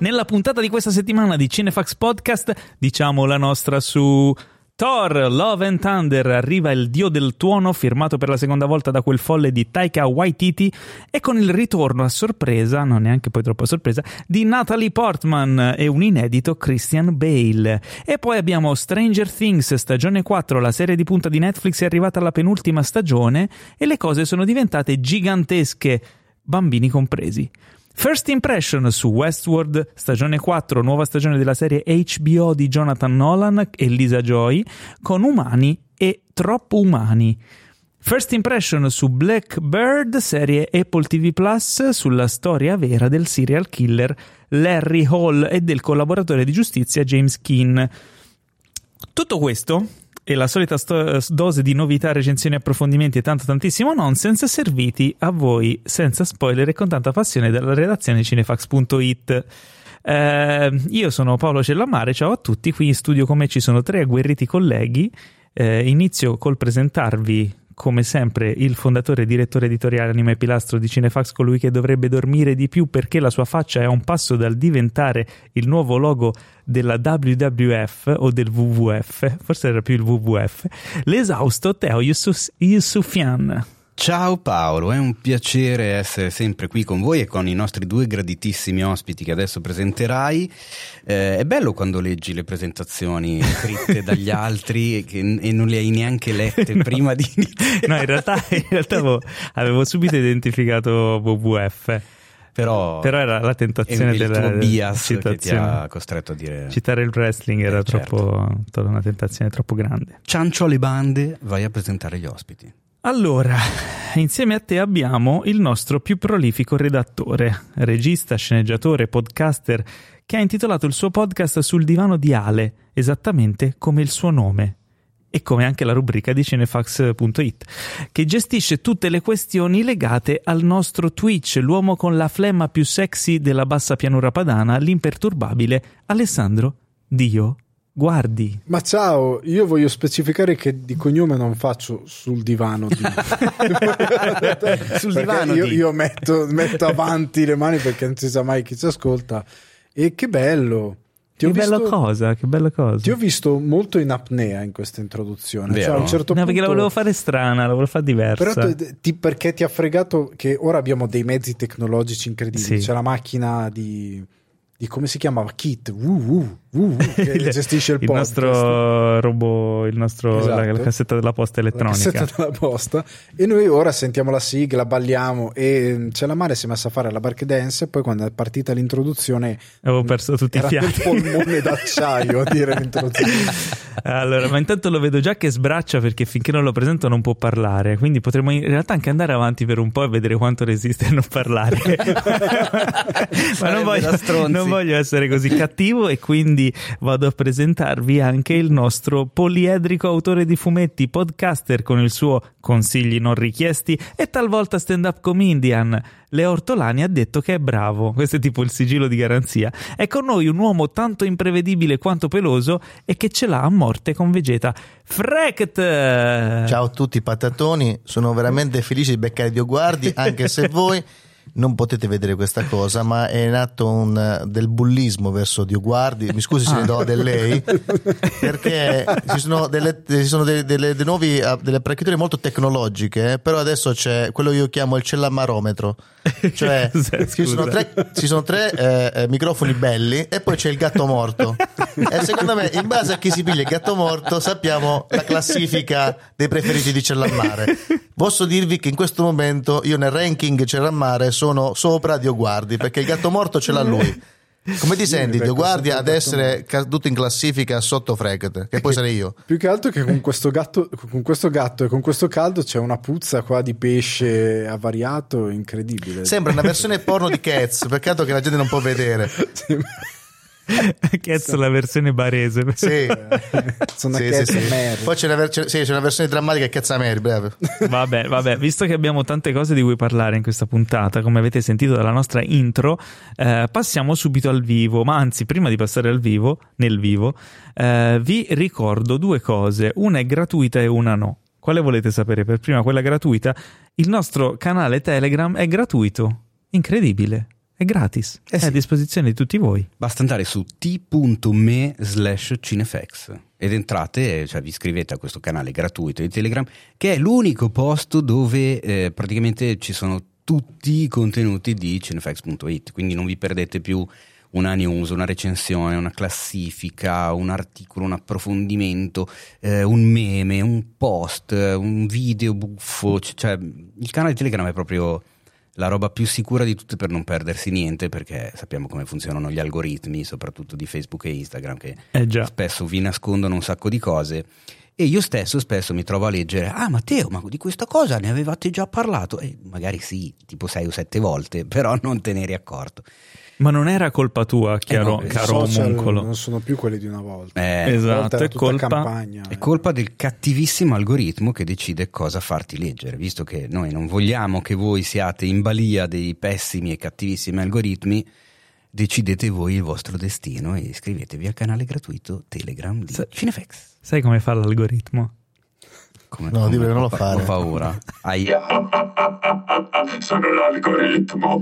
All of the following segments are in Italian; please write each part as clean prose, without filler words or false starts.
Nella puntata di questa settimana di Cinefax Podcast diciamo la nostra su Thor, Love and Thunder. Arriva il dio del tuono, firmato per la seconda volta da quel folle di Taika Waititi, e con il ritorno a sorpresa, non neanche poi troppo a sorpresa, di Natalie Portman e un inedito Christian Bale. E poi abbiamo Stranger Things stagione 4, la serie di punta di Netflix è arrivata alla penultima stagione e le cose sono diventate gigantesche, bambini compresi. First Impression su Westworld, stagione 4, nuova stagione della serie HBO di Jonathan Nolan e Lisa Joy, con umani e troppo umani. First Impression su Blackbird, serie Apple TV Plus, sulla storia vera del serial killer Larry Hall e del collaboratore di giustizia James Keane. Tutto questo e la solita dose di novità, recensioni, approfondimenti e tantissimo nonsense serviti a voi senza spoiler e con tanta passione dalla redazione cinefax.it. Io sono Paolo Cellamare, ciao a tutti, qui in studio con me ci sono tre agguerriti colleghi. Inizio col presentarvi come sempre il fondatore e direttore editoriale, anima e pilastro di Cinefax, colui che dovrebbe dormire di più perché la sua faccia è a un passo dal diventare il nuovo logo della WWF o del WWF, forse era più il WWF, l'esausto Teo Yusufian. Ciao Paolo, è un piacere essere sempre qui con voi e con i nostri due graditissimi ospiti che adesso presenterai. È bello quando leggi le presentazioni scritte dagli altri e non le hai neanche lette prima di iniziare. No, in realtà avevo subito identificato WWF. Però era la tentazione del tuo bias citazione. Che ti ha costretto a dire citare il wrestling era certo. una tentazione troppo grande. Ciancio alle bande, vai a presentare gli ospiti. Allora, insieme a te abbiamo il nostro più prolifico redattore, regista, sceneggiatore, podcaster, che ha intitolato il suo podcast Sul divano di Ale, esattamente come il suo nome, e come anche la rubrica di cinefax.it, che gestisce tutte le questioni legate al nostro Twitch, l'uomo con la flemma più sexy della bassa pianura padana, l'imperturbabile Alessandro Dio Guardi. Ma ciao, io voglio specificare che di cognome non faccio sul divano di... Sul divano io metto avanti le mani perché non si sa mai chi ci ascolta. E che bello. Bella cosa. Ti ho visto molto in apnea in questa introduzione. Vero? Cioè, a un certo punto... perché la volevo fare strana, la volevo fare diversa. Però perché ti ha fregato che ora abbiamo dei mezzi tecnologici incredibili. Sì. C'è la macchina di come si chiamava? Kit che gestisce il podcast. Nostro robot, esatto. la cassetta della posta elettronica. La cassetta della posta. E noi ora sentiamo la sigla, balliamo, e c'è la Mare si è messa a fare la bark dance, e poi quando è partita l'introduzione avevo perso tutti i fiati. Era un polmone d'acciaio a dire l'introduzione. Allora, ma intanto lo vedo già che sbraccia perché finché non lo presento non può parlare, quindi potremmo in realtà anche andare avanti per un po' e vedere quanto resiste a non parlare. Ma non voglio essere così cattivo e quindi vado a presentarvi anche il nostro poliedrico autore di fumetti, podcaster con il suo consigli non richiesti e talvolta stand-up comedian. Leo Ortolani ha detto che è bravo, questo è tipo il sigillo di garanzia. È con noi un uomo tanto imprevedibile quanto peloso e che ce l'ha a morte con Vegeta. Frect! Ciao a tutti patatoni, sono veramente felice di beccare Dio Guardi, anche se voi non potete vedere questa cosa, ma è in atto del bullismo verso Dio Guardi. Mi scusi se ne do del lei, perché ci sono delle apparecchiature molto tecnologiche, però adesso c'è quello che io chiamo il cellamarometro, cioè ci sono tre microfoni belli e poi c'è il gatto morto, e secondo me in base a chi si piglia il gatto morto sappiamo la classifica dei preferiti di Cellammare. Posso dirvi che in questo momento io nel ranking Cellammare sono sopra Dio Guardi, perché il gatto morto ce l'ha lui. Come ti senti, Dio Guardi, ad essere caduto in classifica sotto Fregt, che poi sarei io? Più che altro che con questo gatto e con questo caldo c'è una puzza qua di pesce avariato incredibile. Sembra una versione porno di Cats, peccato che la gente non può vedere. Cazzo, la versione barese. Sì. Sono Mary. Poi c'è una versione drammatica Cazza Mary, bravo. Vabbè, visto che abbiamo tante cose di cui parlare in questa puntata, come avete sentito dalla nostra intro, passiamo subito al vivo. Ma anzi, prima di passare nel vivo, vi ricordo due cose. Una è gratuita e una no. Quale volete sapere? Per prima quella gratuita. Il nostro canale Telegram è gratuito. Incredibile. È È gratis, sì. È a disposizione di tutti voi. Basta andare su t.me/cinefax ed entrate, cioè vi iscrivete a questo canale gratuito di Telegram, che è l'unico posto dove praticamente ci sono tutti i contenuti di cinefax.it, quindi non vi perdete più una news, una recensione, una classifica, un articolo, un approfondimento, un meme, un post, un video buffo. Cioè il canale Telegram è proprio la roba più sicura di tutte per non perdersi niente, perché sappiamo come funzionano gli algoritmi, soprattutto di Facebook e Instagram, che spesso vi nascondono un sacco di cose. E io stesso spesso mi trovo a leggere: ah Matteo, ma di questa cosa ne avevate già parlato? E magari sì, tipo 6 o 7 volte, però non te ne eri accorto. Ma non era colpa tua, caro omuncolo. Non sono più quelli di una volta. Esatto, è colpa del cattivissimo algoritmo che decide cosa farti leggere. Visto che noi non vogliamo che voi siate in balia dei pessimi e cattivissimi algoritmi, decidete voi il vostro destino e iscrivetevi al canale gratuito Telegram di Cinefax. Sai come fa l'algoritmo? No, dico che non lo fare. Ho paura. Sono l'algoritmo.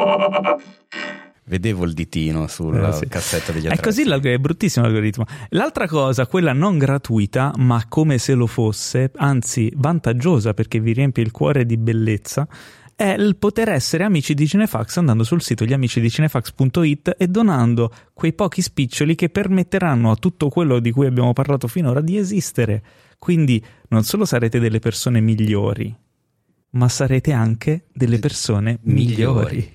Vedevo il ditino sul cassetto degli attrezzi. È così, è bruttissimo l'algoritmo. L'altra cosa, quella non gratuita, ma come se lo fosse, anzi vantaggiosa perché vi riempie il cuore di bellezza, è il poter essere amici di Cinefax andando sul sito gliamicidicinefax.it e donando quei pochi spiccioli che permetteranno a tutto quello di cui abbiamo parlato finora di esistere. Quindi non solo sarete delle persone migliori, ma sarete anche delle persone migliori.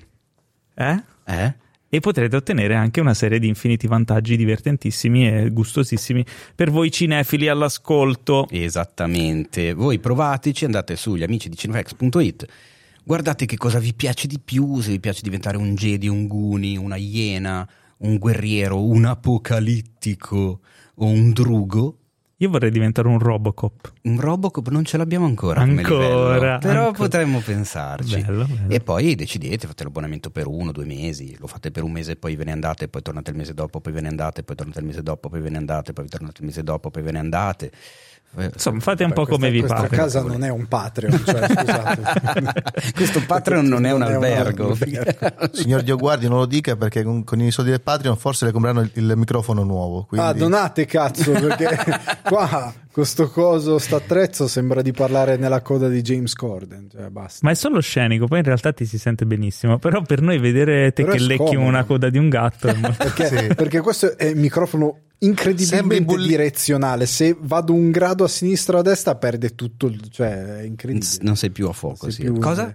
E potrete ottenere anche una serie di infiniti vantaggi divertentissimi e gustosissimi per voi cinefili all'ascolto. Esattamente. Voi provateci, andate su gliamicidicinefax.it, guardate che cosa vi piace di più, se vi piace diventare un Jedi, un Goonie, una iena, un guerriero, un apocalittico o un drugo. Io vorrei diventare un Robocop. Un Robocop non ce l'abbiamo ancora come livello, però potremmo pensarci. Bello. E poi decidete, fate l'abbonamento per 1 o 2 mesi, lo fate per un mese e poi ve ne andate, poi tornate il mese dopo, poi ve ne andate, poi tornate il mese dopo, poi ve ne andate, poi tornate il mese dopo, poi ve ne andate. Insomma, fate un po' come vi pare. Questa casa non è un Patreon, cioè, scusate. Questo Patreon non è un albergo. Signor Dio guardi, non lo dica, perché con i soldi del Patreon forse le compreranno il microfono nuovo. Quindi... donate cazzo, perché qua questo attrezzo sembra di parlare nella coda di James Corden, cioè basta. Ma è solo scenico, poi in realtà ti si sente benissimo. Però per noi vedere te però che lecchi una coda di un gatto è molto... perché questo è il microfono incredibilmente direzionale. Se vado un grado a sinistra o a destra perde tutto, cioè è incredibile. Non sei più a fuoco. Cosa?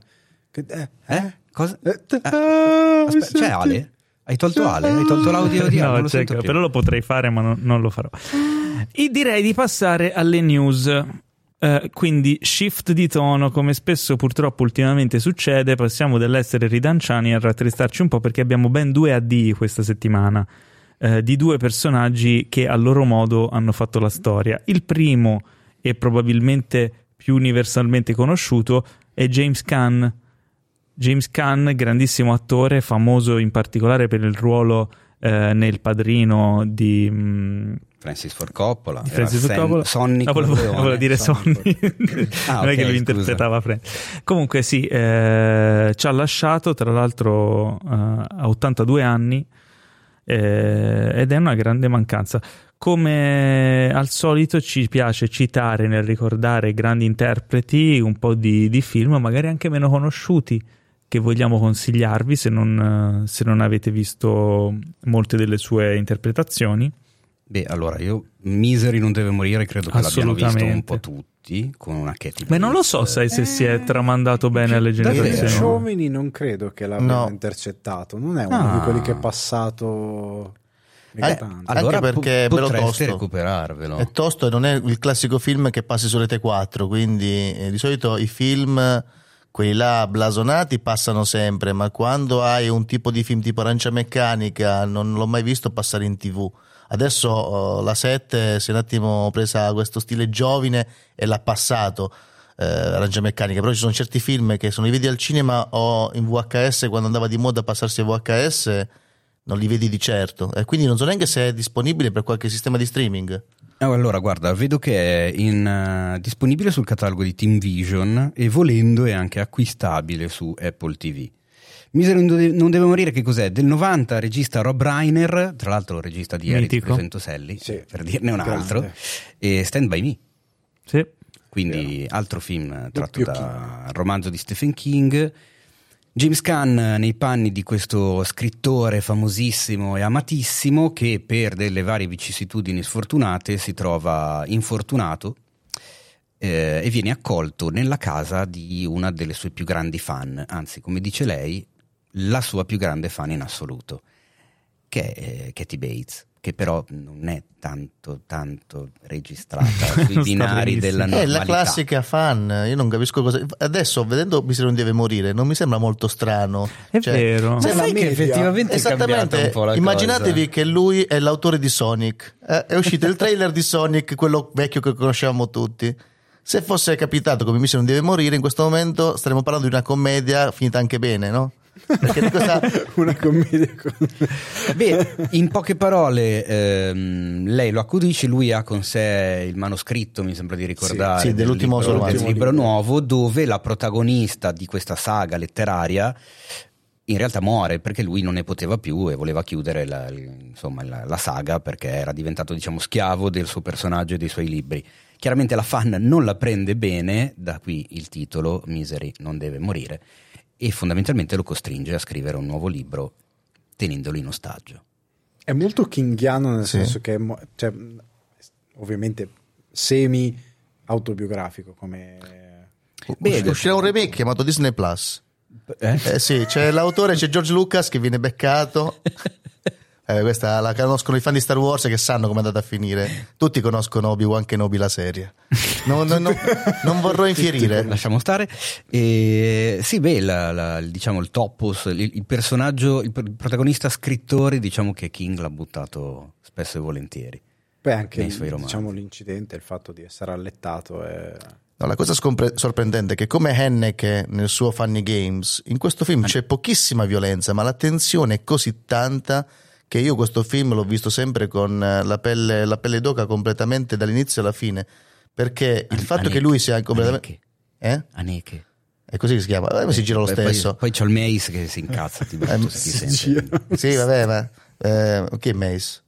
Cosa? Aspetta, c'è Ale? Hai tolto Ale? Hai tolto l'audio di Ale? No, non lo sento più. però lo potrei fare, ma non lo farò. E direi di passare alle news. Quindi shift di tono, come spesso purtroppo ultimamente succede, passiamo dall'essere ridanciani a rattristarci un po', perché abbiamo ben 2 addii questa settimana. Di 2 personaggi che a loro modo hanno fatto la storia. Il primo, e probabilmente più universalmente conosciuto, è James Caan. James Caan, grandissimo attore, famoso in particolare per il ruolo nel Padrino di Francis Ford Coppola. Sonny. Volevo dire Sonny. Non è che lui interpretava Francis. Comunque sì, ci ha lasciato tra l'altro a 82 anni. Ed è una grande mancanza. Come al solito ci piace citare nel ricordare grandi interpreti un po' di film magari anche meno conosciuti che vogliamo consigliarvi se non avete visto molte delle sue interpretazioni. Beh, allora io Misery non deve morire, credo che l'abbiano visto un po' tutti, con una Katie Bates. Beh, non lo so se si è tramandato bene alle generazioni. Giovani non credo che l'abbiano intercettato, non è uno di quelli che è passato allora perché potreste recuperarvelo. È tosto e non è il classico film che passi su Rete 4, quindi di solito i film quelli là blasonati passano sempre, ma quando hai un tipo di film tipo Arancia Meccanica non l'ho mai visto passare in TV. Adesso la 7 si è un attimo presa questo stile giovine e l'ha passato Arancia Meccanica, però ci sono certi film che se non li vedi al cinema o in VHS, quando andava di moda passarsi a VHS, non li vedi di certo, e quindi non so neanche se è disponibile per qualche sistema di streaming. Allora guarda, vedo che è disponibile sul catalogo di Team Vision e volendo è anche acquistabile su Apple TV. Misery non deve morire, che cos'è? Del 90, regista Rob Reiner, tra l'altro regista di Eric Presento Sally, sì, per dirne un altro, grande. e Stand By Me. Sì. Quindi altro film tratto dal romanzo di Stephen King. James Caan nei panni di questo scrittore famosissimo e amatissimo che per delle varie vicissitudini sfortunate si trova infortunato e viene accolto nella casa di una delle sue più grandi fan, anzi, come dice lei, la sua più grande fan in assoluto, che è Kathy Bates, che però non è tanto registrata sui binari della normalità. È la classica fan, io non capisco cosa. Adesso vedendo Misery non deve morire non mi sembra molto strano. È vero. Ma sai che effettivamente è cambiata un po' la immaginatevi cosa. che lui è l'autore di Sonic, è uscito il trailer di Sonic, quello vecchio che conosciamo tutti. Se fosse capitato come Misery non deve morire, in questo momento staremmo parlando di una commedia finita anche bene, no? Perché di cosa... una commedia Beh, in poche parole, lei lo accudisce, lui ha con sé il manoscritto, mi sembra di ricordare, sì, dell'ultimo del libro nuovo, dove la protagonista di questa saga letteraria in realtà muore perché lui non ne poteva più e voleva chiudere la saga, perché era diventato, diciamo, schiavo del suo personaggio e dei suoi libri. Chiaramente la fan non la prende bene, da qui il titolo Misery non deve morire, e fondamentalmente lo costringe a scrivere un nuovo libro tenendolo in ostaggio. È molto kinghiano, nel senso che cioè, ovviamente semi autobiografico come... uscirà un remake chiamato Disney Plus. Sì, c'è l'autore, c'è George Lucas che viene beccato. Questa la conoscono i fan di Star Wars, che sanno come è andata a finire. Tutti conoscono Obi-Wan Kenobi, la serie. Non vorrò infierire. Lasciamo stare. Sì, beh, diciamo il topos, il personaggio, il protagonista scrittore, diciamo che King l'ha buttato spesso e volentieri. Beh, anche nei suoi romanzi. Diciamo l'incidente, il fatto di essere allettato No, la cosa sorprendente è che, come Haneke nel suo Funny Games, in questo film c'è pochissima violenza, ma la tensione è così tanta che io questo film l'ho visto sempre con la pelle d'oca completamente dall'inizio alla fine, perché il fatto che lui sia completamente... Haneke. È così che si chiama? Si gira lo stesso. Poi c'ho il Mace che si incazza, ti sente. Sì, vabbè, ma... chi è Mace?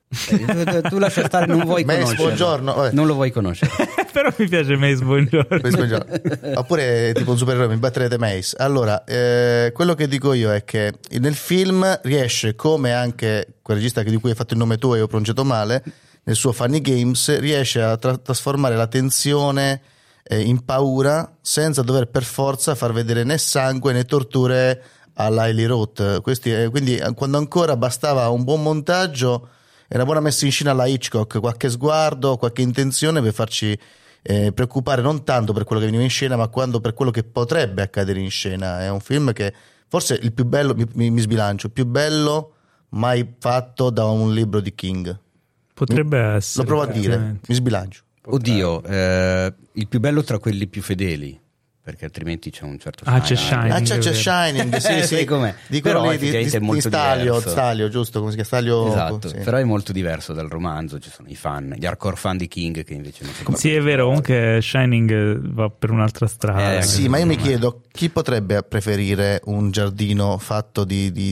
Tu lascia stare, non vuoi Mace, conoscere. buongiorno. Non lo vuoi conoscere. Però mi piace Mace Buongiorno. Oppure tipo un supereroe, mi batterete Mace. Allora, quello che dico io è che nel film riesce, come anche quel regista di cui hai fatto il nome tu e io ho pronunciato male, nel suo Funny Games, riesce a trasformare la tensione in paura senza dover per forza far vedere né sangue né torture alla Eli Roth. Quindi quando ancora bastava un buon montaggio e una buona messa in scena alla Hitchcock, qualche sguardo, qualche intenzione per farci preoccupare non tanto per quello che veniva in scena, ma quando per quello che potrebbe accadere in scena. È un film che forse il più bello, mi sbilancio, più bello mai fatto da un libro di King. Potrebbe essere. Lo provo a dire, mi sbilancio. Oddio, il più bello tra quelli più fedeli, perché altrimenti c'è un certo c'è Shining. C'è Shining, sì. Com'è? Di però quello lì è molto diverso. Stalio, giusto? Come si chiama? Stalio, esatto, sì. però è molto diverso dal romanzo. Ci sono i fan, gli hardcore fan di King che invece non si Sì, è vero, comunque Shining va per un'altra strada. Sì, ma io mi chiedo chi potrebbe preferire un giardino fatto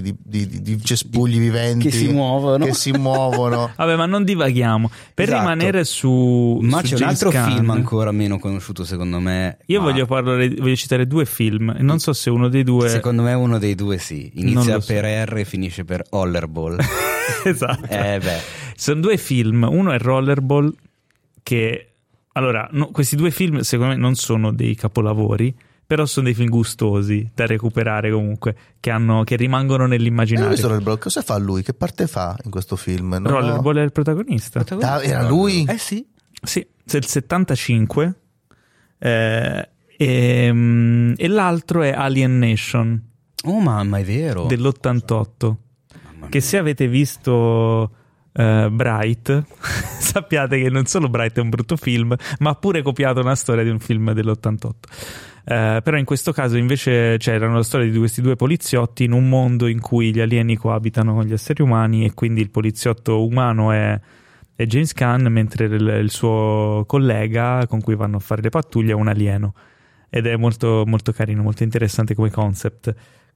di cespugli viventi che si muovono. Vabbè, ma non divaghiamo. Per rimanere su Ma c'è un altro Caan, film ancora meno conosciuto, secondo me. Io voglio citare due film e non so se uno dei due. Secondo me uno dei due sì. Inizia per R e finisce per Rollerball. Esatto. Beh. Sono due film. Uno è Rollerball, che allora questi due film secondo me non sono dei capolavori, però sono dei film gustosi da recuperare comunque, che rimangono nell'immaginario. Rollerball, cosa fa lui? Che parte fa in questo film? Rollerball è il protagonista. Era lui? Sì. Sì, del 75. E l'altro è Alien Nation. Oh mamma, è vero. Dell'88. Che se avete visto Bright sappiate che non solo Bright è un brutto film, ma ha pure copiato una storia di un film dell'88. Però in questo caso invece c'era la storia di questi due poliziotti in un mondo in cui gli alieni coabitano con gli esseri umani, e quindi il poliziotto umano è James Caan, mentre il suo collega con cui vanno a fare le pattuglie è un alieno. Ed è molto, molto carino, molto interessante come concept.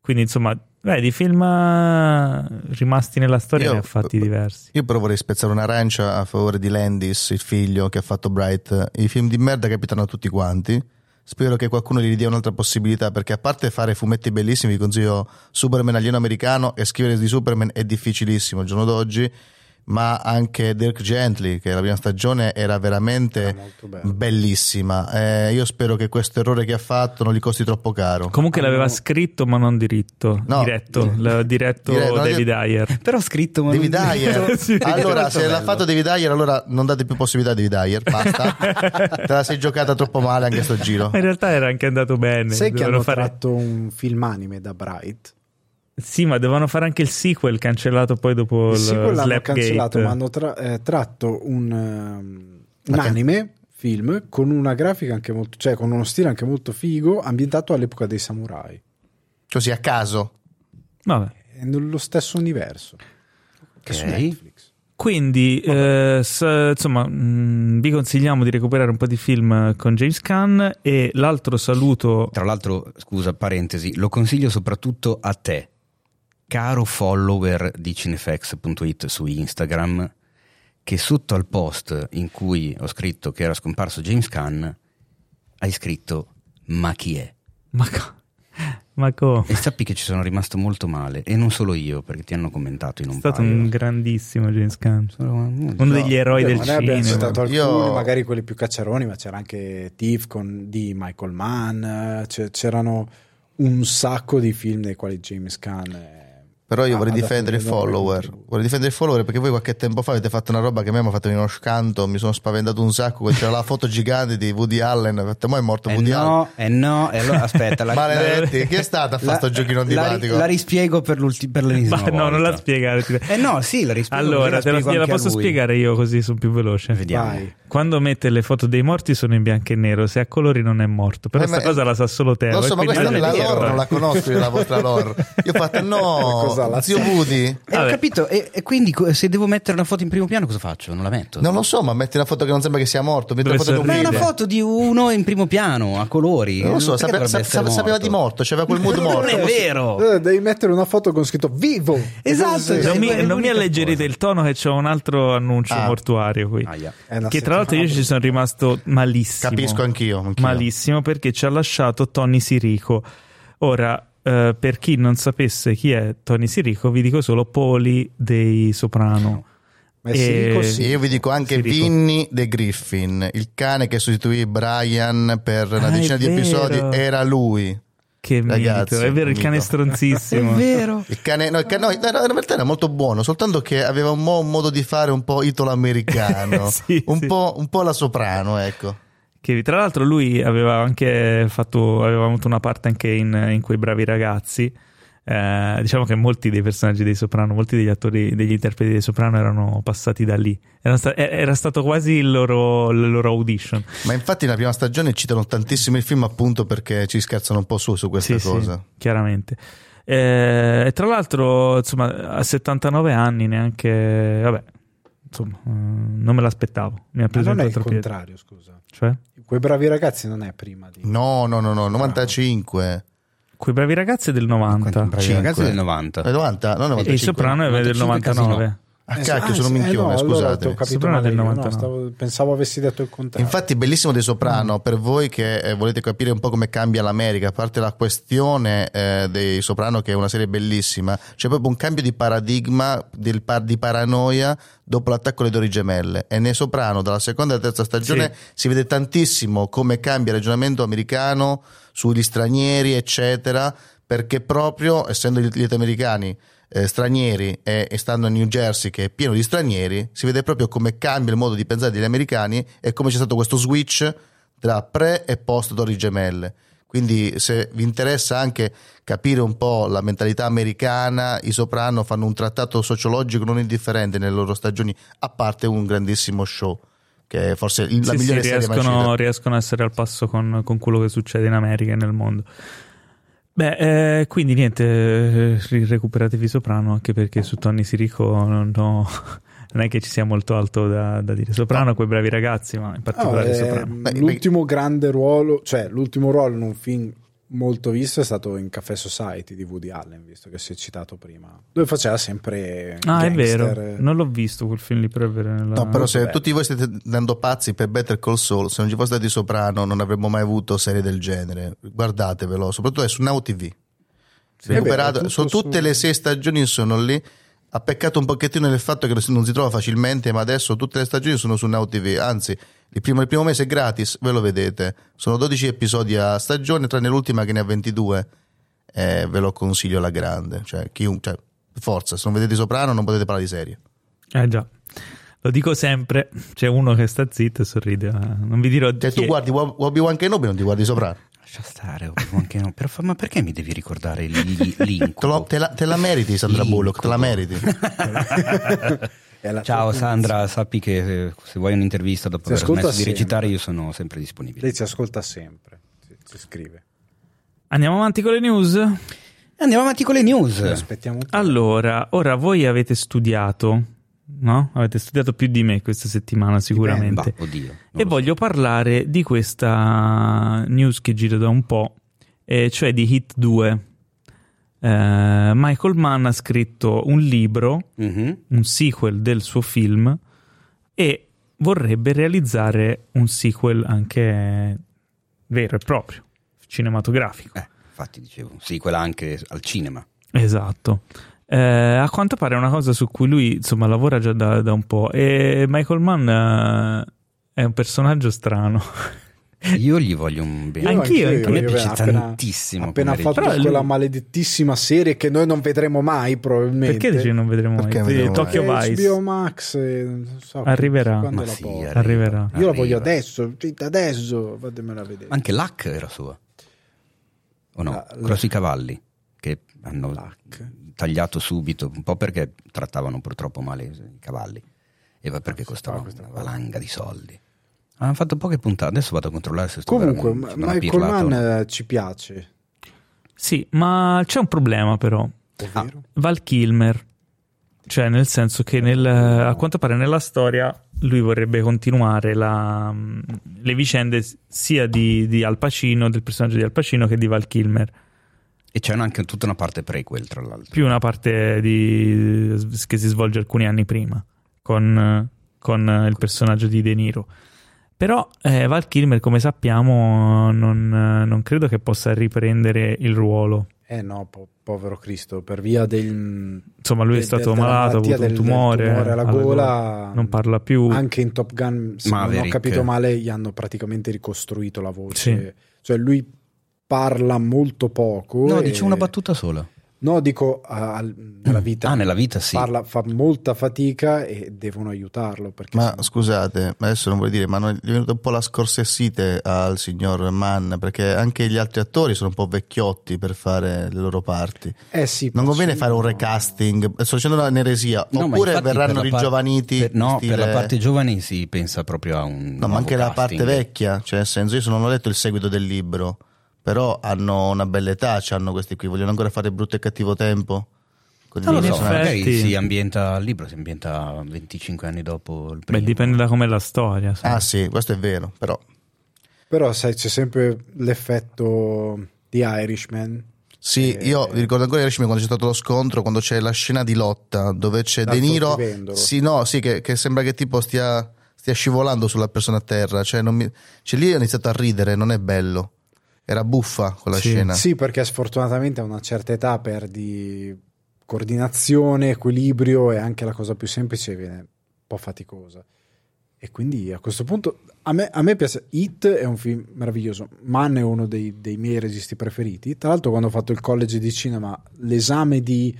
Quindi insomma, di film rimasti nella storia ne ha fatti diversi. Io però vorrei spezzare un'arancia a favore di Landis, il figlio che ha fatto Bright. I film di merda capitano a tutti quanti. Spero che qualcuno gli dia un'altra possibilità, perché a parte fare fumetti bellissimi, vi consiglio Superman alieno americano, e scrivere di Superman è difficilissimo al giorno d'oggi, ma anche Dirk Gently, che la prima stagione era veramente bellissima. Io spero che questo errore che ha fatto non gli costi troppo caro. Comunque l'aveva scritto ma non diretto. Diretto David Ayer. Però scritto ma David non Ayer. Sì, allora se l'ha fatto David Ayer, allora non date più possibilità a David Ayer, basta. Te la sei giocata troppo male anche sto giro. In realtà era anche andato bene. Sai che hanno tratto un film anime da Bright? Sì, ma dovevano fare anche il sequel cancellato poi dopo il sequel l'hanno Slapgate. cancellato, ma hanno tratto un anime film con una grafica anche molto, cioè con uno stile anche molto figo, ambientato all'epoca dei samurai. Così a caso. Vabbè. È nello stesso universo. Che su Netflix. Quindi insomma vi consigliamo di recuperare un po' di film con James Caan. E l'altro saluto, tra l'altro, scusa, parentesi, lo consiglio soprattutto a te, caro follower di cinefx.it su Instagram, che sotto al post in cui ho scritto che era scomparso James Caan hai scritto "ma chi è?" Ma come? E sappi che ci sono rimasto molto male, e non solo io, perché ti hanno commentato in un paio. È stato un grandissimo James Caan, uno degli eroi del cinema. Abbiamo citato alcuni, magari quelli più cacciaroni, ma c'era anche Thief di Michael Mann, c'erano un sacco di film nei quali James Caan però io vorrei difendere il follower. Perché voi qualche tempo fa avete fatto una roba che a me mi ha fatto uno scanto, mi sono spaventato un sacco, c'era la foto gigante di Woody Allen, ma è morto Woody Allen. E allora aspetta, maledetti, chi è stato a fare sto giochino antipatico? La rispiego per l'ennesima volta. No, non la spiegare. No, sì, la rispiego. Allora, la posso spiegare io, così sono più veloce. Vediamo. Vai. Quando mette le foto dei morti sono in bianco e nero, se a colori non è morto. Però questa cosa la sa solo te. Lo so, ma questa la lore non la conosco, la vostra lore. Io ho fatto zio Woody. Ho capito, e quindi se devo mettere una foto in primo piano cosa faccio? Non la metto? Non lo so, ma metti una foto che non sembra che sia morto. Ma è una foto di uno in primo piano a colori. Non lo so, sapeva di morto, c'aveva quel mood morto. Non è vero. Devi mettere una foto con scritto vivo. Esatto. Non mi alleggerite il tono, che c'è un altro annuncio mortuario qui. Che tra l'altro io ci sono rimasto malissimo. Capisco anch'io. Malissimo, perché ci ha lasciato Tony Sirico. Ora, per chi non sapesse chi è Tony Sirico, vi dico solo Poli dei Soprano. Sirico, sì. Io vi dico anche Sirico. Vinny the Griffin, il cane che sostituì Brian per una decina di episodi, era lui. Che ragazzi, mito, è vero, il cane stronzissimo. È vero. Il cane, in realtà era molto buono, soltanto che aveva un modo di fare un po' italo-americano, un po' la Soprano, ecco. Che tra l'altro lui aveva anche aveva avuto una parte anche in Quei bravi ragazzi. Diciamo che molti dei personaggi dei Soprano, molti degli attori, degli interpreti dei Soprano erano passati da lì. Era stato quasi il loro audition. Ma infatti nella prima stagione citano tantissimo il film, appunto perché ci scherzano un po' su questa cosa. Sì, chiaramente. E tra l'altro, insomma, a 79 anni neanche, vabbè, insomma, non me l'aspettavo. Mi ha preso non è il contrario, scusa. Cioè? Quei bravi ragazzi non è prima di... No, 95. Quei bravi ragazzi è del 90. Bravi ragazzi è del 90. Del 90? Non 95. E il Soprano è del 99. Cacchio, sono un minchione, scusate. Ho capito male, del 99. Pensavo avessi detto il contrario. Infatti bellissimo dei Soprano, per voi che volete capire un po' come cambia l'America, a parte la questione dei Soprano, che è una serie bellissima, c'è proprio un cambio di paradigma di paranoia dopo l'attacco alle Torri Gemelle, e nei Soprano dalla seconda e terza stagione si vede tantissimo come cambia il ragionamento americano sugli stranieri eccetera, perché proprio essendo gli americani stranieri e stando a New Jersey che è pieno di stranieri, si vede proprio come cambia il modo di pensare degli americani e come c'è stato questo switch tra pre e post Torri Gemelle. Quindi se vi interessa anche capire un po' la mentalità americana, i Soprano fanno un trattato sociologico non indifferente nelle loro stagioni, a parte un grandissimo show che è forse la migliore serie mai uscita. Riescono a essere al passo con quello che succede in America e nel mondo. Beh, quindi niente, recuperatevi Soprano, anche perché su Tony Sirico non è che ci sia molto altro da dire. Soprano, Quei bravi ragazzi, ma in particolare Soprano. L'ultimo grande ruolo, cioè l'ultimo ruolo in un film molto visto è stato in Café Society di Woody Allen, visto che si è citato prima, dove faceva sempre Ah, gangster. è vero, non l'ho visto quel film lì per avere No, però se bello. tutti voi siete andando pazzi per Better Call Saul, se non ci fosse stato di Soprano non avremmo mai avuto serie del genere. Guardatevelo, soprattutto è su Now TV. Recuperato, tutto sono tutte su- le 6 stagioni sono lì. Ha peccato un pochettino nel fatto che non si trova facilmente, ma adesso tutte le stagioni sono su Now TV. Anzi, il primo mese è gratis, ve lo vedete. Sono 12 episodi a stagione, tranne l'ultima che ne ha 22. Ve lo consiglio alla grande. Cioè, forza, se non vedete Soprano non potete parlare di serie. Già, lo dico sempre, c'è uno che sta zitto e sorride, ma non vi dirò Cioè, chi tu è. guardi Obi-Wan Kenobi e non ti guardi Soprano. Lascia stare, anche no. Ma perché mi devi ricordare l'incubo? Te la meriti, Sandra Bullock, te la meriti. È la Ciao tua Sandra, sappi che se vuoi un'intervista dopo Si aver ascolta smesso di sempre. recitare io sono sempre disponibile. Lei ci ascolta sempre, ci scrive. Andiamo avanti con le news? Andiamo avanti con le news. Aspettiamo un po'. Allora, ora voi avete studiato, no? Avete studiato più di me questa settimana sicuramente. Bah, oddio, non E lo voglio parlare di questa news che gira da un po', cioè di Hit 2. Michael Mann ha scritto un libro, so. Mhm. un sequel del suo film, e vorrebbe realizzare un sequel anche vero e proprio, cinematografico. Infatti dicevo, sì, quella anche al cinema. Esatto. A quanto pare è una cosa su cui lui insomma lavora già da un po', e Michael Mann è un personaggio strano. Io gli voglio un bene. Anch'io, A me io piace appena- tantissimo appena come fatto regista. Però quella lui- maledettissima serie che noi non vedremo mai probabilmente. Perché dici che non vedremo mai? Perché non vedremo mai? Tokyo Vice HBO Max non so Arriverà. quando Ma la sì, porta. arriverà. Io la voglio adesso, fatemela vedere. Anche Luck era sua. O no? La- Grossi cavalli che hanno Luck. tagliato subito, un po' perché trattavano purtroppo male i cavalli e poi perché costavano questa una valanga di soldi. Hanno fatto poche puntate, adesso vado a controllare se sto Comunque veramente- se non ha Michael pirlato o no. Mann ci piace, Sì, ma c'è un problema però. ovvero Val Kilmer, cioè nel senso che a quanto pare nella storia lui vorrebbe continuare le vicende sia di Al Pacino, del personaggio di Al Pacino, che di Val Kilmer, E c'è anche tutta una parte prequel tra l'altro. più una parte che si svolge alcuni anni prima con il personaggio di De Niro. Però Val Kilmer, come sappiamo, non credo che possa riprendere il ruolo. no, povero Cristo, per via del Insomma, lui è stato della malato, ha malattia avuto un del tumore alla gola, non parla più. Anche in Top Gun, se non ho Maverick. capito male, gli hanno praticamente ricostruito la voce. Sì. Cioè lui parla molto poco. No, e- dice una battuta sola. No, dico nella vita. Ah, nella vita sì. Fa molta fatica e devono aiutarlo. Perché Ma sennò- scusate, adesso non voglio dire, ma non è venuto un po' la scorsesite al signor Mann, perché anche gli altri attori sono un po' vecchiotti per fare le loro parti. sì, Non conviene sì, fare un no. recasting, sto dicendo un'eresia, No, ma oppure infatti verranno per la rigiovaniti. per in stile- la parte giovani si pensa proprio a un No, ma nuovo anche la casting. parte vecchia, cioè nel senso, io non ho letto il seguito del libro, però hanno una bella età, hanno questi qui, vogliono ancora fare brutto e cattivo tempo. Con i Non lo In so, personaggi. effetti- magari si ambienta il libro, si ambienta 25 anni dopo il primo. Beh, dipende da com'è la storia. sai. Ah sì, questo è vero, però Però sai, c'è sempre l'effetto di Irishman. sì, io mi ricordo ancora quando c'è stato lo scontro, quando c'è la scena di lotta dove c'è De Niro, vendolo. sì, no, sì, che sembra che tipo stia scivolando sulla persona a terra, cioè, cioè lì ho iniziato a ridere, non è bello, era buffa quella Sì. scena. Sì, perché sfortunatamente a una certa età perdi coordinazione, equilibrio, e anche la cosa più semplice viene un po' faticosa. E quindi a questo punto a me piace. It è un film meraviglioso. Mann è uno dei miei registi preferiti. Tra l'altro, quando ho fatto il college di cinema, l'esame di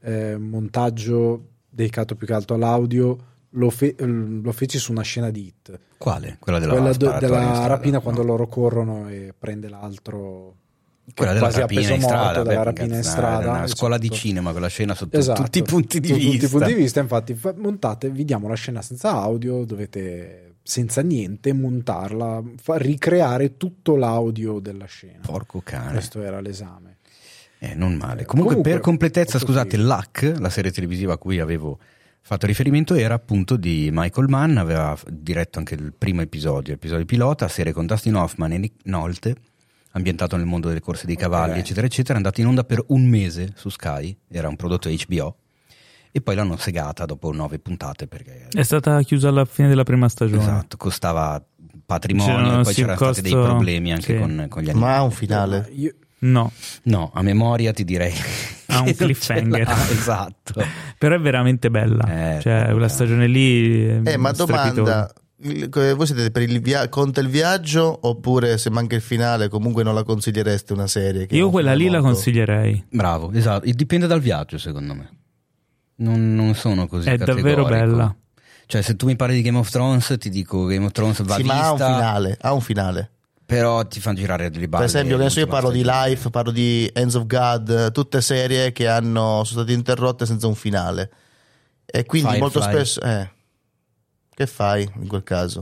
montaggio dedicato più che altro all'audio lo feci su una scena di It. Quale? Quella della Quella sparatoria in della strada, rapina, no? quando loro corrono e prende l'altro. Quella della quasi rapina appeso in strada, morto, della beh, rapina in incazzare, strada. una scuola di Esatto. cinema, quella scena sotto Esatto, tutti i punti di su vista. tutti i punti di vista, infatti montate, vi diamo la scena senza audio, dovete senza niente montarla, ricreare tutto l'audio della scena. Porco cane. Questo era l'esame. Non male. Comunque per completezza, molto scusate, figo. Luck, la serie televisiva a cui avevo fatto riferimento, era appunto di Michael Mann, aveva diretto anche il primo episodio pilota, serie con Dustin Hoffman e Nick Nolte, ambientato nel mondo delle corse dei cavalli, eccetera, eccetera. È andato in onda per un mese su Sky, era un prodotto HBO, e poi l'hanno segata dopo 9 puntate perché è stata chiusa alla fine della prima stagione. Esatto, costava patrimonio, e poi c'erano stati dei problemi anche con gli animali. Ma ha un finale? No, a memoria ti direi ha un cliffhanger. Esatto. Però è veramente bella, cioè quella stagione lì ma strepitosa. domanda, voi siete per conta il viaggio, oppure se manca il finale comunque non la consigliereste una serie? Io quella lì la consiglierei. Bravo, esatto, dipende dal viaggio secondo me, non sono così è categorico. davvero bella. Cioè se tu mi parli di Game of Thrones ti dico Game of Thrones va vista, ma ha un finale. Però ti fanno girare delle balle. Per esempio, io parlo di Life, parlo di Hands of God, tutte serie che sono state interrotte senza un finale. E quindi Firefly. molto spesso che fai in quel caso?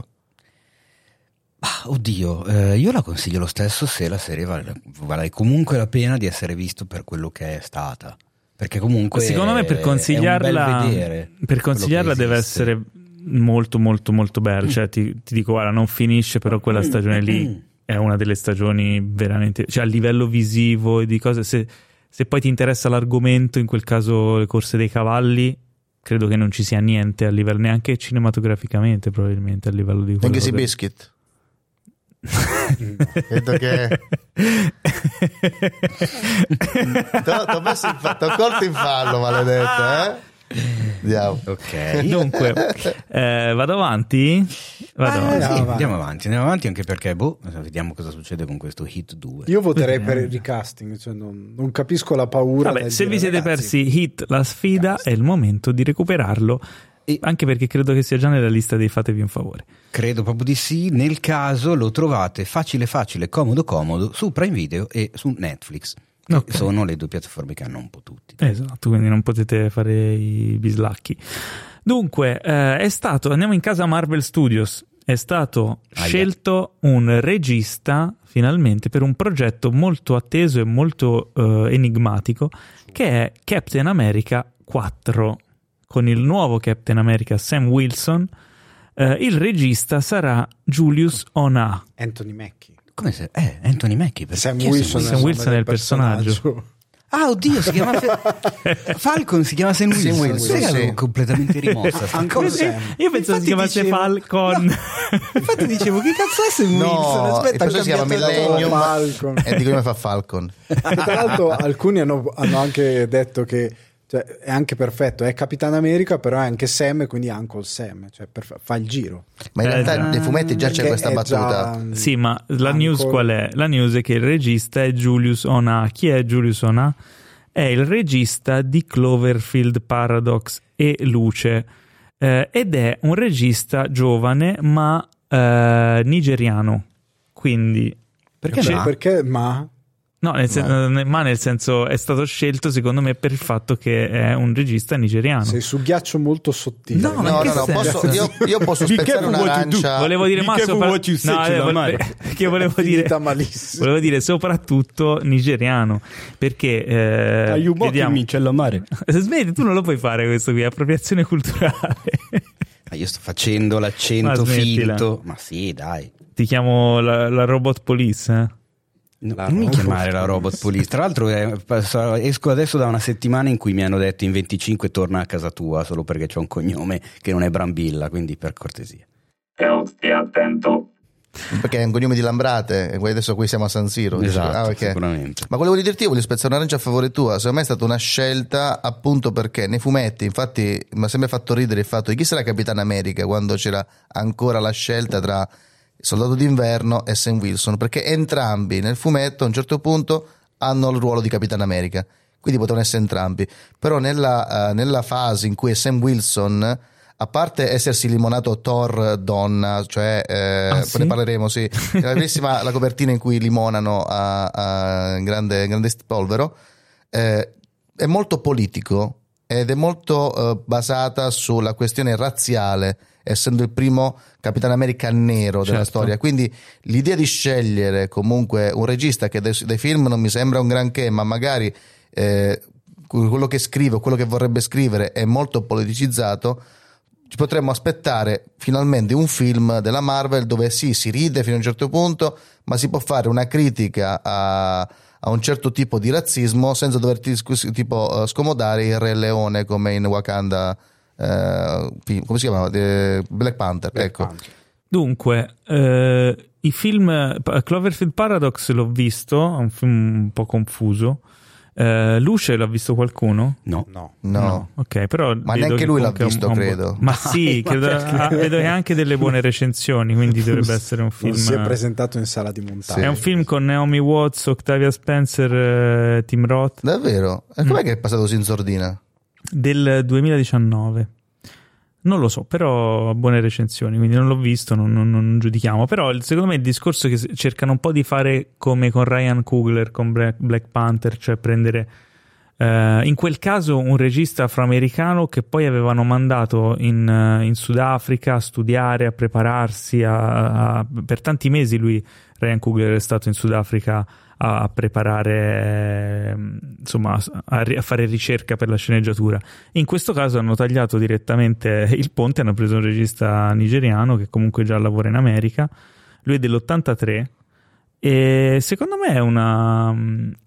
Oddio, io la consiglio lo stesso se la serie vale comunque la pena di essere visto per quello che è stata. Perché comunque secondo me per consigliarla, deve essere molto molto molto bella. Cioè ti dico, guarda, non finisce, però quella stagione lì è una delle stagioni veramente, cioè a livello visivo e di cose, se poi ti interessa l'argomento, in quel caso le corse dei cavalli, credo che non ci sia niente a livello, neanche cinematograficamente probabilmente, a livello di quello. Anche se Biscuit. Vedo che t'ho colto in fallo, maledetto, Andiamo. Ok. Dunque, vado avanti? Andiamo avanti anche perché vediamo cosa succede con questo Hit 2. Io voterei per il recasting, cioè non capisco la paura. Vabbè, se vi siete persi Hit, la sfida, è il momento di recuperarlo, e anche perché credo che sia già nella lista dei fatevi un favore. Credo proprio di sì. Nel caso lo trovate facile, comodo su Prime Video e su Netflix. Okay. Sono le 2 piattaforme che hanno un po' tutti. Esatto, quindi non potete fare i bislacchi. Dunque, andiamo in casa Marvel Studios. È stato scelto un regista finalmente per un progetto molto atteso e molto enigmatico, che è Captain America 4. Con il nuovo Captain America Sam Wilson, il regista sarà Julius Onah. Anthony Mackie. Come se Anthony Mackie? Sam Wilson è il personaggio. Ah, oddio, si chiama Falcon, si chiama Sam Wilson. Sì. Completamente rimossa. Io pensavo si chiamasse Falcon. Infatti dicevo, che cazzo è Sam Wilson? Aspetta, si chiama Millennium e dico come fa Falcon. Tra l'altro alcuni hanno anche detto che, cioè, è anche perfetto, è Capitan America, però è anche Sam, quindi Uncle Sam, cioè fa il giro. Ma in realtà nei fumetti già c'è questa battuta. Sì, ma la news qual è? La news è che il regista è Julius Onah. Chi è Julius Onah? È il regista di Cloverfield Paradox e Luce, ed è un regista giovane ma nigeriano. Quindi perché No, nel senso è stato scelto secondo me per il fatto che è un regista nigeriano. Sei su ghiaccio molto sottile. No, io posso spezzare un'arancia. Volevo dire volevo dire soprattutto nigeriano, perché Smetti, tu non lo puoi fare questo qui, è appropriazione culturale. Io sto facendo l'accento finto. Ma sì, dai. Ti chiamo la Robot Police, non mi chiamare la Robot Police. Tra l'altro esco adesso da una settimana in cui mi hanno detto in 25 torna a casa tua, solo perché c'ho un cognome che non è Brambilla, quindi per cortesia. Stia attento. Perché è un cognome di Lambrate e adesso qui siamo a San Siro. Esatto, sicuramente. Ma volevo dirti, voglio spezzare un'arancia a favore tua. Secondo me è stata una scelta appunto perché nei fumetti, infatti mi ha sempre fatto ridere il fatto di chi sarà Capitan America, quando c'era ancora la scelta tra Soldato d'inverno e Sam Wilson, perché entrambi nel fumetto a un certo punto hanno il ruolo di Capitan America, quindi potevano essere entrambi. Però nella fase in cui è Sam Wilson, a parte essersi limonato Thor donna, cioè sì? ne parleremo, sì, è bellissima la copertina in cui limonano a grande spolvero, è molto politico ed è molto basata sulla questione razziale, essendo il primo Capitan America nero della storia. Quindi l'idea di scegliere comunque un regista che dai film non mi sembra un granché, ma magari quello che scrive o quello che vorrebbe scrivere è molto politicizzato, ci potremmo aspettare finalmente un film della Marvel dove sì, si ride fino a un certo punto, ma si può fare una critica a un certo tipo di razzismo senza doverti scomodare il Re Leone come in Wakanda, come si chiamava? Black Panther. Panther. Dunque, i film Cloverfield Paradox l'ho visto, è un film un po' confuso. Luce l'ha visto qualcuno? No. Ok, però ma neanche lui l'ha visto, credo. Ma sì, vedo che ha anche delle buone recensioni, quindi dovrebbe essere un film. Non si è presentato in sala di montaggio. È un film con Naomi Watts, Octavia Spencer, Tim Roth. Davvero? E com'è che è passato così in sordina? Del 2019. Non lo so, però ha buone recensioni, quindi non l'ho visto, non giudichiamo. Però secondo me il discorso è che cercano un po' di fare come con Ryan Coogler, con Black Panther, cioè prendere in quel caso un regista afroamericano che poi avevano mandato in Sudafrica a studiare, a prepararsi, per tanti mesi Ryan Coogler è stato in Sudafrica a preparare, insomma, a fare ricerca per la sceneggiatura. In questo caso hanno tagliato direttamente il ponte, hanno preso un regista nigeriano che comunque già lavora in America, lui è dell'83 e secondo me è una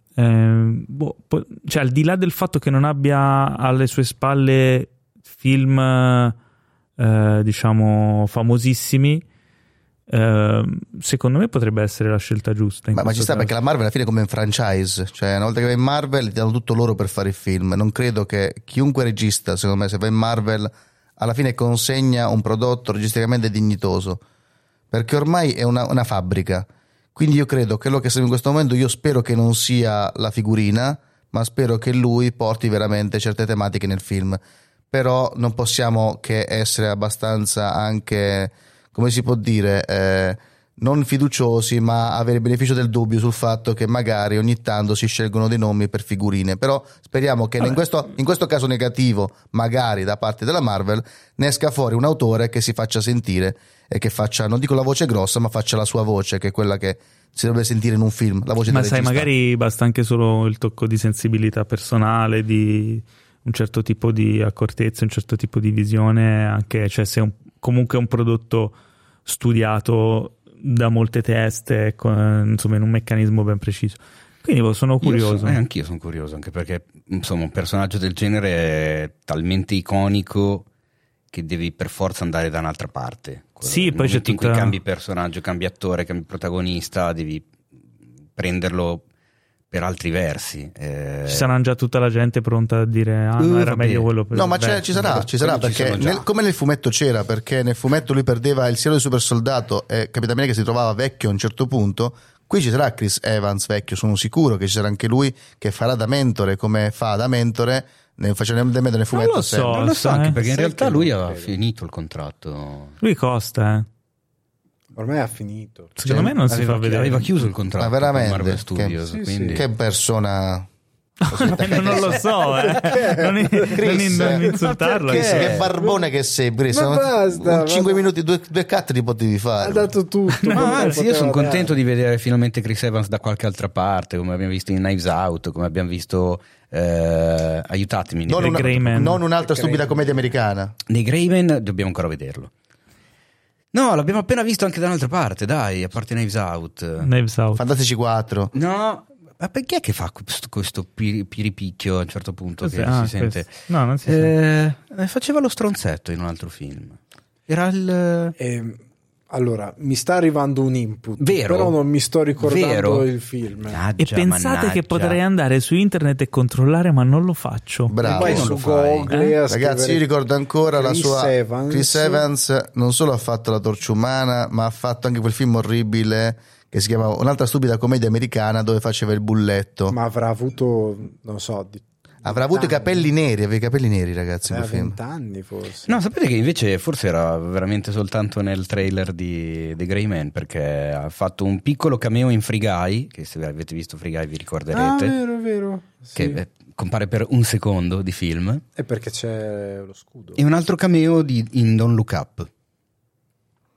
cioè al di là del fatto che non abbia alle sue spalle film diciamo famosissimi, secondo me potrebbe essere la scelta giusta. Ma ci sta, perché la Marvel alla fine è come un franchise, cioè una volta che vai in Marvel ti danno tutto loro per fare il film. Non credo che chiunque regista, secondo me, se va in Marvel alla fine consegna un prodotto registicamente dignitoso, perché ormai è una fabbrica. Quindi io credo che quello che serve in questo momento, io spero che non sia la figurina, ma spero che lui porti veramente certe tematiche nel film. Però non possiamo che essere abbastanza anche, come si può dire, non fiduciosi, ma avere il beneficio del dubbio sul fatto che magari ogni tanto si scelgono dei nomi per figurine. Però speriamo che in questo caso negativo, magari da parte della Marvel, ne esca fuori un autore che si faccia sentire e che faccia, non dico la voce grossa, ma faccia la sua voce, che è quella che si dovrebbe sentire in un film, la voce del regista. Ma sai, magari basta anche solo il tocco di sensibilità personale, di un certo tipo di accortezza, un certo tipo di visione, anche, cioè se è comunque un prodotto studiato da molte teste, insomma in un meccanismo ben preciso. Quindi sono curioso. Anch'io sono curioso, anche perché insomma un personaggio del genere è talmente iconico che devi per forza andare da un'altra parte. Sì, poi c'è in cui cambi personaggio, cambi attore, cambi protagonista, devi prenderlo per altri versi. Ci saranno già tutta la gente pronta a dire no, era meglio quello. No, ma ci sarà perché come nel fumetto c'era, perché nel fumetto lui perdeva il siero del super soldato e Capitan America si trovava vecchio a un certo punto. Qui ci sarà Chris Evans vecchio, sono sicuro che ci sarà anche lui che farà da mentore, come fa da mentore nel fumetto. Non lo so, anche perché in realtà lui ha finito il contratto. Lui costa, Ormai ha finito. Secondo me non si fa vedere. Aveva chiuso il contratto. Ma veramente? Con Marvel Studios, quindi... Che persona... non lo so, non insultarlo. Che barbone che sei, Chris. Ma basta, 5 minuti, due cut li potevi fare. Ha dato tutto. Ma anzi, io sono contento di vedere finalmente Chris Evans da qualche altra parte, come abbiamo visto in Knives Out, come abbiamo visto aiutatemi, non un'altra stupida commedia americana. Nei Greyman dobbiamo ancora vederlo. No, l'abbiamo appena visto anche da un'altra parte, dai, a parte Knives Out. Fantastici 4. No, ma perché è che fa questo piripicchio a un certo punto che si sente? No, non si sente. Faceva lo stronzetto in un altro film. Era il... Allora, mi sta arrivando un input, vero? Però non mi sto ricordando il film. E pensate che potrei andare su internet e controllare, ma non lo faccio. Bravo, poi su Google ragazzi, io ricordo ancora Chris Evans non solo ha fatto La Torcia Umana, ma ha fatto anche quel film orribile che si chiamava Un'altra stupida commedia americana, dove faceva il bulletto. Ma avrà avuto, non so, avrà avuto i capelli neri, aveva i capelli neri, ragazzi, in quel film. 20 anni forse. No, sapete che invece forse era veramente soltanto nel trailer di The Gray Man, perché ha fatto un piccolo cameo in Free Guy, che se avete visto Free Guy vi ricorderete. Vero. Sì. Che compare per un secondo di film. E perché c'è lo scudo. E un altro cameo in Don't Look Up.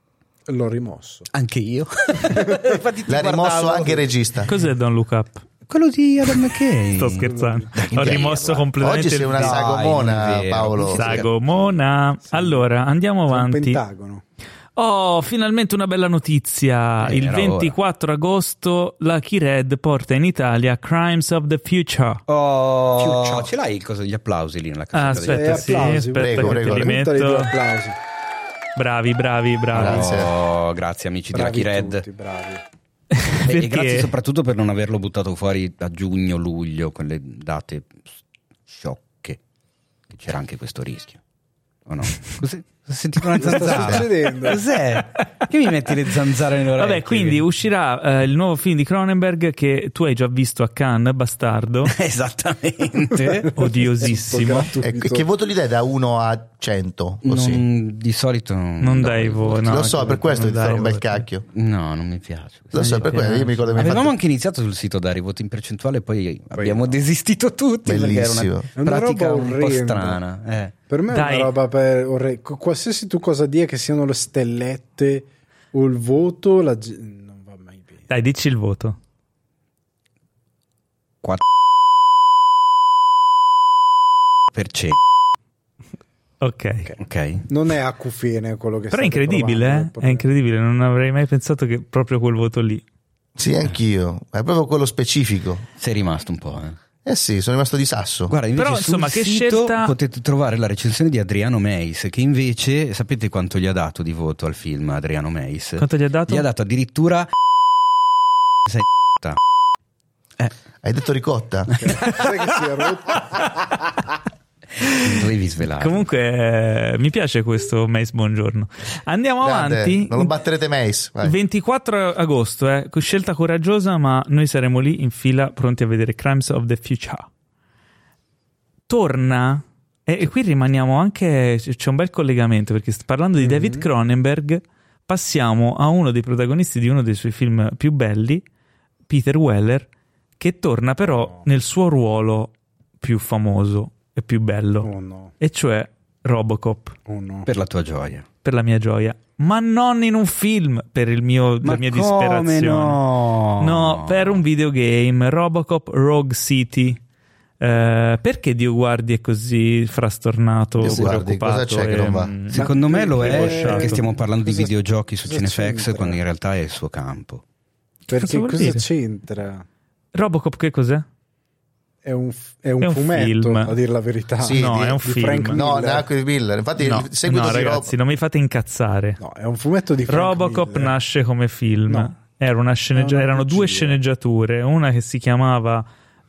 L'ho rimosso. Anche io. L'ha rimosso anche il regista. Cos'è Don't Look Up? Quello di Adam McKay. Sto scherzando. Dai, Ho rimosso completamente Oggi sei una il video. sagomona, non è vero. Paolo. Sagomona. Allora, andiamo C'è un avanti. Pentagono. Oh, finalmente una bella notizia. Il Era 24 agosto Lucky Red porta in Italia Crimes of the Future. Oh, ce l'hai il coso degli applausi lì nella Ah, cassetta? aspetta, sì, applausi, aspetta prego, che prego, te li Buttali due metto. applausi. Bravi. Grazie. Oh, grazie amici Bravi di Lucky Red. tutti, bravi. E grazie Perché? soprattutto per non averlo buttato fuori a giugno, luglio, quelle date sciocche. Che c'era anche questo rischio. O no? Cos'è? Ho sentito una Cosa sta zanzara. succedendo? Cos'è? Che mi metti le zanzare nelle orecchie? Vabbè, quindi uscirà il nuovo film di Cronenberg che tu hai già visto a Cannes, bastardo. Esattamente. Odiosissimo. Gratuito. Che voto gli dai da 1 a 100? Così? Di solito Non do dai il voi, voto. no. Lo so, per questo non ti farò dai un bel voto. cacchio. No, non mi piace. Lo so, per quello io mi ricordo che mi hai Avevamo fatto- anche iniziato sul sito a dare i voti in percentuale, poi abbiamo desistito tutti perché era Bellissimo. una È una pratica roba un po' orrenda. strana. Per me Dai. è una roba qualsiasi tu cosa dia, che siano le stellette o il voto, non va mai bene. Dai, dici il voto. 4%. Ok. Non è acufene quello che Però è state incredibile, provando, È incredibile, non avrei mai pensato che proprio quel voto lì. Sì, anch'io. È proprio quello specifico. Sei rimasto un po', Eh sì, sono rimasto di sasso. Guarda, invece Però, insomma, sul che sito scelta- potete trovare la recensione di Adriano Meis, che invece, sapete quanto gli ha dato di voto al film Adriano Meis? Quanto gli ha dato? Gli ha dato addirittura Hai detto ricotta? Sai che si è rotto? Non dovevi svelare. Comunque mi piace questo Mace Buongiorno. Andiamo Grande, avanti. non lo batterete Mace. Vai. 24 agosto, scelta coraggiosa, ma noi saremo lì in fila pronti a vedere Crimes of the Future. Torna, e qui rimaniamo anche, c'è un bel collegamento, perché parlando di David Cronenberg passiamo a uno dei protagonisti di uno dei suoi film più belli, Peter Weller, che torna però nel suo ruolo più famoso e più bello, Oh no, e cioè Robocop, oh no. Per la tua gioia. per la mia gioia, ma non in un film per la mia disperazione. No, per un videogame, Robocop Rogue City. Perché Dio guardi è così frastornato, Dio guardi, preoccupato? cosa c'è che non va? Secondo me lo è angosciato. perché stiamo parlando di Cosa- videogiochi su cosa Cinefx, c'entra? quando in realtà è il suo campo. Perché vuol cosa dire? c'entra? Robocop che cos'è? È un un fumetto, film. a dir la verità. Sì, no, è un di film. Frank No, Miller. neanche di Miller. Infatti, No, il seguito no, di ragazzi, non mi fate incazzare. No, è un fumetto di Frank Robocop Miller. nasce come film. No. Era una È una erano due bugia. sceneggiature, una che si chiamava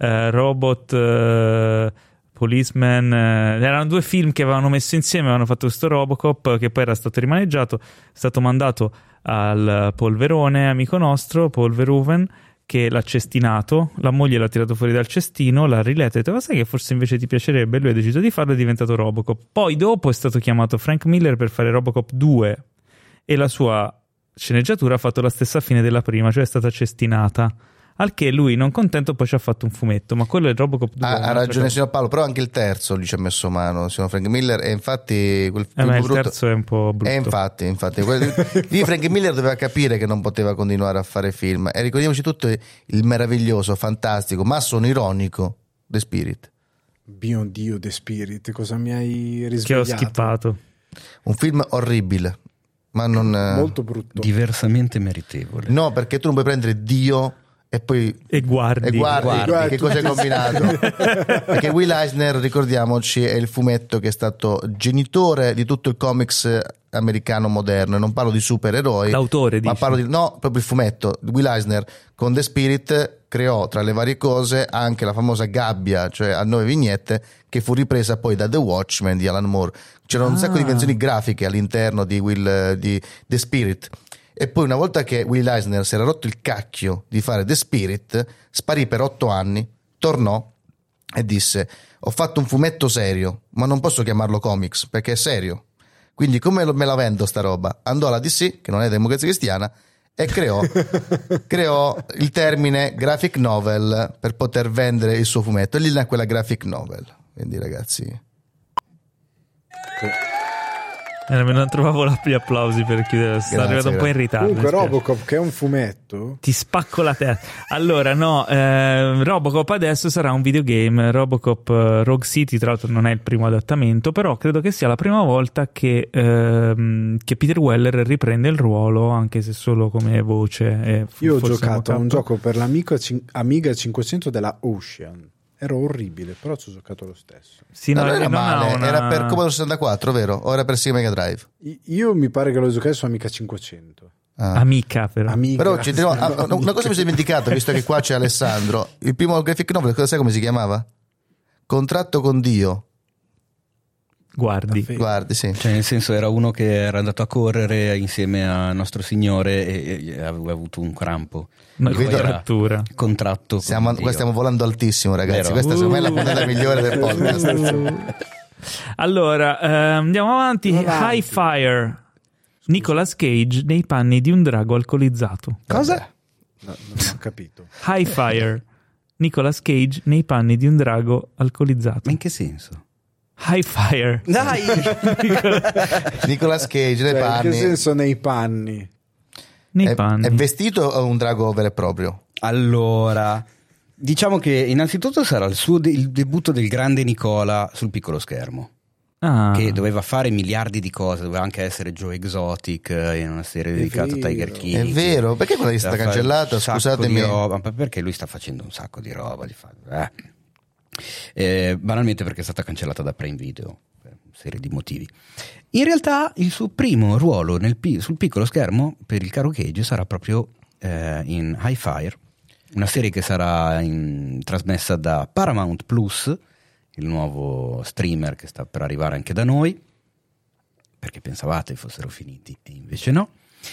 Robot Policeman. Erano due film che avevano messo insieme, avevano fatto questo Robocop che poi era stato rimaneggiato, è stato mandato al polverone, amico nostro, Paul Verhoeven, che l'ha cestinato, la moglie l'ha tirato fuori dal cestino, l'ha riletto e ha detto: ma sai che forse invece ti piacerebbe? Lui ha deciso di farlo, è diventato Robocop. Poi dopo è stato chiamato Frank Miller per fare Robocop 2 e la sua sceneggiatura ha fatto la stessa fine della prima, cioè è stata cestinata. Al che lui, non contento, poi ci ha fatto un fumetto, ma quello è Robocop 2. Ha ragione signor Paolo, però anche il terzo gli ci ha messo mano, signor Frank Miller, e infatti quel ma film il brutto. terzo è un po' brutto. Infatti lì Frank Miller doveva capire che non poteva continuare a fare film, e ricordiamoci tutto il meraviglioso, fantastico, ma sono ironico The Spirit, Mio Dio, The Spirit, cosa mi hai Che ho risvegliato? schippato. un film orribile, ma non Molto brutto. Diversamente meritevole. no, perché tu non puoi prendere Dio e poi E guardi. guardi. che cosa hai combinato. Perché Will Eisner, ricordiamoci, è il fumetto che è stato genitore di tutto il comics americano moderno, e non parlo di supereroi, L'autore, ma dici? parlo di proprio il fumetto. Will Eisner con The Spirit creò, tra le varie cose, anche la famosa gabbia, cioè a 9 vignette, che fu ripresa poi da The Watchmen di Alan Moore. C'erano un sacco di invenzioni grafiche all'interno di The Spirit. E poi, una volta che Will Eisner si era rotto il cacchio di fare The Spirit, sparì per 8 anni, tornò e disse: ho fatto un fumetto serio, ma non posso chiamarlo comics perché è serio, quindi come me la vendo sta roba? Andò alla DC, che non è Democrazia Cristiana, e creò il termine graphic novel per poter vendere il suo fumetto, e lì nacque la graphic novel. Quindi, ragazzi, Non trovavo gli applausi per chiudere, sono arrivato un po' in ritardo. Comunque Robocop, che è un fumetto, ti spacco la testa. Allora no, Robocop adesso sarà un videogame. Robocop Rogue City tra l'altro non è il primo adattamento, però credo che sia la prima volta che Peter Weller riprende il ruolo, anche se solo come voce. Io ho giocato a un gioco per l'Amiga 500 della Ocean. Era orribile, però ci ho giocato lo stesso. Sì, non era male, era per Commodore 64, vero? O era per Sega Mega Drive? Io mi pare che lo giocai su Amiga 500. Amica però. Amiga. Però una cosa mi sono dimenticato, visto che qua c'è Alessandro. Il primo graphic novel, sai come si chiamava? Contratto con Dio. Guardi, sì. Cioè, nel senso, era uno che era andato a correre insieme a Nostro Signore e aveva avuto un crampo. Una Poi era contrattura. Contratto. Qua stiamo volando altissimo, ragazzi. Vero. Questa secondo me è la puntata migliore del podcast. Allora, andiamo avanti. High Fire. Nicolas Cage nei panni di un drago alcolizzato. Cosa? No, non ho capito. High Fire. Nicolas Cage nei panni di un drago alcolizzato. Ma in che senso? High Fire. Dai! Nicolas Cage nei panni. In che senso nei panni? Nei panni. È vestito o un drago vero e proprio? Allora, diciamo che innanzitutto sarà il debutto del grande Nicola sul piccolo schermo. Che doveva fare miliardi di cose, doveva anche essere Joe Exotic in una serie dedicata a Tiger King. È vero, perché quella è stata cancellata? Scusatemi. Perché lui sta facendo un sacco di roba. Banalmente perché è stata cancellata da Prime Video per una serie di motivi. In realtà il suo primo ruolo sul piccolo schermo per il caro Cage sarà proprio in High Fire, una serie che sarà trasmessa da Paramount Plus, il nuovo streamer che sta per arrivare anche da noi, perché pensavate fossero finiti e invece no,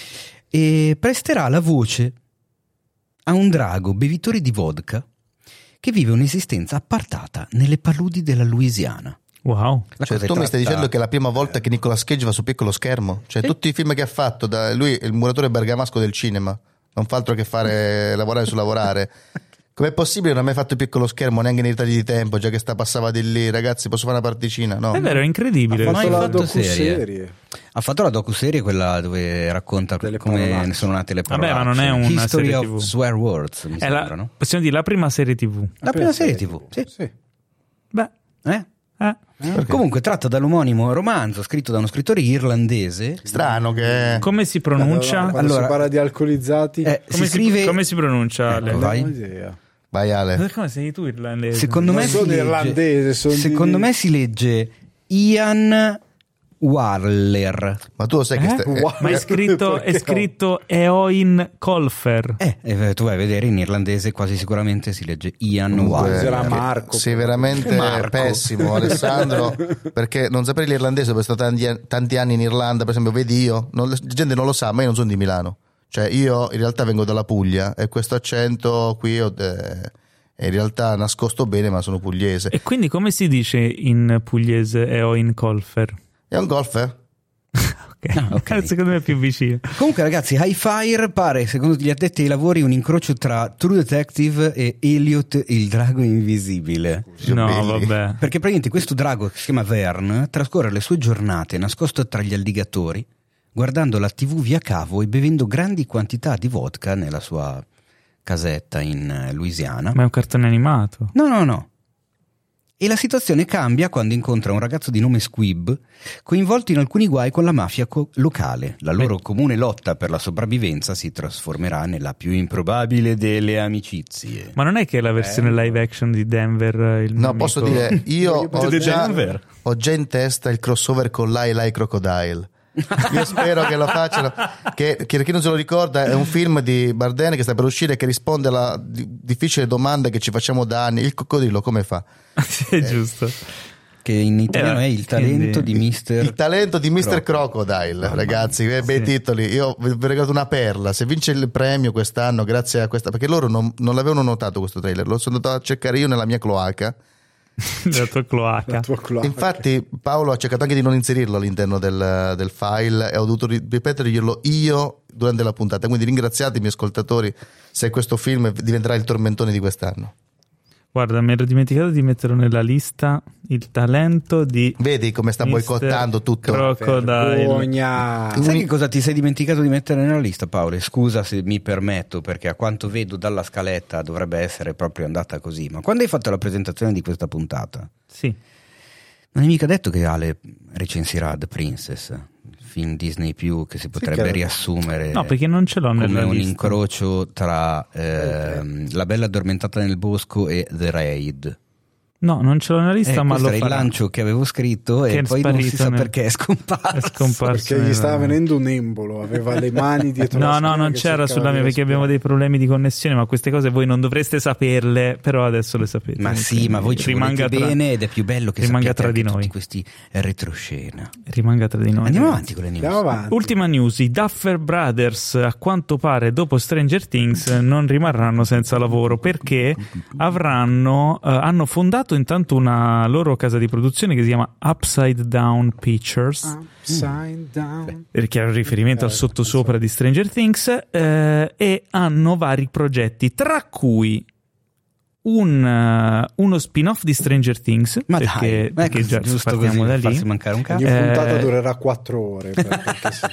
e presterà la voce a un drago bevitore di vodka che vive un'esistenza appartata nelle paludi della Louisiana. Wow. Cioè, tu mi stai dicendo che è la prima volta che Nicolas Cage va su piccolo schermo? Cioè, tutti i film che ha fatto, lui è il muratore bergamasco del cinema, non fa altro che fare lavorare su lavorare. Com'è possibile? Non ha mai fatto il piccolo schermo neanche nei ritagli di tempo, già che passava di lì, ragazzi, posso fare una particina? No. È vero, è incredibile. Ha fatto la docuserie. docuserie. Ha fatto la docuserie, quella dove racconta come ne sono nate le parolacce. Vabbè, ma non è una History serie of TV. Swear Words, mi sembra, no? Possiamo dire la prima serie TV. La prima serie TV, sì. Beh. Comunque tratta dall'omonimo romanzo scritto da uno scrittore irlandese. Strano che... Come si pronuncia? Quando si parla di alcolizzati, come si pronuncia? non ho idea. Vai Ale. Come sei tu irlandese? Secondo me sono irlandese, secondo me si legge Ian Waller. Ma tu lo sai che Ma è scritto Eoin Colfer. Tu vai a vedere, in irlandese quasi sicuramente si legge Ian Era Waller. Marco. Sei veramente pessimo, Alessandro, perché non sapere l'irlandese, perché sono stato tanti anni in Irlanda, per esempio, vedi io, la gente non lo sa, ma io non sono di Milano. Cioè io in realtà vengo dalla Puglia e questo accento qui è in realtà nascosto bene, ma sono pugliese. E quindi come si dice in pugliese Eoin Colfer? È un golfer? Ok. Secondo me è più vicino. Comunque ragazzi, High Fire pare, secondo gli addetti ai lavori, un incrocio tra True Detective e Elliot il drago invisibile. No, vabbè. Perché praticamente questo drago, che si chiama Vern, trascorre le sue giornate nascosto tra gli alligatori, guardando la TV via cavo e bevendo grandi quantità di vodka nella sua casetta in Louisiana. Ma è un cartone animato. No. E la situazione cambia quando incontra un ragazzo di nome Squib, coinvolto in alcuni guai con la mafia locale. La loro comune lotta per la sopravvivenza si trasformerà nella più improbabile delle amicizie. Ma non è che è la versione live action di Denver? No, posso dire, io ho già in testa il crossover con Lai Crocodile. Io spero che lo facciano, che chi non se lo ricorda è un film di Bardem che sta per uscire, che risponde alla difficile domanda che ci facciamo da anni: il coccodrillo come fa? Sì, giusto. Che in italiano è il talento di Mr. Crocodile, ragazzi, bei titoli. Io vi ho regalato una perla. Se vince il premio quest'anno, grazie a questa, perché loro non l'avevano notato questo trailer, lo sono andato a cercare io nella mia cloaca. La tua cloaca. Infatti Paolo ha cercato anche di non inserirlo all'interno del file e ho dovuto ripeterglielo io durante la puntata, quindi ringraziatemi ascoltatori se questo film diventerà il tormentone di quest'anno. Guarda, mi ero dimenticato di metterlo nella lista, il talento di... Vedi come sta boicottando tutto. Crocodile. Vergogna. Sai che cosa ti sei dimenticato di mettere nella lista, Paolo? Scusa se mi permetto, perché a quanto vedo dalla scaletta dovrebbe essere proprio andata così. Ma quando hai fatto la presentazione di questa puntata, Sì. non hai mica detto che Ale recensirà The Princess, il film Disney Più che si potrebbe che- riassumere No, perché non ce l'ho come nella un lista. incrocio tra La Bella Addormentata nel Bosco e The Raid. No, non ce l'ho nella lista, ma questo lo era il farà. lancio che avevo scritto Che e è poi non si sparito sa nel- perché è scomparso. È scomparso. Perché gli stava venendo un embolo, aveva le mani dietro la No, schiena non che c'era cercava sulla mia di perché abbiamo dei respirare. problemi di connessione, ma queste cose voi non dovreste saperle, però adesso le sapete. Ma sì, ma voi ci Rimanga volete tra- bene ed è più bello che rimanga sappiate tra di anche noi. tutti questi retroscena. Rimanga tra di noi. Andiamo ragazzi. avanti con le news. Andiamo avanti. Ultima news, i Duffer Brothers a quanto pare dopo Stranger Things non rimarranno senza lavoro perché hanno fondato intanto una loro casa di produzione che si chiama Upside Down Pictures, Upside down. perché era un riferimento al sottosopra di Stranger Things, e hanno vari progetti, tra cui uno spin-off di Stranger Things, Ma perché, dai, perché già giusto partiamo così, da lì. farsi mancare un Ogni cazzo. puntata durerà 4 ore. Perché sì.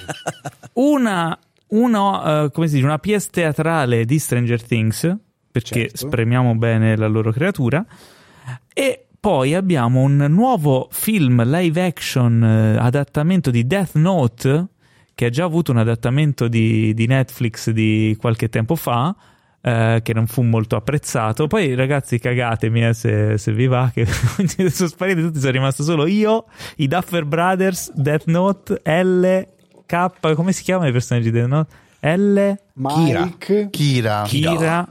Come si dice, una pièce teatrale di Stranger Things, perché Certo. spremiamo bene la loro creatura, e poi abbiamo un nuovo film live action adattamento di Death Note, che ha già avuto un adattamento di Netflix di qualche tempo fa, che non fu molto apprezzato. Poi ragazzi, cagatemi se vi va, che sono spariti tutti, sono rimasto solo io, i Duffer Brothers, Death Note, K, come si chiamano i personaggi di Death Note? Mike. Kira.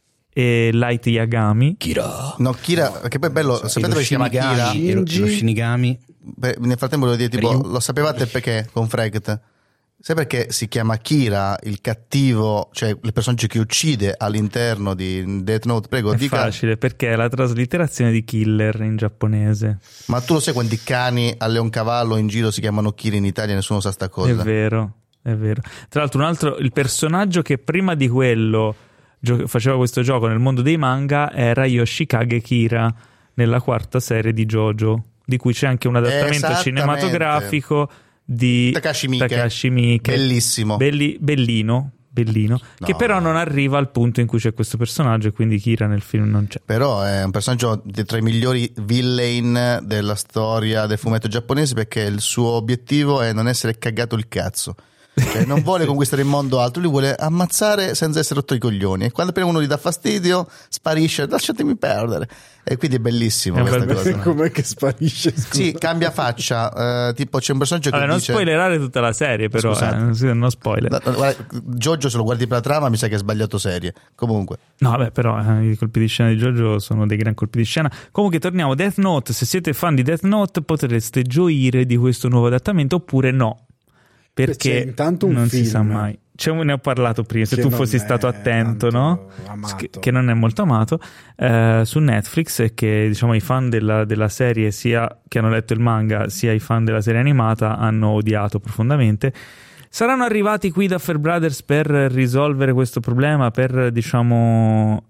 E Light Yagami. No, Kira, che poi è bello, sapete perché si chiama Kira? Lo Shinigami. Beh, nel frattempo volevo dire, tipo, Ryu. lo sapevate perché con Fregt? Sai perché si chiama Kira il cattivo, cioè il personaggio che uccide all'interno di Death Note? Prego, È dica. facile, perché è la traslitterazione di killer in giapponese. Ma tu lo sai quanti cani a Leoncavallo in giro si chiamano Kira in Italia? Nessuno sa sta cosa. È vero. Tra l'altro, il personaggio che prima di quello faceva questo gioco nel mondo dei manga era Yoshikage Kira nella quarta serie di JoJo, di cui c'è anche un adattamento Esattamente. cinematografico di Takashi Miike. Bellissimo. Bellino, che però non arriva al punto in cui c'è questo personaggio e quindi Kira nel film non c'è. Però è un personaggio tra i migliori villain della storia del fumetto giapponese, perché il suo obiettivo è non essere cagato il cazzo. Cioè, non vuole conquistare il mondo altro, lui vuole ammazzare senza essere rotto i coglioni, e quando appena uno gli dà fastidio sparisce, lasciatemi perdere, e quindi è bellissimo È questa bello. cosa. Com'è che sparisce? Scusa. Sì, cambia faccia, tipo c'è un personaggio che Allora, non dice spoilerare tutta la serie, però non spoiler. Guarda, Jojo, se lo guardi per la trama mi sa che ha sbagliato serie. Comunque No, beh, però i colpi di scena di JoJo sono dei gran colpi di scena. Comunque torniamo, Death Note, se siete fan di Death Note potreste gioire di questo nuovo adattamento oppure no, perché C'è intanto un non film si sa mai. Ne ho parlato prima, se che tu non fossi è stato attento, tanto no? amato. Che non è molto amato, su Netflix, e che diciamo i fan della serie, sia che hanno letto il manga sia i fan della serie animata, hanno odiato profondamente. Saranno arrivati qui Duffer Brothers per risolvere questo problema, per diciamo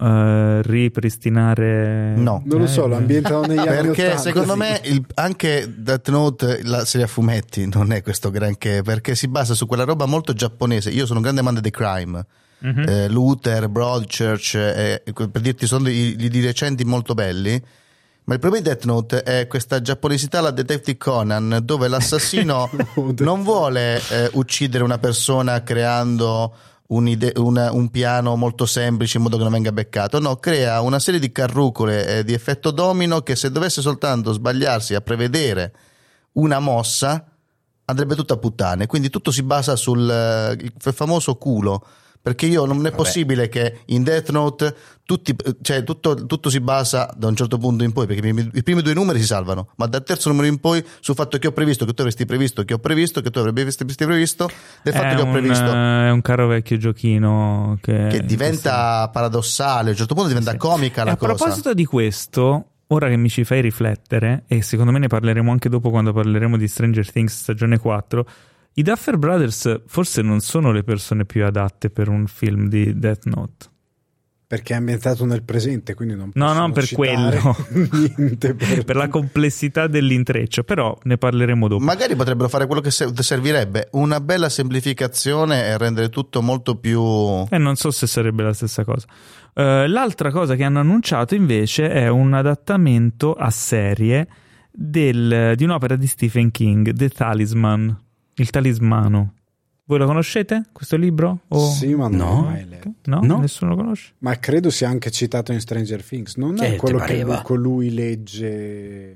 ripristinare... no. Non lo so, lo ambientano negli anni Perché 80. secondo me anche Death Note, la serie a fumetti, non è questo granché, perché si basa su quella roba molto giapponese. Io sono un grande amante dei crime, Luther, Broadchurch, per dirti sono di recenti molto belli. Ma il problema di Death Note è questa giapponesità alla Detective Conan, dove l'assassino non vuole uccidere una persona creando un piano molto semplice in modo che non venga beccato. No, crea una serie di carrucole di effetto domino che, se dovesse soltanto sbagliarsi a prevedere una mossa, andrebbe tutto a puttane. Quindi tutto si basa sul famoso culo. Perché non è possibile che in Death Note tutto si basa da un certo punto in poi, perché i primi 2 numeri si salvano, ma dal terzo numero in poi sul fatto che ho previsto, che tu avresti previsto, che ho previsto, che tu avresti previsto, del fatto che ho previsto. È un caro vecchio giochino che diventa paradossale, a un certo punto diventa comica la a cosa. A proposito di questo, ora che mi ci fai riflettere, e secondo me ne parleremo anche dopo quando parleremo di Stranger Things stagione 4, i Duffer Brothers forse non sono le persone più adatte per un film di Death Note. Perché è ambientato nel presente, quindi non No, per quello. Niente per la complessità dell'intreccio, però ne parleremo dopo. Magari potrebbero fare quello che servirebbe, una bella semplificazione e rendere tutto molto più... non so se sarebbe la stessa cosa. L'altra cosa che hanno annunciato invece è un adattamento a serie di un'opera di Stephen King, The Talisman, il talismano. Voi lo conoscete questo libro? Sì, ma non l'ho mai letto. No? Nessuno lo conosce? Ma credo sia anche citato in Stranger Things. Non è quello che lui legge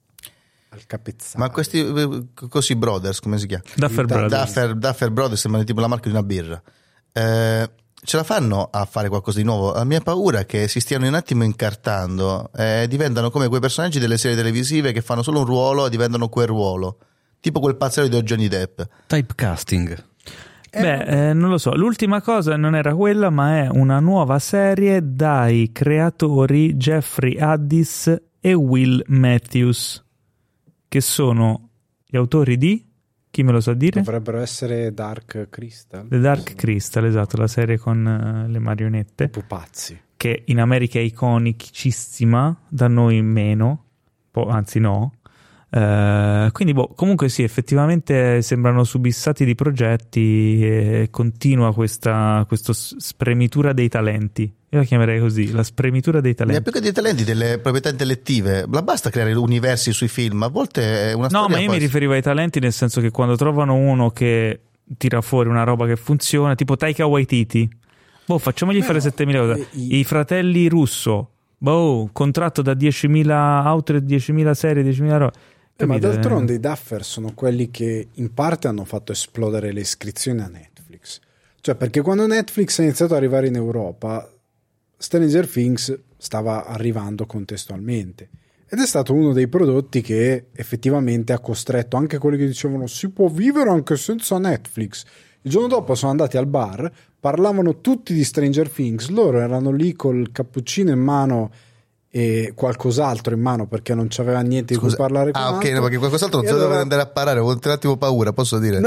al capezzale. Ma questi così brothers, come si chiama? Duffer Brothers sembra tipo la marca di una birra. Ce la fanno a fare qualcosa di nuovo? La mia paura è che si stiano un attimo incartando e diventano come quei personaggi delle serie televisive che fanno solo un ruolo e diventano quel ruolo, tipo quel pazzello di Johnny Depp. Typecasting. Non lo so, l'ultima cosa non era quella, ma è una nuova serie dai creatori Jeffrey Addis e Will Matthews, che sono gli autori di... Chi me lo sa dire? Dovrebbero essere Dark Crystal. The Dark Crystal, esatto, la serie con le marionette. Pupazzi. Che in America è iconicissima, da noi meno, anzi no. Quindi comunque sì, effettivamente sembrano subissati di progetti e continua questa spremitura dei talenti. Io la chiamerei così, la spremitura dei talenti. Più che dei talenti, delle proprietà intellettive. La basta creare universi sui film, a volte è una storia. No, ma io mi riferivo ai talenti nel senso che quando trovano uno che tira fuori una roba che funziona, tipo Taika Waititi, facciamogli fare 7.000 cose. I fratelli Russo, contratto da 10.000 auto, 10.000 serie, 10.000 robe. Ma d'altronde i Duffer sono quelli che in parte hanno fatto esplodere le iscrizioni a Netflix. Cioè, perché quando Netflix ha iniziato ad arrivare in Europa, Stranger Things stava arrivando contestualmente. Ed è stato uno dei prodotti che effettivamente ha costretto anche quelli che dicevano si può vivere anche senza Netflix. Il giorno dopo sono andati al bar, parlavano tutti di Stranger Things, loro erano lì col cappuccino in mano e qualcos'altro in mano perché non c'aveva niente di cui parlare con ok, no, perché qualcos'altro non deve andare a parare, ho un attimo paura, posso dire.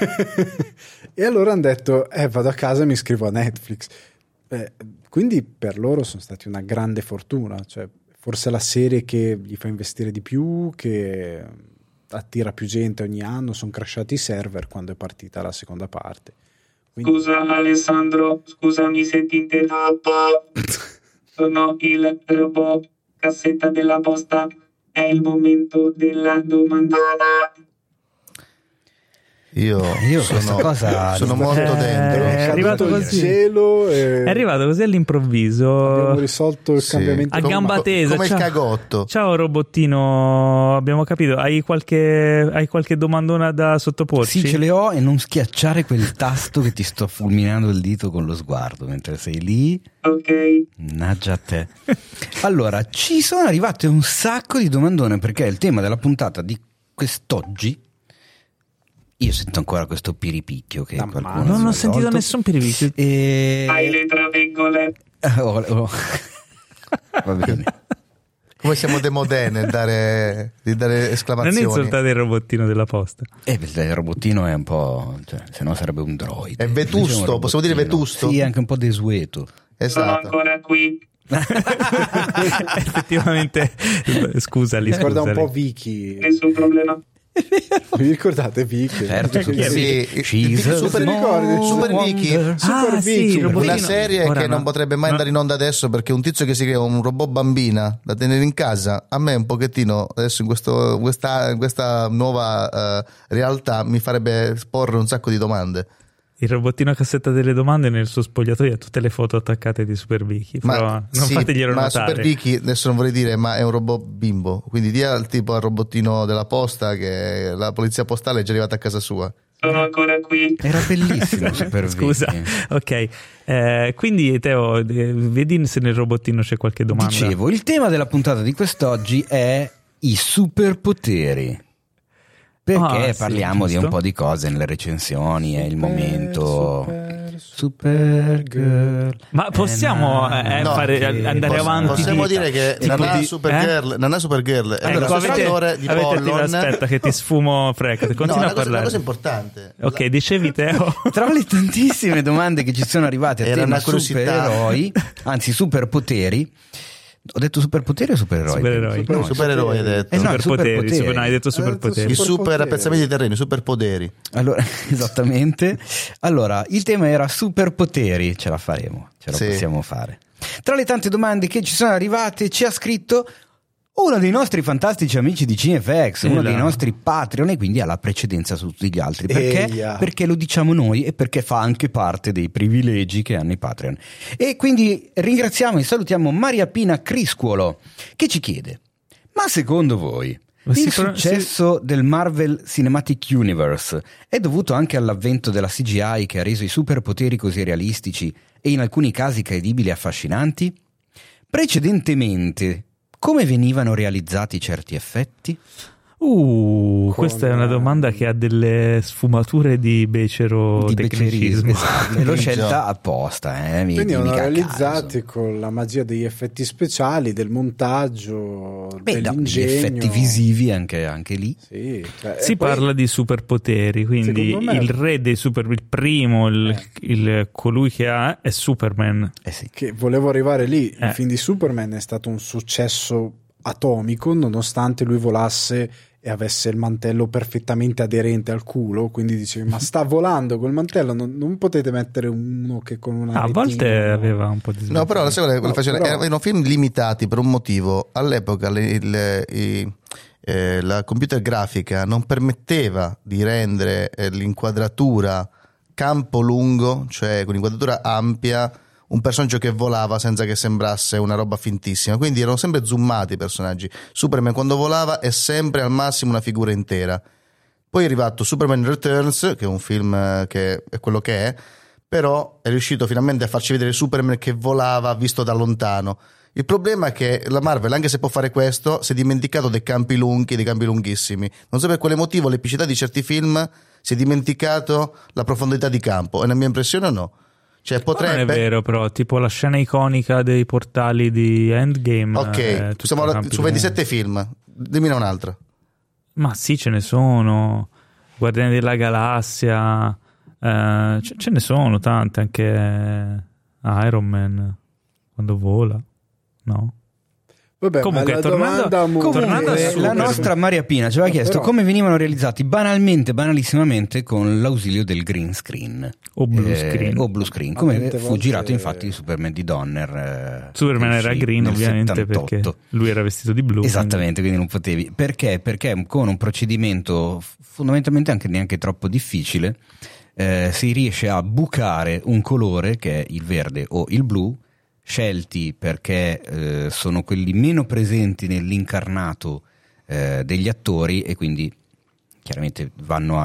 E allora hanno detto vado a casa e mi iscrivo a Netflix. Quindi per loro sono stati una grande fortuna, cioè forse la serie che gli fa investire di più, che attira più gente ogni anno, sono crashati i server quando è partita la seconda parte. Quindi... Scusa Alessandro, scusami se ti interrompo. Sono il robot cassetta della posta. È il momento della domandata. Io sono molto dentro. È arrivato così. Cielo È arrivato così all'improvviso. Abbiamo risolto il cambiamento a gamba tesa. Come il cagotto. Ciao robottino, abbiamo capito. Hai qualche domandona da sottoporci? Sì, ce le ho, e non schiacciare quel tasto che ti sto fulminando il dito con lo sguardo mentre sei lì. Ok. Mannaggia a te. Allora, ci sono arrivate un sacco di domandone perché il tema della puntata di quest'oggi. Io sento ancora questo piripicchio che qualcuno non ho sentito nessun piripicchio. Hai le traveggole. Va bene. Come siamo demodè nel dare esclamazioni. Non insultate il robottino della posta. Il robottino è un po', se no sarebbe un droid. È vetusto, possiamo dire vetusto? Sì, anche un po' desueto. Sono ancora qui. Effettivamente, scusali. Ricorda un po' Vicky. Nessun problema. Vi ricordate Vicky? Certo, Super Vicky, una serie che non potrebbe mai andare in onda adesso perché un tizio che si crea un robot bambina da tenere in casa, a me un pochettino adesso in questa nuova realtà mi farebbe porre un sacco di domande. Il robottino a cassetta delle domande nel suo spogliatoio ha tutte le foto attaccate di Super Vicky, però non fateglielo notare. Super Vicky, adesso non vorrei dire, ma è un robot bimbo, quindi dia il tipo al robottino della posta che la polizia postale è già arrivata a casa sua. Sono ancora qui. Era bellissimo Super Vicky. Scusa, ok. Quindi Teo, vedi se nel robottino c'è qualche domanda. Dicevo, il tema della puntata di quest'oggi è i superpoteri. Perché parliamo di un po' di cose nelle recensioni, è il momento. Supergirl. Ma possiamo andare avanti? Possiamo dire che Nanà Supergirl è un assessore di Pollon. Aspetta che ti sfumo Freak, continua a parlare. Una cosa importante. Ok, dicevi Teo. Tra le tantissime domande che ci sono arrivate a Era tema una curiosità. supereroi, anzi superpoteri. Ho detto superpoteri o supereroi? Supereroi hai detto. No, Superpoteri. No, hai detto superpoteri. I super appezzamenti di terreno, i superpoteri. Allora, esattamente. Allora, il tema era superpoteri, ce la faremo, ce la possiamo fare. Tra le tante domande che ci sono arrivate ci ha scritto uno dei nostri fantastici amici di CineFX, uno dei nostri Patreon, e quindi ha la precedenza su tutti gli altri. Perché? Perché lo diciamo noi e perché fa anche parte dei privilegi che hanno i Patreon. E quindi ringraziamo e salutiamo Maria Pina Criscuolo, che ci chiede: ma secondo voi il successo del Marvel Cinematic Universe è dovuto anche all'avvento della CGI che ha reso i superpoteri così realistici e in alcuni casi credibili e affascinanti? Precedentemente, come venivano realizzati certi effetti? Questa è una domanda che ha delle sfumature di becero tecnicismo. Esatto. E l'ho scelta apposta. Venivano realizzati con la magia degli effetti speciali, del montaggio, dell'ingegno. Gli effetti visivi anche lì. Sì, si parla di superpoteri, quindi il re dei il primo, colui che ha è Superman. Sì. Che volevo arrivare lì. Il film di Superman è stato un successo atomico, nonostante lui volasse e avesse il mantello perfettamente aderente al culo, quindi dicevi ma sta volando quel mantello, non potete mettere uno che con una a volte aveva un po' di no, però la seconda erano film limitati per un motivo. All'epoca la computer grafica non permetteva di rendere l'inquadratura campo lungo, cioè con inquadratura ampia, un personaggio che volava senza che sembrasse una roba fintissima, quindi erano sempre zoomati i personaggi. Superman quando volava è sempre al massimo una figura intera. Poi è arrivato Superman Returns, che è un film che è quello che è, però è riuscito finalmente a farci vedere Superman che volava visto da lontano. Il problema è che la Marvel, anche se può fare questo, si è dimenticato dei campi lunghi, dei campi lunghissimi. Non so per quale motivo l'epicità di certi film si è dimenticato la profondità di campo, è una mia impressione o no? Cioè, potrebbe... Non è vero, però, tipo la scena iconica dei portali di Endgame. Ok, siamo su 27 film, dimmene un'altra. Ma sì, ce ne sono. Guardiani della Galassia, ce ne sono tante, anche Iron Man quando vola, no? Vabbè, comunque, tornando a la nostra Maria Pina ci aveva chiesto come venivano realizzati banalissimamente con l'ausilio del green screen o blue screen, come fu girato infatti Superman di Donner. Superman era green ovviamente 78. Perché lui era vestito di blu, esattamente, quindi non potevi. Perché con un procedimento fondamentalmente anche neanche troppo difficile si riesce a bucare un colore che è il verde o il blu, scelti perché sono quelli meno presenti nell'incarnato degli attori, e quindi chiaramente vanno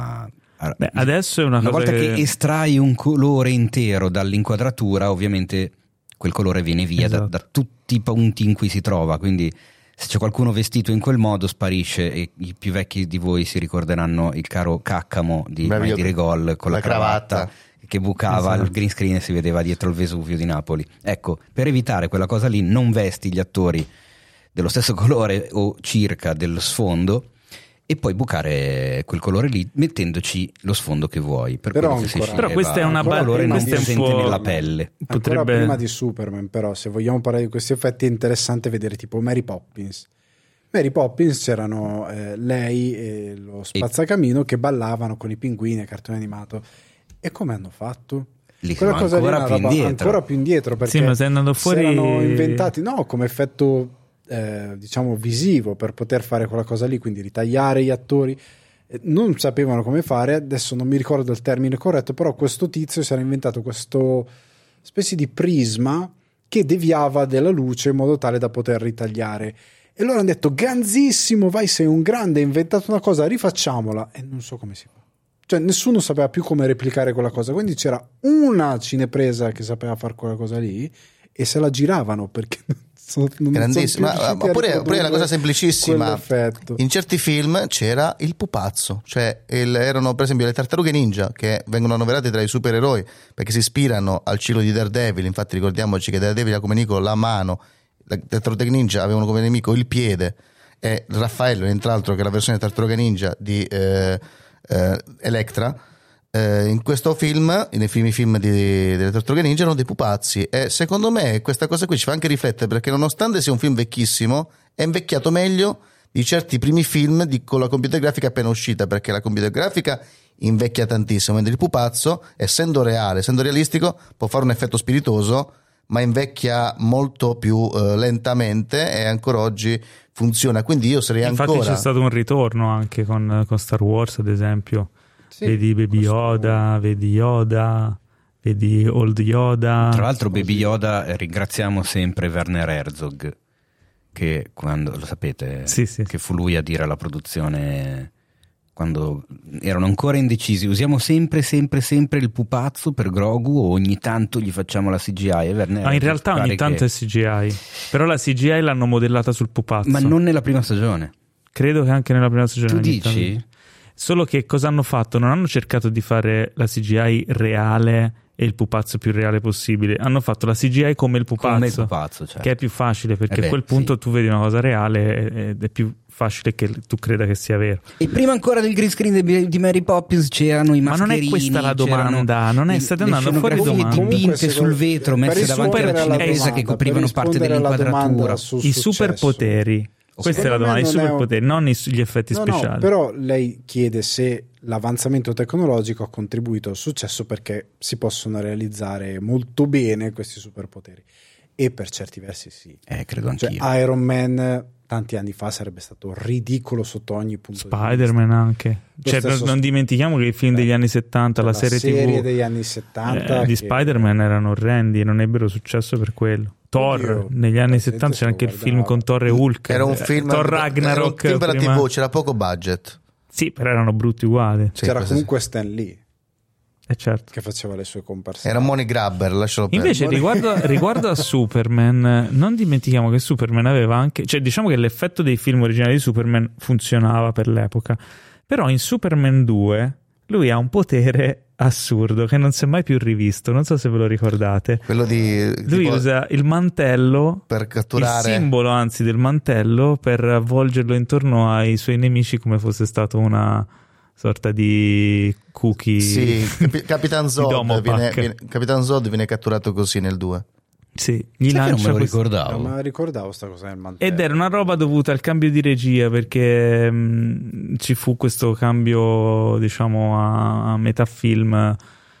adesso è una cosa volta che estrai un colore intero dall'inquadratura, ovviamente quel colore viene via da tutti i punti in cui si trova, quindi se c'è qualcuno vestito in quel modo sparisce, e i più vecchi di voi si ricorderanno il caro Caccamo di Mighty Regol con la cravatta che bucava il green screen e si vedeva dietro il Vesuvio di Napoli. Ecco, per evitare quella cosa lì non vesti gli attori dello stesso colore o circa del sfondo e poi bucare quel colore lì mettendoci lo sfondo che vuoi. Però questa è una colore non presente nella pelle. Ancora prima di Superman, però, se vogliamo parlare di questi effetti, è interessante vedere tipo Mary Poppins. Mary Poppins c'erano lei e lo spazzacamino che ballavano con i pinguini a cartone animato. E come hanno fatto? Quella cosa ancora più indietro, perché sì, ma stai andando fuori... erano inventati come effetto diciamo visivo per poter fare quella cosa lì, quindi ritagliare gli attori. Non sapevano come fare, adesso non mi ricordo il termine corretto, però questo tizio si era inventato questo specie di prisma che deviava della luce in modo tale da poter ritagliare. E loro hanno detto: ganzissimo, vai, sei un grande, hai inventato una cosa, rifacciamola. E non so come si fa. Cioè nessuno sapeva più come replicare quella cosa, quindi c'era una cinepresa che sapeva fare quella cosa lì e se la giravano perché grandissimo. Ma pure la cosa semplicissima, in certi film c'era il pupazzo, cioè erano per esempio le tartarughe ninja, che vengono annoverate tra i supereroi perché si ispirano al ciclo di Daredevil. Infatti ricordiamoci che Daredevil ha come nemico la mano, le tartarughe ninja avevano come nemico il piede, e Raffaello, tra l'altro, che è la versione tartaruga ninja di Electra, in questo film, nei primi film delle tartarughe ninja, erano dei pupazzi. E secondo me questa cosa qui ci fa anche riflettere, perché nonostante sia un film vecchissimo, è invecchiato meglio di certi primi film con la computer grafica appena uscita, perché la computer grafica invecchia tantissimo, mentre il pupazzo, essendo reale, essendo realistico, può fare un effetto spiritoso, ma invecchia molto più lentamente, e ancora oggi funziona. Quindi io sarei Infatti c'è stato un ritorno anche con Star Wars, ad esempio. Sì, vedi Baby Yoda, vedi Old Yoda. Tra l'altro Baby Yoda, ringraziamo sempre Werner Herzog, che quando, lo sapete, sì. che fu lui a dire alla produzione, quando erano ancora indecisi, usiamo sempre il pupazzo per Grogu o ogni tanto gli facciamo la CGI, e Werner in realtà ogni tanto è CGI, però la CGI l'hanno modellata sul pupazzo. Ma non nella prima stagione. Credo che anche nella prima stagione. Tu dici? Solo che cosa hanno fatto? Non hanno cercato di fare la CGI reale e il pupazzo più reale possibile. Hanno fatto la CGI come il pupazzo, certo. Che è più facile, perché a quel punto tu vedi una cosa reale ed è più facile che tu creda che sia vero. E prima ancora del green screen di Mary Poppins c'erano i mascherini. Ma non è questa la domanda, non è, state andando fuori domande. Dipinte sul vetro, messe davanti alla cinepresa, che coprivano parte dell'inquadratura. I superpoteri. Questa è la domanda, i superpoteri, non gli effetti speciali. No, però lei chiede se l'avanzamento tecnologico ha contribuito al successo, perché si possono realizzare molto bene questi superpoteri, e per certi versi sì. Credo anch'io. Iron Man tanti anni fa sarebbe stato ridicolo sotto ogni punto di vista. Spider-Man anche. Non dimentichiamo che i film degli anni 70, la serie TV degli anni 70 di Spider-Man erano orrendi e non ebbero successo per quello. Thor, negli anni 70 c'era anche il film con Thor e Hulk. Era un film, Thor Ragnarok. Era un film per la TV, c'era poco budget. Sì, però erano brutti uguali. C'era comunque Stan Lee. Certo. Che faceva le sue comparse. Era Money Grabber, lascialo perdere. Invece riguardo a Superman, non dimentichiamo che Superman aveva anche, cioè diciamo che l'effetto dei film originali di Superman funzionava per l'epoca, però in Superman 2 lui ha un potere assurdo che non si è mai più rivisto, non so se ve lo ricordate. Quello di lui usa il mantello per catturare, il simbolo anzi del mantello, per avvolgerlo intorno ai suoi nemici come fosse stato una sorta di cookie. Sì, Capitan Zod viene catturato così nel 2. Sì, gli lancia. Non me lo ricordavo. Non me la ricordavo sta cosa del mantello. Ed era una roba dovuta al cambio di regia, perché ci fu questo cambio, diciamo, a metà film.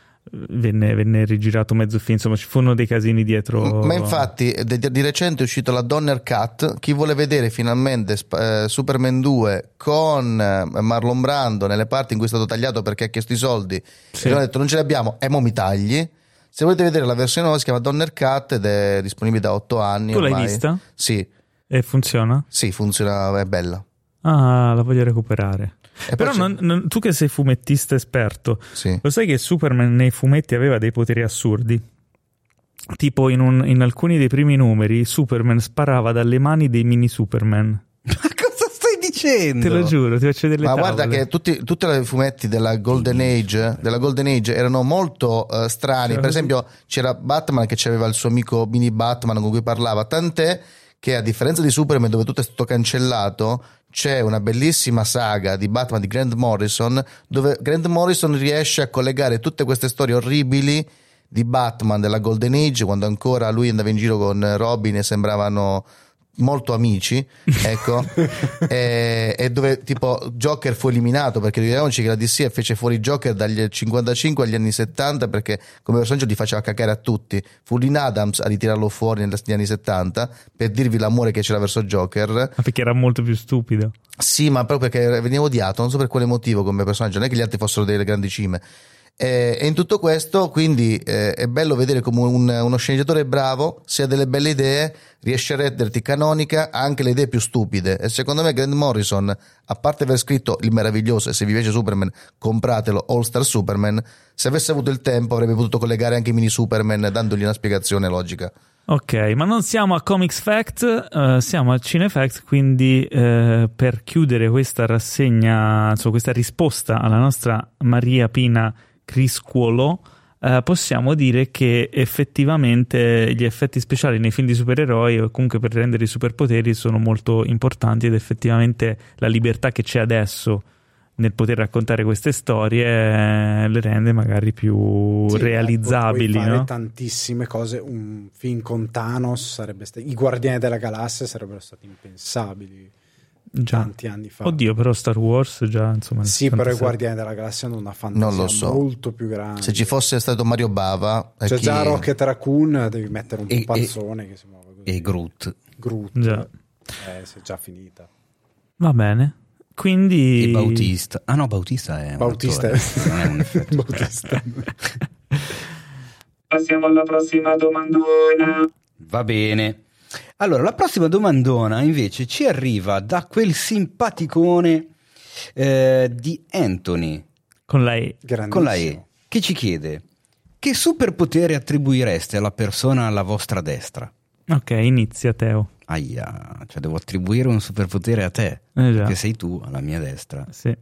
Venne rigirato mezzo film, insomma ci furono dei casini dietro. Ma infatti di recente è uscito la Donner Cut. Chi vuole vedere finalmente Superman 2 con Marlon Brando nelle parti in cui è stato tagliato perché ha chiesto i soldi, sì, e hanno detto non ce li abbiamo e mo mi tagli. Se volete vedere la versione nuova si chiama Donner Cut ed è disponibile da 8 anni. Tu ormai. L'hai vista? Sì. E funziona? Sì, funziona, è bella. Ah, la voglio recuperare. Però tu che sei fumettista esperto, sì, lo sai che Superman nei fumetti aveva dei poteri assurdi? Tipo in alcuni dei primi numeri Superman sparava dalle mani dei mini Superman. Ma cosa stai dicendo? Te lo giuro, ti faccio vedere le tavole. Guarda che tutti i fumetti della Golden Age erano molto strani. Per esempio c'era Batman che aveva il suo amico mini Batman con cui parlava, tant'è che a differenza di Superman dove tutto è stato cancellato, c'è una bellissima saga di Batman di Grant Morrison dove Grant Morrison riesce a collegare tutte queste storie orribili di Batman della Golden Age, quando ancora lui andava in giro con Robin e sembravano molto amici, ecco. e dove tipo Joker fu eliminato, perché ricordiamoci che la DC fece fuori Joker dagli 55 agli anni 70 perché come personaggio li faceva cacare a tutti. Fu Lynn Adams a ritirarlo fuori negli anni 70 per dirvi l'amore che c'era verso Joker. Ma perché era molto più stupido. Sì, ma proprio perché veniva odiato, non so per quale motivo come personaggio, non è che gli altri fossero delle grandi cime. E in tutto questo quindi è bello vedere come uno sceneggiatore bravo, se ha delle belle idee riesce a renderti canonica anche le idee più stupide, e secondo me Grant Morrison, a parte aver scritto il meraviglioso e se vi piace Superman compratelo All Star Superman, se avesse avuto il tempo avrebbe potuto collegare anche i mini Superman dandogli una spiegazione logica. Ok, ma non siamo a Comics Fact, siamo a Cinefact, quindi per chiudere questa rassegna, insomma, questa risposta alla nostra Maria Pina Criscuolo, possiamo dire che effettivamente gli effetti speciali nei film di supereroi o comunque per rendere i superpoteri sono molto importanti, ed effettivamente la libertà che c'è adesso nel poter raccontare queste storie le rende magari più realizzabili, puoi fare no? tantissime cose. Un film con Thanos sarebbe i Guardiani della Galassia sarebbero stati impensabili tanti anni fa. Oddio, però Star Wars già, insomma, sì, però i Guardiani della Galassia hanno una fantasia molto più grande. Se ci fosse stato Mario Bava, c'è già Rocket Raccoon, devi mettere un pupazzone che si muove così. E Groot già. Si è già finita. Va bene. Quindi... E Bautista. Ah no, Bautista è un attore, non è un effetto. Bautista. Passiamo alla prossima domandona. Va bene. Allora, la prossima domandona invece ci arriva da quel simpaticone di Anthony. Con la E. Con la E. Che ci chiede: che superpotere attribuireste alla persona alla vostra destra? Ok, inizia Teo. Aia, cioè devo attribuire un superpotere a te, perché sei tu alla mia destra. Sì.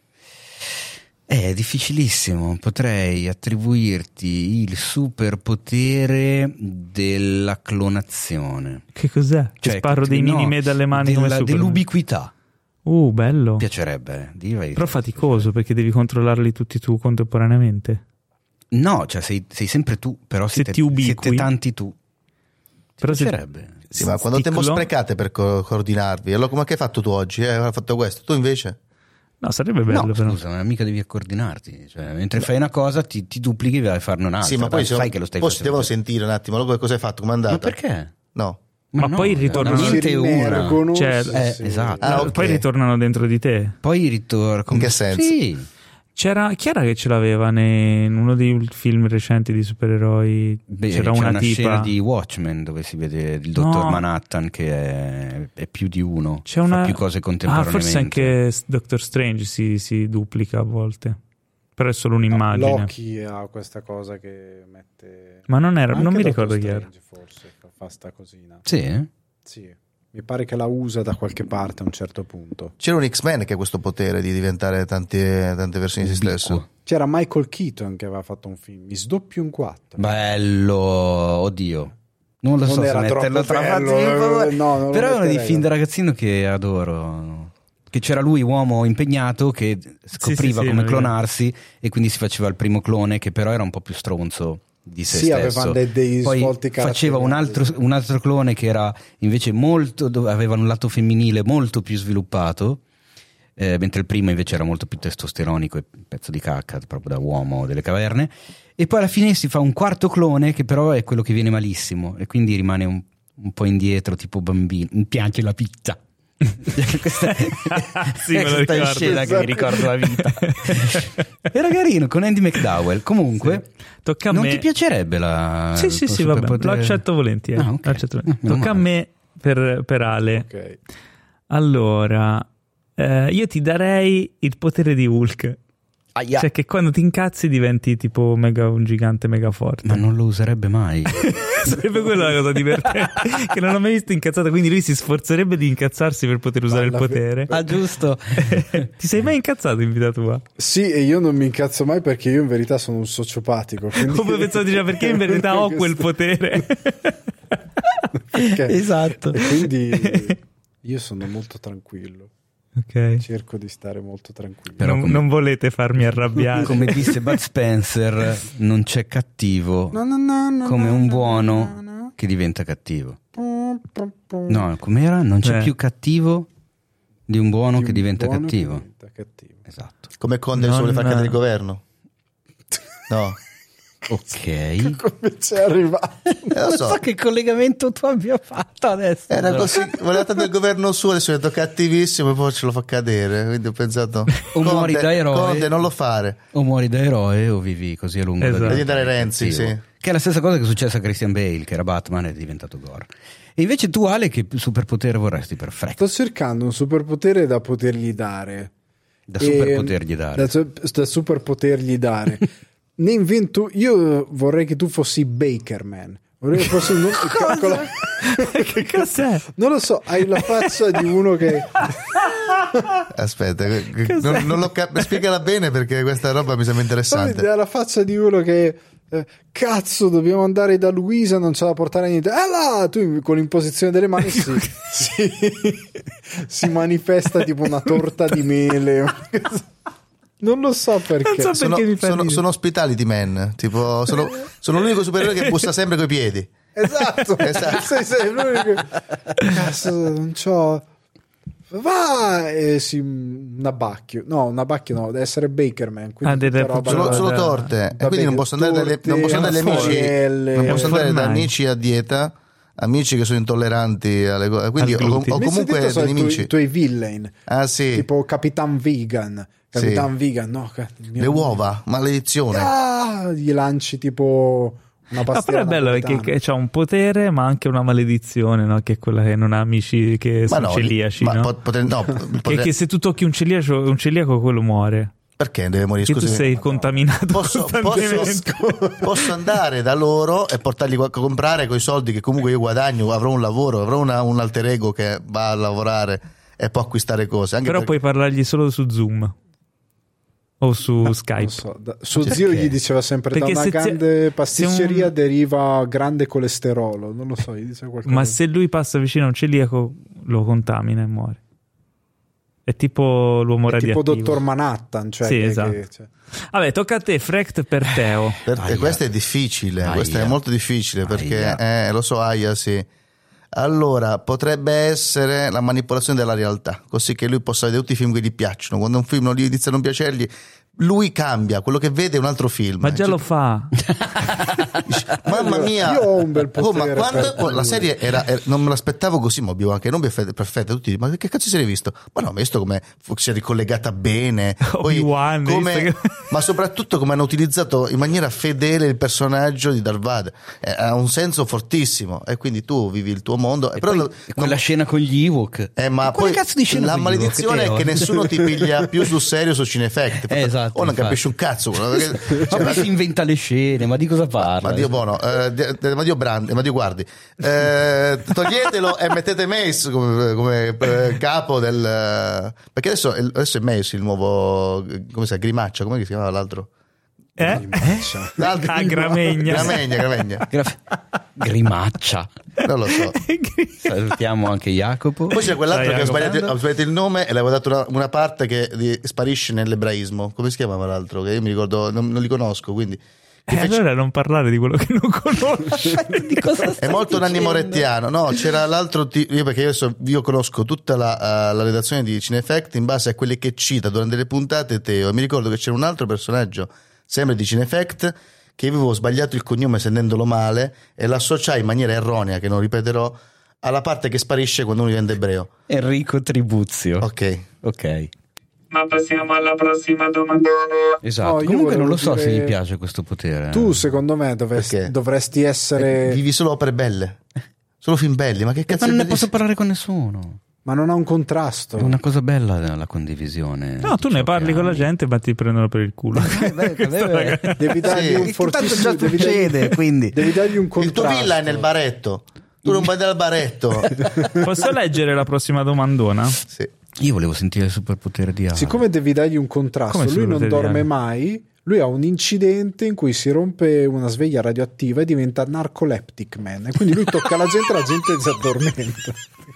È difficilissimo. Potrei attribuirti il superpotere della clonazione. Che cos'è? Che sparo dei mini-me dalle mani come Superman? Dell'ubiquità. Bello. Piacerebbe. Però faticoso, perché devi controllarli tutti tu contemporaneamente. No, cioè sei sempre tu, però siete tanti tu. Però piacerebbe. Sì, ma quanto tempo sprecate per coordinarvi? Allora, come che hai fatto tu oggi? Hai fatto questo? Tu invece? No, sarebbe bello. No, però. scusa, ma mica devi coordinarti. Cioè, mentre fai una cosa, ti duplichi e vai a farne un'altra. Sì, ma poi sai che lo stai facendo. Devono sentire un attimo. Allora, cosa hai fatto? Come è andata? Ma perché? No. Ma no, poi ritornano. esatto. Poi ritornano dentro di te. Poi ritornano. In che senso? Sì. C'era Chiara che ce l'aveva in uno dei film recenti di supereroi. C'era una tipa scena di Watchmen dove si vede il dottor Manhattan che è più di uno, fa più cose contemporaneamente. Forse anche Doctor Strange si duplica a volte, però è solo un'immagine. Loki ha questa cosa che mette. Ma non mi ricordo chi era. Forse fa sta cosina. Sì? Sì. Mi pare che la usa da qualche parte a un certo punto. C'era un X-Men che ha questo potere di diventare tante versioni di se stesso. C'era Michael Keaton che aveva fatto un film, Mi sdoppio in 4. Bello, oddio. Non lo so se metterlo tra però è uno dei film da ragazzino che adoro. Che c'era lui, uomo impegnato, che scopriva come clonarsi e quindi si faceva il primo clone, che però era un po' più stronzo di se stesso. Dei poi faceva un altro clone che era invece aveva un lato femminile molto più sviluppato, mentre il primo invece era molto più testosteronico e un pezzo di cacca proprio da uomo delle caverne. E poi alla fine si fa un quarto clone che però è quello che viene malissimo e quindi rimane un po' indietro, tipo bambino. Mi piace la pizza. questa è scena che mi ricordo la vita. Era carino con Andy McDowell. Comunque tocca a non me. Ti piacerebbe sì vabbè, lo accetto volentieri. Okay. Tocca a me per Ale. Okay. Allora io ti darei il potere di Hulk. Cioè che quando ti incazzi diventi tipo un gigante mega forte. Ma non lo userebbe mai. Sarebbe quella la cosa divertente, che non ho mai visto incazzato, quindi lui si sforzerebbe di incazzarsi per poter usare il potere. Ah, giusto. Ti sei mai incazzato in vita tua? Sì, e io non mi incazzo mai perché io in verità sono un sociopatico. Come pensavo di dire, perché in verità ho quel potere. Esatto. E quindi io sono molto tranquillo. Okay. Cerco di stare molto tranquillo. Però non volete farmi arrabbiare. Come disse Bud Spencer, non c'è cattivo come un buono che diventa cattivo. No, com'era? Non c'è più cattivo di un buono che diventa cattivo. Esatto. Come Conte sulle faccate di governo. No. Ok. Come c'è arrivato? Non so che collegamento tu abbia fatto adesso. Era così, voleva tanto il governo suo, adesso è detto cattivissimo e poi ce lo fa cadere. Quindi ho pensato, o muori da eroe, Conte, non lo fare. O muori da eroe o vivi così a lungo. Esatto. Devi dare Renzi, sì. Che è la stessa cosa che è successa a Christian Bale, che era Batman e è diventato Gore. E invece tu, Ale, che superpotere vorresti per Freck? Sto cercando un superpotere da potergli dare. Da superpotergli dare. Da superpotergli dare. Ne invento. Io vorrei che tu fossi Bakerman. Vorrei che fosse Che cos'è? Non lo so, hai la faccia di uno che... Aspetta, non l'ho spiegala bene perché questa roba mi sembra interessante. Hai la faccia di uno che... cazzo, dobbiamo andare da Luisa, non ce la portare niente. Là, tu con l'imposizione delle mani si manifesta tipo una torta di mele. Non lo so perché. Non so perché sono hospitality man, tipo sono l'unico superiore che bussa sempre coi piedi. Esatto. Sei l'unico. Cazzo, non c'ho. Va un abbacchio no, deve essere Bakerman, solo torte, e quindi non posso andare dalle amici a dieta, amici che sono intolleranti alle cose, quindi ho comunque dei nemici. I tuoi villain, sì, tipo Capitan Vegan, Vegan, no, le uova, maledizione, gli lanci tipo una pastiera. Però è bello che c'ha un potere ma anche una maledizione, no? Che è quella che non ha amici che sono celiaci, no? Che se tu tocchi un celiaco quello muore. Perché deve morire? Che tu sei contaminato. Posso andare da loro e portargli a comprare coi soldi che comunque io guadagno, avrò un lavoro, avrò un alter ego che va a lavorare e può acquistare cose. Però puoi parlargli solo su Zoom o su Skype. Suo zio gli diceva sempre da una grande pasticceria deriva grande colesterolo, non lo so, gli diceva qualcosa. Ma se lui passa vicino a un celiaco lo contamina e muore. È tipo l'uomo radioattivo, tipo Dottor Manhattan, cioè sì, esatto. Vabbè, tocca a te, Frecht, per Teo. Questo è difficile, questo è molto difficile perché lo so, sì. Allora, potrebbe essere la manipolazione della realtà, così che lui possa vedere tutti i film che gli piacciono. Quando un film non gli inizia a non piacergli, lui cambia, quello che vede è un altro film. Ma già lo fa. Mamma mia, io ho un bel potere. Ma quando la serie era non me l'aspettavo così, ma abbiamo anche non perfetta, tutti ma che cazzo si è visto? Ma no, ma visto come si è ricollegata bene, poi ma soprattutto come hanno utilizzato in maniera fedele il personaggio di Darth Vader, ha un senso fortissimo e quindi tu vivi il tuo mondo. E però quella scena con gli Ewok, ma poi cazzo di scena, la maledizione è che nessuno ti piglia più sul serio su Cinefect. Esatto. O non capisci un cazzo, ma si inventa le scene, ma di cosa parla? Ma Dio buono, ma Dio Brand, ma Dio guardi, toglietelo e mettete Mace come capo del, perché adesso è Mace il nuovo, come si chiama, Grimaccia, come si chiamava l'altro? Gramegna. Grimaccia, non lo so. Salutiamo anche Jacopo. Poi c'è quell'altro che ha sbagliato il nome e le aveva dato una parte che sparisce nell'ebraismo. Come si chiamava l'altro? Che io mi ricordo, non li conosco, quindi allora non parlare di quello che non conosci. Di cosa è molto Nanni Morettiano. No, c'era l'altro perché io conosco tutta la redazione di Cinefect in base a quelli che cita durante le puntate Teo, e mi ricordo che c'era un altro personaggio sempre di Cinefect che avevo sbagliato il cognome sentendolo male e l'associai in maniera erronea, che non ripeterò, alla parte che sparisce quando uno diventa ebreo. Enrico Tribuzio. Ok. Ma passiamo alla prossima domanda. Esatto. Comunque non lo so se gli piace questo potere. Tu secondo me dovresti essere vivi solo opere belle, solo film belli, ma che cazzo? Ma non ne posso parlare con nessuno. Ma non ha un contrasto. È una cosa bella la condivisione. No, tu ne parli con la gente ma ti prendono per il culo. Devi dargli un fortissimo, quindi devi dargli un contrasto. Il tuo villa è nel baretto, tu non vai dal baretto. Posso leggere la prossima domandona? Sì. Io volevo sentire il superpotere di Ala. Siccome devi dargli un contrasto, lui non dorme mai. Lui ha un incidente in cui si rompe una sveglia radioattiva e diventa narcoleptic man, e quindi lui tocca la gente e la gente si addormenta.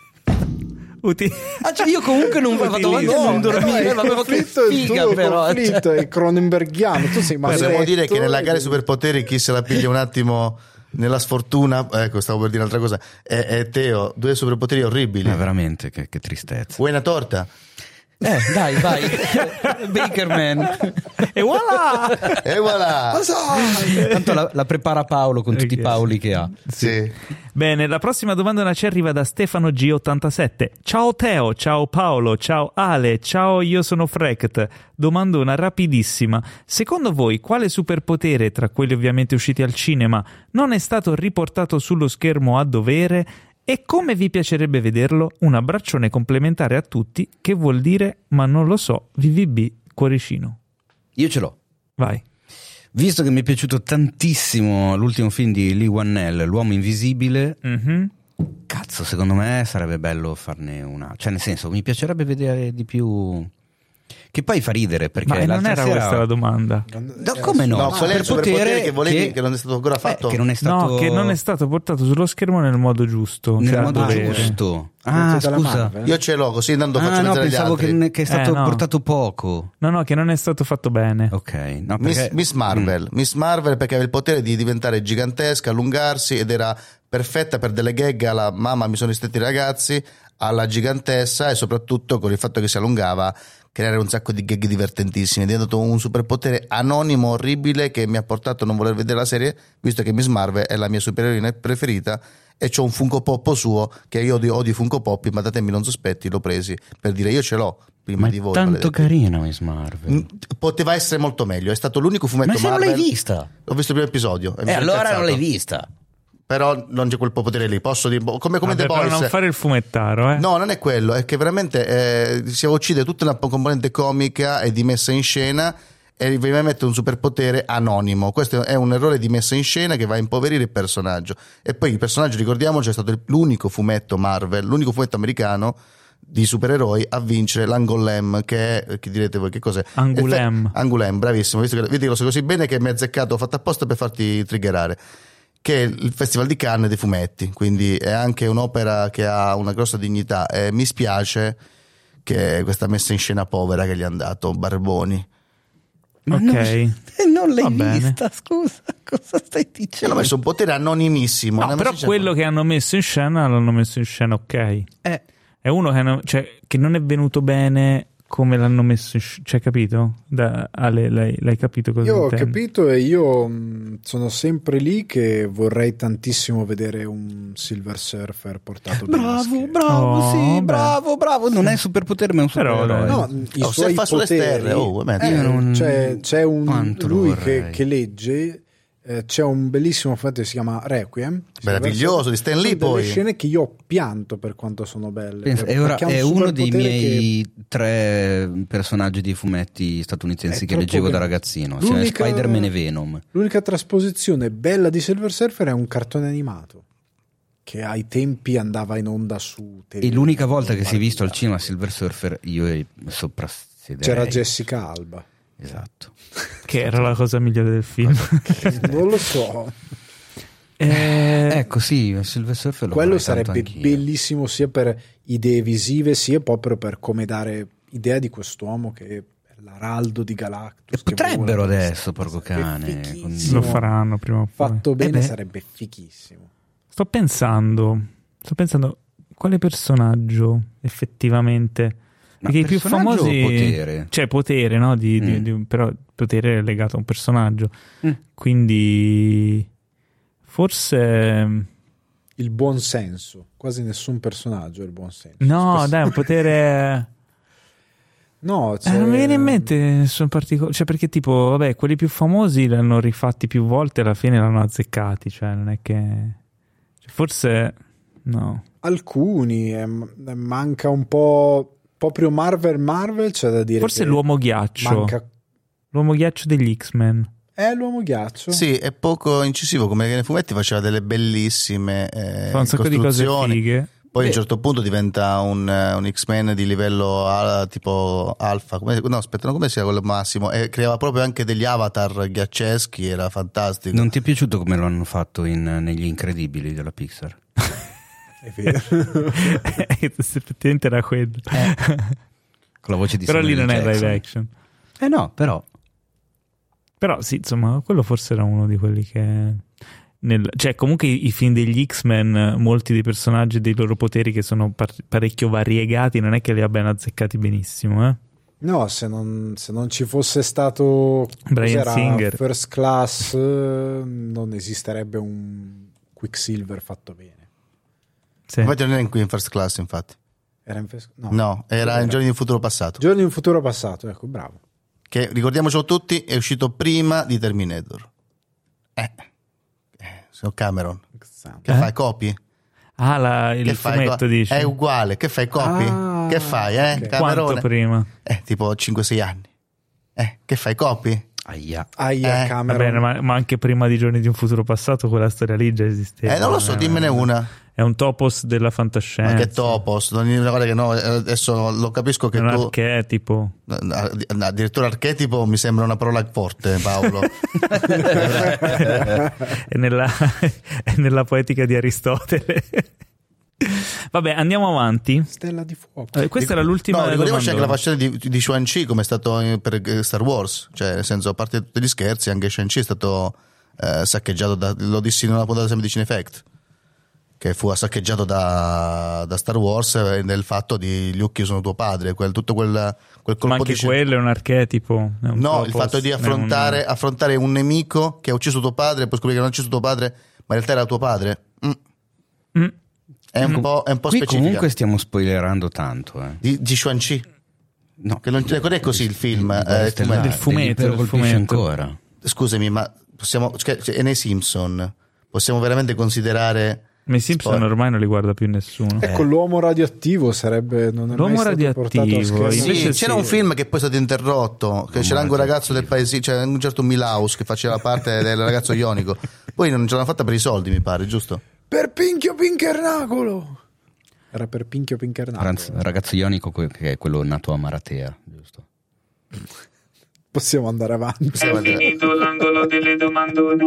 Cioè io comunque non vado avanti a non dormire, ma avevo che figa, però il conflitto è cronenberghiano. Tu sei possiamo dire che nella gara superpoteri chi se la piglia un attimo nella sfortuna, ecco, stavo per dire un'altra cosa, è Teo, 2 superpoteri orribili. Veramente che tristezza. Vuoi una torta? Dai vai Bakerman e voilà. Tanto la prepara Paolo con tutti i Paoli che ha. Sì. Bene, la prossima domanda ci arriva da Stefano G87. Ciao Teo, ciao Paolo, ciao Ale, ciao, io sono Frecht. Domandona rapidissima: secondo voi quale superpotere, tra quelli ovviamente usciti al cinema, non è stato riportato sullo schermo a dovere? E come vi piacerebbe vederlo? Un abbraccione complementare a tutti, che vuol dire, ma non lo so, VVB cuoricino. Io ce l'ho. Vai. Visto che mi è piaciuto tantissimo l'ultimo film di Lee Whannell, L'uomo invisibile, cazzo, secondo me sarebbe bello farne una. Cioè, nel senso, mi piacerebbe vedere di più. Che poi fa ridere perché ma non era questa la domanda. No, come no? No, qual è il superpotere che volevi che non è stato ancora fatto? Che non è stato... No, che non è stato portato sullo schermo nel modo giusto. nel modo dovere. giusto. Ah, scusa. Marvel. Io ce l'ho, così andando faccio No, vedere gli pensavo altri. che è stato no. portato poco. No, che non è stato fatto bene. Ok, no, perché... Miss Marvel perché aveva il potere di diventare gigantesca, allungarsi, ed era perfetta per delle gag alla mamma mi sono ristretti i ragazzi, alla gigantessa, e soprattutto con il fatto che si allungava creare un sacco di gag divertentissimi. È diventato un superpotere anonimo orribile che mi ha portato a non voler vedere la serie, visto che Miss Marvel è la mia supereroina preferita e c'ho un Funko Pop suo, che io odio Funko Pop, ma da tempi non sospetti l'ho presi per dire io ce l'ho prima Ma di è voi. tanto maledetti. carina Miss Marvel. Poteva essere molto meglio, è stato l'unico fumetto Ma se non Marvel. l'hai vista? Ho visto il primo episodio e mi E sono allora incazzato. non l'hai vista. Però non c'è quel potere lì, posso dire come Vabbè, The però Boys. non fare il fumettaro, No, non è quello, è che veramente si uccide tutta una componente comica e di messa in scena e vi mette un superpotere anonimo. Questo è un errore di messa in scena che va a impoverire il personaggio. E poi il personaggio, ricordiamoci, è stato l'unico fumetto Marvel, l'unico fumetto americano di supereroi a vincere l'Angoulême, che è, che direte voi che cos'è? Angoulême. Angoulême, bravissimo, visto che vedi che lo so così bene che mi ha azzeccato, ho fatto apposta per farti triggerare, che è il Festival di Cannes dei fumetti, quindi è anche un'opera che ha una grossa dignità e mi spiace che questa messa in scena povera che gli hanno dato Barboni. Ma Ok. non l'hai Va bene. vista, scusa, cosa stai Ci dicendo? hanno messo un potere anonimissimo. No, una però messa in quello che hanno messo in scena l'hanno messo in scena ok. È uno che non è venuto bene come l'hanno messo in scena, cioè, capito? Ale, l'hai capito cosa Io ho intendo? capito e io sono sempre lì che vorrei tantissimo vedere un Silver Surfer portato bene a schermo. Bravo, Oh, sì, beh. bravo. Non è un superpotere, ma è un Però, supereroe. dai. No, i se suoi fa sulle poteri, sterre, vabbè. Io non- c'è quanto lo lui vorrei. che legge, c'è un bellissimo fumetto che si chiama Requiem, Meraviglioso, di Stan Lee. sono delle Poi scene che io ho pianto per quanto sono belle. Pensa, perché ha un è uno dei superpotere miei 3 personaggi di fumetti statunitensi È che troppo leggevo da bello. ragazzino, cioè L'unica- Spider-Man e Venom. L'unica trasposizione bella di Silver Surfer è un cartone animato che ai tempi andava in onda su E TV. l'unica volta che si è visto al cinema Silver Surfer, io soprassiederei. c'era Jessica Alba. Esatto. Che era la cosa migliore del film. Non lo so. Ecco, sì, Silver Surfer lo Quello vorrei tanto sarebbe anch'io. bellissimo sia per idee visive sia proprio per come dare idea di quest'uomo che è l'araldo di Galactus. E potrebbero che vola. adesso, porco cane. Che con- fighissimo. Lo faranno prima o poi. Fatto bene beh. sarebbe fighissimo. Sto pensando quale personaggio effettivamente. Ma Perché i più personaggio famosi. o potere? Cioè, potere, no? Però il potere è legato a un personaggio. Mm. Quindi. Forse. Il buon senso, quasi nessun personaggio ha il buon senso. No, Spesso- dai, un potere. No, Non mi viene in mente nessun particolare. Cioè, perché tipo, vabbè, quelli più famosi l'hanno rifatti più volte e alla fine l'hanno azzeccati. Cioè, non è che. Cioè, forse. No. alcuni, manca un po'. Proprio Marvel c'è da dire. Forse che l'uomo ghiaccio. manca. L'uomo ghiaccio degli X-Men. È l'uomo ghiaccio. sì, è poco incisivo, come nei fumetti faceva delle bellissime Fa un sacco di cose costruzioni. fighe. Poi a un certo punto diventa un X-Men di livello tipo alfa, come si chiama quello massimo, e creava proprio anche degli avatar ghiaccieschi, era fantastico. Non ti è piaciuto come lo hanno fatto negli Incredibili della Pixar? È vero. Effettivamente era quello. Con la voce di Però lì Samuel non è Jackson. live action. No, però Però sì, insomma, quello forse era uno di quelli che... Cioè, comunque i film degli X-Men, molti dei personaggi e dei loro poteri che sono parecchio variegati, non è che li abbiano azzeccati benissimo, eh? No, se non ci fosse stato Bryan cos'era, Singer. First Class, non esisterebbe un Quicksilver fatto bene. Sì. Infatti non era in First Class, infatti. Era in First... No, era in Giorni di un futuro passato. Giorni in un futuro passato, ecco, bravo. Che, ricordiamocelo tutti, è uscito prima di Terminator. Signor Cameron. Che fai, copi? Ah, il Che fai? fumetto, dici? È uguale, che fai, copi? Ah, Che fai, ok. Camerone? Quanto prima? Tipo 5-6 anni. Che fai, copi? Aia. Cameron. Vabbè, ma anche prima di Giorni di un futuro passato quella storia lì già esisteva. Non lo so, dimmene una. È un topos della fantascienza. Ma che topos? Guarda che no, adesso lo capisco che è un tu... archetipo. Addirittura archetipo mi sembra una parola forte, Paolo. è nella poetica di Aristotele. Vabbè, andiamo avanti. Stella di fuoco. Questa era l'ultima. No, ricordiamoci anche la faccenda di Shang-Chi, come è stato per Star Wars. Cioè, nel senso, a parte tutti gli scherzi, anche Shang-Chi è stato saccheggiato lo dissi in una puntata sempre di Cinefact, che fu saccheggiato da Star Wars nel fatto di Luke, io sono tuo padre, tutto quel colpo. Ma anche quello è un archetipo. È un no, il fatto di affrontare un nemico che ha ucciso tuo padre e poi scoprire che non ha ucciso tuo padre, ma in realtà era tuo padre. È un po' specifica. Comunque stiamo spoilerando tanto. Di Shang-Chi. No, che non è così il film. Del fumetto. Ancora. Scusami, ma possiamo, è nei Simpson. Possiamo veramente considerare... Ma i Simpson ormai non li guarda più nessuno. Ecco, l'uomo radioattivo sarebbe... Non è l'uomo mai stato radioattivo. Sì, c'era un film che poi è stato interrotto, che c'era anche un ragazzo del paese, cioè un certo Milhouse che faceva parte del ragazzo ionico. Poi non ce l'hanno fatta per i soldi, mi pare, giusto? Per Pinchio Pinkernacolo. Era per Pinchio Pinkernacolo. Ragazzo ionico che è quello nato a Maratea, giusto? Possiamo andare avanti. È finito l'angolo delle domandone.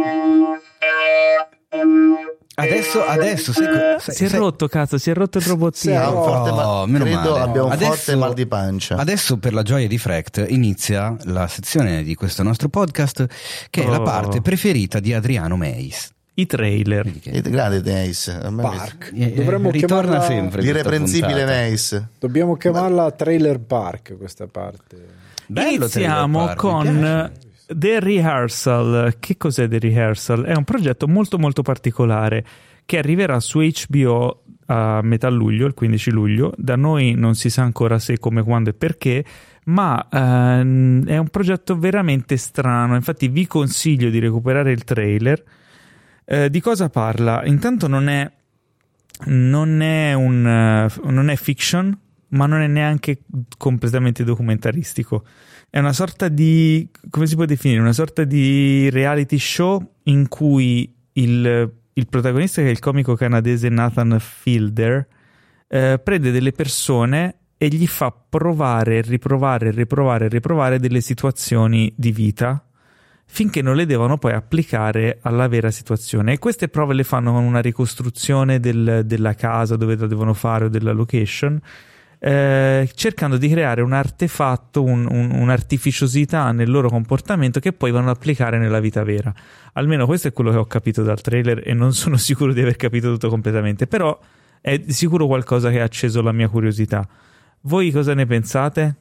Adesso si è rotto, cazzo, si è rotto il robottino. Abbiamo un forte mal di pancia. Adesso, per la gioia di Frecht, inizia la sezione di questo nostro podcast che è la parte preferita di Adriano Meis. I trailer. Grande Meis. Park. Dovremmo ritorna chiamarla sempre l'irreprensibile Meis. Dobbiamo chiamarla Trailer Park, questa parte. Bello. Iniziamo con The Rehearsal. Che cos'è The Rehearsal? È un progetto molto molto particolare che arriverà su HBO a metà luglio, il 15 luglio. Da noi non si sa ancora se, come, quando e perché, ma è un progetto veramente strano. Infatti vi consiglio di recuperare il trailer. Di cosa parla? Intanto non è fiction, ma non è neanche completamente documentaristico. È una sorta di, come si può definire? Una sorta di reality show in cui il protagonista, che è il comico canadese Nathan Fielder, prende delle persone e gli fa provare, riprovare delle situazioni di vita finché non le devono poi applicare alla vera situazione. E queste prove le fanno con una ricostruzione della casa dove la devono fare o della location, cercando di creare un artefatto, un'artificiosità nel loro comportamento che poi vanno ad applicare nella vita vera. Almeno questo è quello che ho capito dal trailer e non sono sicuro di aver capito tutto completamente, però è sicuro qualcosa che ha acceso la mia curiosità. Voi cosa ne pensate?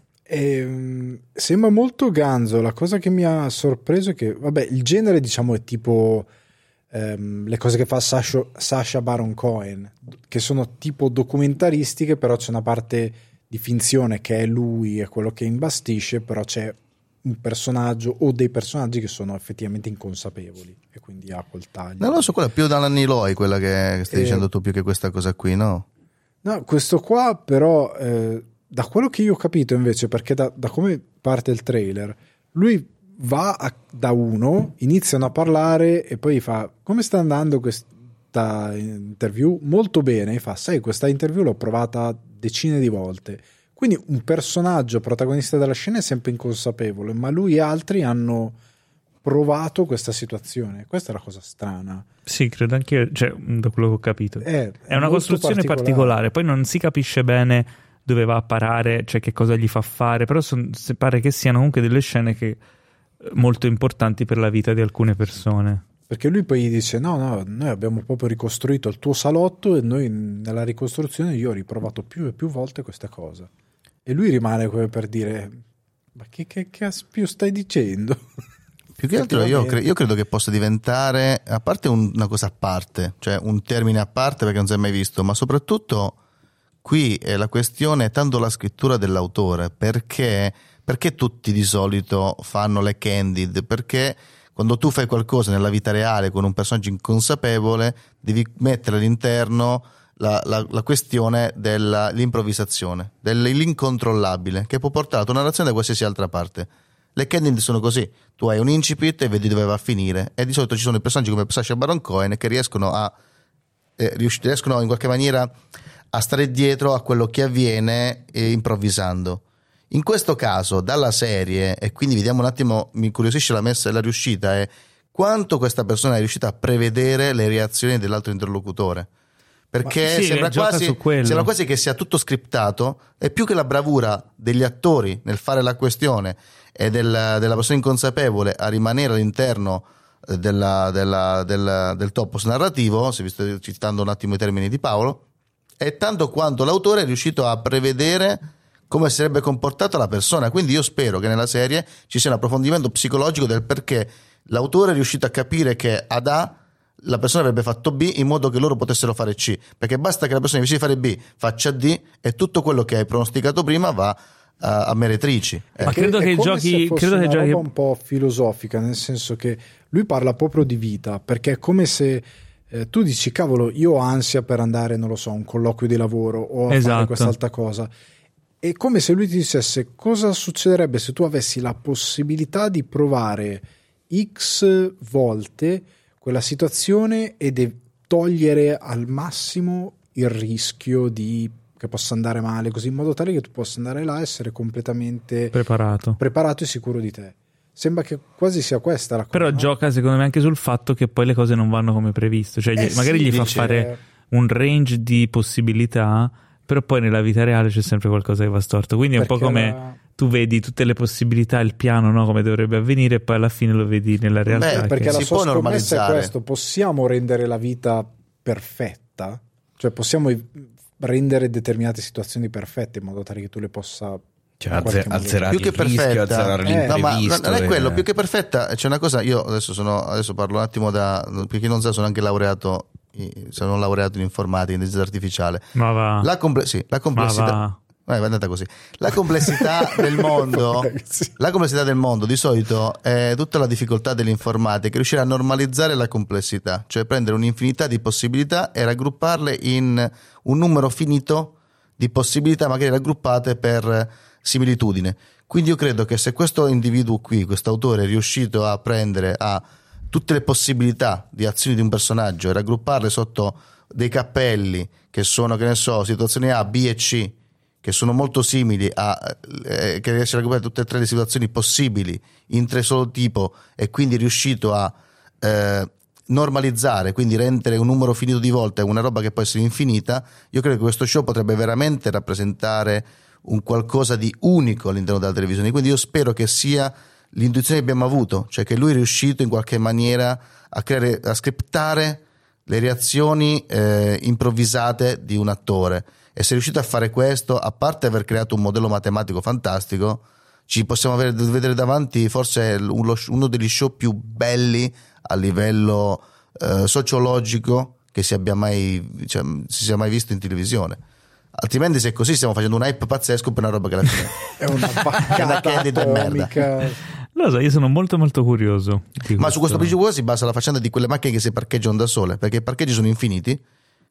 Sembra molto ganzo. La cosa che mi ha sorpreso è che, vabbè, il genere diciamo è tipo le cose che fa Sacha Baron Cohen, che sono tipo documentaristiche, però c'è una parte di finzione che è lui, è quello che imbastisce, però c'è un personaggio o dei personaggi che sono effettivamente inconsapevoli e quindi ha quel taglio. Non lo so, quella è più da Nanni Loi, quella che stai dicendo tu, più che questa cosa qui, no? No, questo qua però da quello che io ho capito invece, perché da come parte il trailer, lui va da uno, iniziano a parlare e poi fa: come sta andando questa interview? Molto bene. E fa: sai, questa interview l'ho provata decine di volte. Quindi un personaggio protagonista della scena è sempre inconsapevole, ma lui e altri hanno provato questa situazione. Questa è la cosa strana. Sì, credo anche io, cioè, da quello che ho capito. È una costruzione particolare, poi non si capisce bene dove va a parare, cioè che cosa gli fa fare, però pare che siano comunque delle scene che molto importanti per la vita di alcune persone. Perché lui poi dice: no, noi abbiamo proprio ricostruito il tuo salotto e noi nella ricostruzione io ho riprovato più e più volte questa cosa. E lui rimane come per dire: ma che caspio stai dicendo? Più che altro io credo che possa diventare, a parte una cosa a parte, cioè un termine a parte perché non si è mai visto, ma soprattutto qui è la questione tanto la scrittura dell'autore, perché tutti di solito fanno le candid, perché quando tu fai qualcosa nella vita reale con un personaggio inconsapevole devi mettere all'interno la questione dell'improvvisazione, dell'incontrollabile, che può portare la tua narrazione da qualsiasi altra parte. Le candidate sono così, tu hai un incipit e vedi dove va a finire, e di solito ci sono i personaggi come Sacha Baron Cohen che riescono in qualche maniera a stare dietro a quello che avviene improvvisando. In questo caso dalla serie, e quindi vediamo un attimo, mi incuriosisce la messa e la riuscita, è quanto questa persona è riuscita a prevedere le reazioni dell'altro interlocutore, perché sì, sembra quasi che sia tutto scriptato, e più che la bravura degli attori nel fare la questione e della persona inconsapevole a rimanere all'interno del topos narrativo, se vi sto citando un attimo i termini di Paolo, è tanto quanto l'autore è riuscito a prevedere come si sarebbe comportata la persona. Quindi io spero che nella serie ci sia un approfondimento psicologico del perché l'autore è riuscito a capire che ad A la persona avrebbe fatto B in modo che loro potessero fare C, perché basta che la persona invece di fare B faccia D e tutto quello che hai pronosticato prima va a meretrici. Ma credo che giochi una roba un po' filosofica, nel senso che lui parla proprio di vita, perché è come se tu dici cavolo, io ho ansia per andare, non lo so, a un colloquio di lavoro o a fare quest'altra cosa. È come se lui ti dicesse cosa succederebbe se tu avessi la possibilità di provare X volte quella situazione e togliere al massimo il rischio che possa andare male, così in modo tale che tu possa andare là e essere completamente preparato e sicuro di te. Sembra che quasi sia questa la cosa. Però gioca secondo me anche sul fatto che poi le cose non vanno come previsto, cioè magari gli fa fare un range di possibilità, però poi nella vita reale c'è sempre qualcosa che va storto, quindi è un po' come tu vedi tutte le possibilità, il piano, no? Come dovrebbe avvenire, e poi alla fine lo vedi nella realtà. Perché la si sua può scommessa normalizzare. è questo: possiamo rendere la vita perfetta, cioè possiamo rendere determinate situazioni perfette in modo tale che tu le possa azzerare più che il rischio, perfetta, azzerare l'imprevisto. non è quello, più che perfetta c'è una cosa. Io adesso parlo un attimo per chi non sa, sono anche laureato in informatica, in intelligenza artificiale. Ma va. La complessità è andata così. La complessità del mondo, la complessità del mondo di solito è tutta la difficoltà dell'informatica, riuscire a normalizzare la complessità, cioè prendere un'infinità di possibilità e raggrupparle in un numero finito di possibilità, magari raggruppate per similitudine. Quindi io credo che se questo individuo qui, questo autore, è riuscito a prendere tutte le possibilità di azioni di un personaggio e raggrupparle sotto dei cappelli che sono, che ne so, situazioni A, B e C, che sono molto simili che riesce a raggruppare tutte e tre le situazioni possibili in tre solo tipo, e quindi è riuscito a normalizzare, quindi rendere un numero finito di volte una roba che può essere infinita. Io credo che questo show potrebbe veramente rappresentare un qualcosa di unico all'interno della televisione, quindi io spero che sia l'intuizione che abbiamo avuto, cioè che lui è riuscito in qualche maniera a scriptare le reazioni improvvisate di un attore, e se è riuscito a fare questo, a parte aver creato un modello matematico fantastico, ci possiamo vedere davanti forse uno degli show più belli a livello sociologico che si sia mai visto in televisione. Altrimenti, se è così, stiamo facendo un hype pazzesco per una roba che alla fine è una baccata atomica. Lo so, io sono molto molto curioso ma su questo principio si basa la faccenda di quelle macchine che si parcheggiano da sole, perché i parcheggi sono infiniti.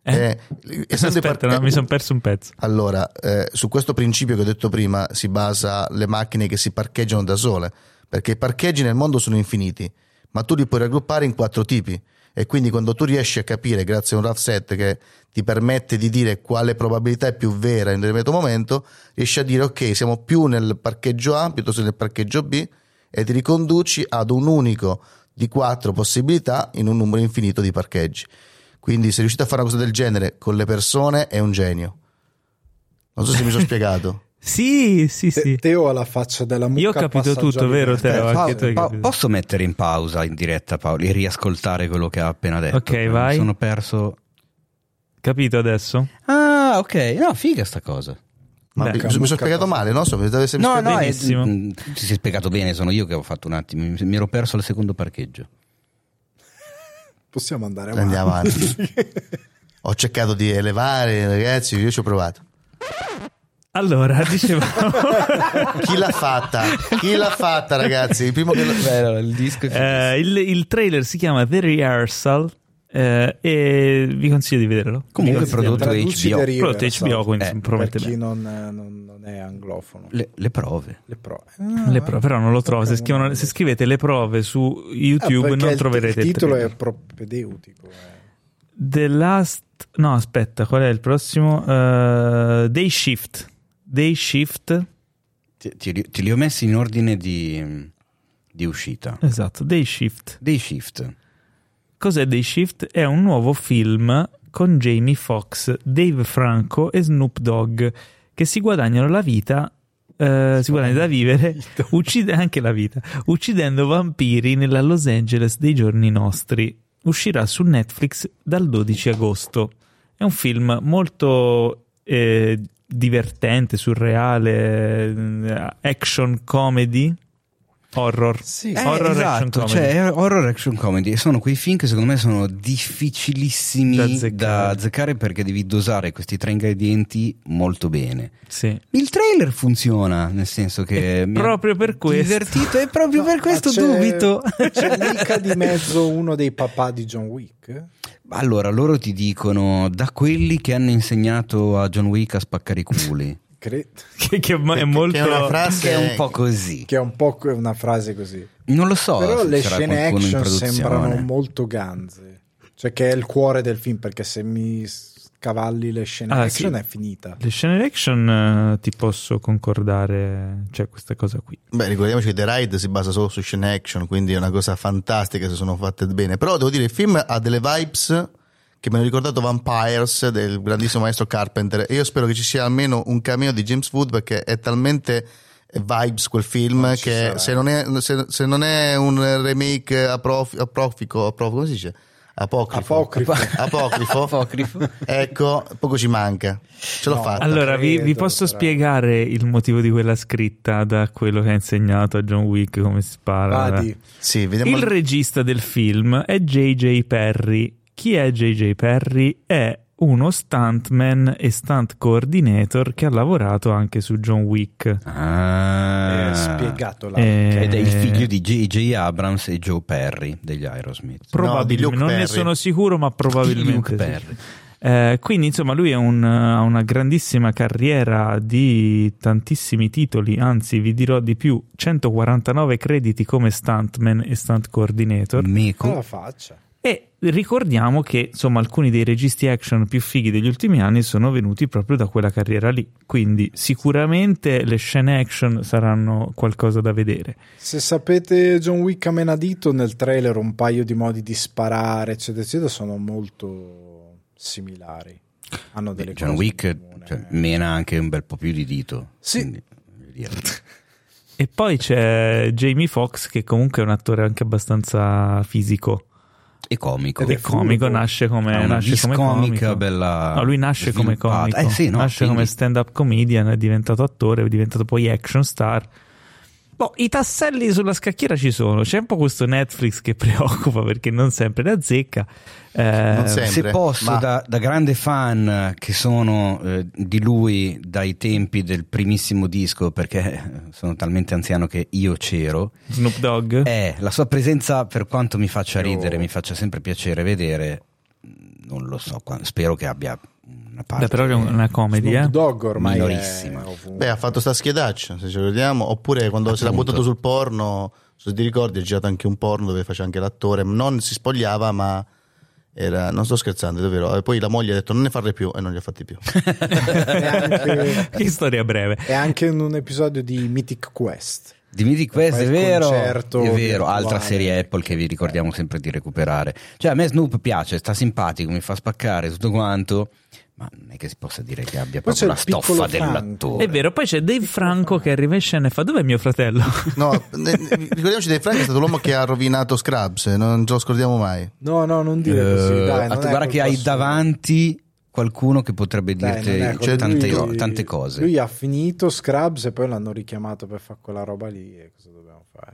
Aspetta, mi sono perso un pezzo. Allora, su questo principio che ho detto prima si basa le macchine che si parcheggiano da sole, perché i parcheggi nel mondo sono infiniti, ma tu li puoi raggruppare in 4 tipi, e quindi quando tu riesci a capire, grazie a un rough set che ti permette di dire quale probabilità è più vera in un determinato momento, riesci a dire ok, siamo più nel parcheggio A piuttosto che nel parcheggio B, e ti riconduci ad un unico di 4 possibilità in un numero infinito di parcheggi. Quindi se riuscite a fare una cosa del genere con le persone è un genio. Non so se mi sono spiegato. Sì. Teo ha la faccia della mucca. Io ho capito tutto, vero Teo? Anche tu hai capito. Posso mettere in pausa in diretta, Paolo, e riascoltare quello che ha appena detto? Ok, vai. Sono perso. Capito adesso? Ah, ok. No, figa sta cosa. Ma mi sono spiegato male, no? No, benissimo. Ti sei spiegato bene, sono io che ho fatto un attimo. Mi ero perso al secondo parcheggio. Possiamo andare avanti. Andiamo avanti. Ho cercato di elevare, ragazzi, io ci ho provato. Allora, dicevamo Chi l'ha fatta, ragazzi? Il primo che il disco il trailer si chiama The Rehearsal, e vi consiglio di vederlo. Comunque prodotto da HBO. Prodotto HBO, quindi promette per chi bene. non è anglofono. Le prove. Le prove. Però non lo trovo. Se scrivete le prove su YouTube non troverete il titolo. trailer. È propedeutico. The Last... No, aspetta, qual è il prossimo? Day Shift. Ti li ho messi in ordine di uscita. Esatto, Day Shift. Cos'è Day Shift? È un nuovo film con Jamie Foxx, Dave Franco e Snoop Dogg che si guadagnano la vita, si guadagnano da vivere, uccidendo vampiri nella Los Angeles dei giorni nostri. Uscirà su Netflix dal 12 agosto. È un film molto divertente, surreale, action comedy. Horror. Sì. Horror action Esatto, comedy. cioè horror action comedy. Sono quei film che secondo me sono difficilissimi da azzeccare perché devi dosare questi 3 ingredienti molto bene. Sì. Il trailer funziona, nel senso che mi proprio ha per questo. divertito e proprio per questo dubito. C'è mica di mezzo uno dei papà di John Wick? Allora, loro ti dicono da quelli che hanno insegnato a John Wick a spaccare i culi. che è molto... Che è una frase Che è un po' così. Che è un po' una frase così. Non lo so. Però se le c'era scene qualcuno in action produzione. sembrano molto ganze. Cioè che è il cuore del film, perché se mi scavalli le scene action sì. è finita. Le scene action ti posso concordare, cioè questa cosa qui. Beh, ricordiamoci che The Ride si basa solo su scene action, quindi è una cosa fantastica se sono fatte bene. Però devo dire, il film ha delle vibes che mi hanno ricordato Vampires del grandissimo maestro Carpenter, e io spero che ci sia almeno un cameo di James Wood, perché è talmente vibes quel film che se non è un remake apocrifo, come si dice? Apocrifo. Ecco, poco ci manca. Ce l'ho fatta. Allora vi posso spiegare il motivo di quella scritta, da quello che ha insegnato a John Wick come si spara. Vadi. Sì, vediamo. Il regista del film è J.J. Perry. Chi è J.J. Perry? È uno stuntman e stunt coordinator che ha lavorato anche su John Wick. Spiegato là. Ed è il figlio di J.J. Abrams e Joe Perry degli Aerosmith. Probabilmente, No, di Luke non ne Perry. sono sicuro, ma probabilmente Luke sì. Perry. Quindi insomma lui ha una grandissima carriera di tantissimi titoli, anzi vi dirò di più, 149 crediti come stuntman e stunt coordinator. Meco. La faccia. E ricordiamo che insomma alcuni dei registi action più fighi degli ultimi anni sono venuti proprio da quella carriera lì, quindi sicuramente le scene action saranno qualcosa da vedere. Se sapete John Wick a menadito, nel trailer un paio di modi di sparare eccetera eccetera sono molto similari. Hanno delle John cose Wick in comune. mena anche un bel po' più di dito. Sì. Quindi, voglio dire. E poi c'è Jamie Foxx, che comunque è un attore anche abbastanza fisico. E comico. Ed è È comico, furbo. nasce come Ha una nasce come comica comico. bella. No, lui nasce come sviluppata. comico, Sì, no, nasce quindi- come stand-up comedian, è diventato attore, è diventato poi action star. Boh, i tasselli sulla scacchiera ci sono, c'è un po' questo Netflix che preoccupa perché non sempre ne azzecca. Non sempre. Se posso, ma- da grande fan che sono di lui dai tempi del primissimo disco, perché sono talmente anziano che io c'ero, Snoop Dogg? la sua presenza, per quanto mi faccia ridere, mi faccia sempre piacere vedere, non lo so, spero che abbia una parte. Beh, però è una comedy, Snoop Dogg ormai minorissima. è ovunque. Beh, ha fatto sta schedaccia, se ci ricordiamo, oppure quando si era Appunto. buttato sul porno, se ti ricordi, ha girato anche un porno dove faceva anche l'attore, non si spogliava, ma era, non sto scherzando, davvero. E poi la moglie ha detto non ne farle più e non li ha fatti più. È anche, Che storia breve. è anche in un episodio di Mythic Quest. Di Mythic Quest, Quel è vero, concerto altra virtuale. serie Apple che vi ricordiamo sempre di recuperare. Cioè a me Snoop piace, sta simpatico, mi fa spaccare tutto quanto, ma non è che si possa dire che abbia Poi proprio la c'è il piccolo stoffa Franco. dell'attore. È vero, poi c'è Dave Franco che arriva in scena e fa: dov'è mio fratello? No, ricordiamoci Dave Franco è stato l'uomo che ha rovinato Scrubs, non ce lo scordiamo mai. No, non dire così, dai. non è guarda che colpa hai sua. davanti qualcuno che potrebbe Dai, dirti non è colpa- tante cose. Lui ha finito Scrubs e poi l'hanno richiamato per fare quella roba lì, e cosa dobbiamo fare?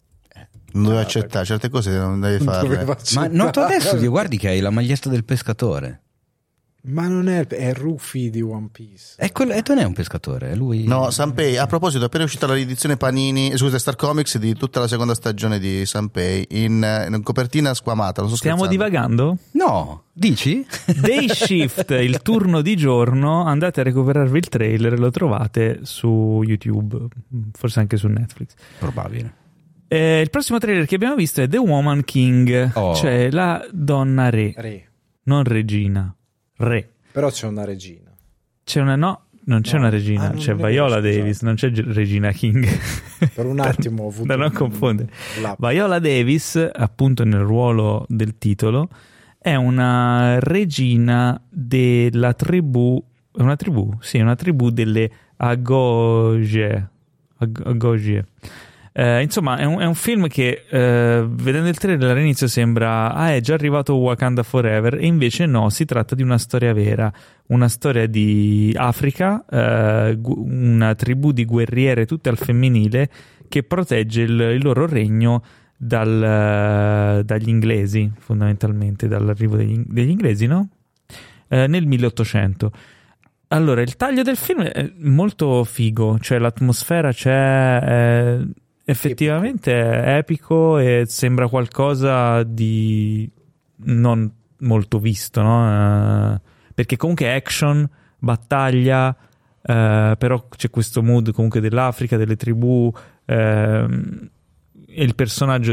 Non doveva accettare certe cose, non devi farle. Doveva Ma accettare. noto adesso, Dio, guardi che hai la maglietta del pescatore. Ma non è Rufy di One Piece. E non è un pescatore, è lui. No, Sanpei. A proposito, è appena uscita la riedizione Panini, scusa, Star Comics di tutta la seconda stagione di Sanpei in copertina squamata. Non so Stiamo scherzando. divagando? No, dici? Day Shift, il turno di giorno, andate a recuperarvi il trailer, lo trovate su YouTube, forse anche su Netflix. Probabile. Il prossimo trailer che abbiamo visto è The Woman King, cioè la donna re, non regina, re. Però c'è una regina. C'è una non c'è una regina, c'è Viola Davis, non c'è Regina King. Per un attimo ho avuto da non confondere. Viola Davis, appunto nel ruolo del titolo, è una regina della tribù, una tribù delle Agoge. Insomma, è un film che vedendo il trailer all'inizio sembra è già arrivato Wakanda Forever, e invece no, si tratta di una storia vera, una storia di Africa, una tribù di guerriere tutte al femminile che protegge il loro regno dagli inglesi, fondamentalmente dall'arrivo degli inglesi, no? Nel 1800. Allora, il taglio del film è molto figo, cioè l'atmosfera c'è, effettivamente è epico e sembra qualcosa di non molto visto, no? Perché comunque è action, battaglia, però c'è questo mood comunque dell'Africa, delle tribù, e il personaggio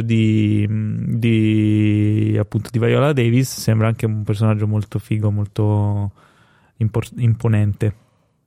appunto di Viola Davis sembra anche un personaggio molto figo, molto imponente.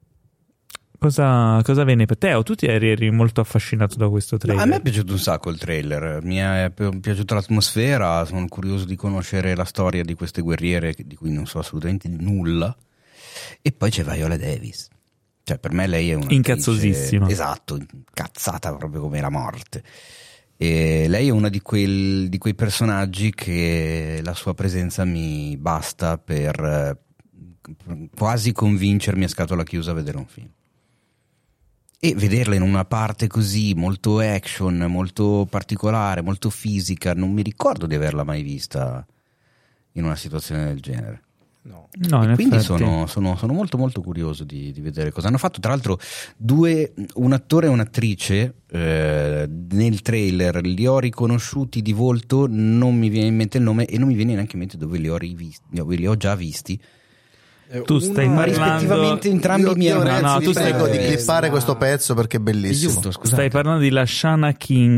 Cosa venne per te? Tu eri molto affascinato da questo trailer? A me è piaciuto un sacco il trailer, mi è piaciuta l'atmosfera, sono curioso di conoscere la storia di queste guerriere di cui non so assolutamente nulla, e poi c'è Viola Davis, cioè per me lei è una incazzosissima, esatto, incazzata proprio come la morte, e lei è una di quei personaggi che la sua presenza mi basta per quasi convincermi a scatola chiusa a vedere un film. E vederla in una parte così molto action, molto particolare, molto fisica, non mi ricordo di averla mai vista in una situazione del genere. No, in quindi effetti. sono molto molto curioso di vedere cosa hanno fatto. Tra l'altro un attore e un'attrice nel trailer li ho riconosciuti di volto, non mi viene in mente il nome e non mi viene neanche in mente dove li ho già visti. Tu stai Ma parlando, rispettivamente entrambi mi hanno ragazzi, tu vi prego stai- di clippare questo pezzo perché è bellissimo. Giusto, scusate. stai parlando di Lashana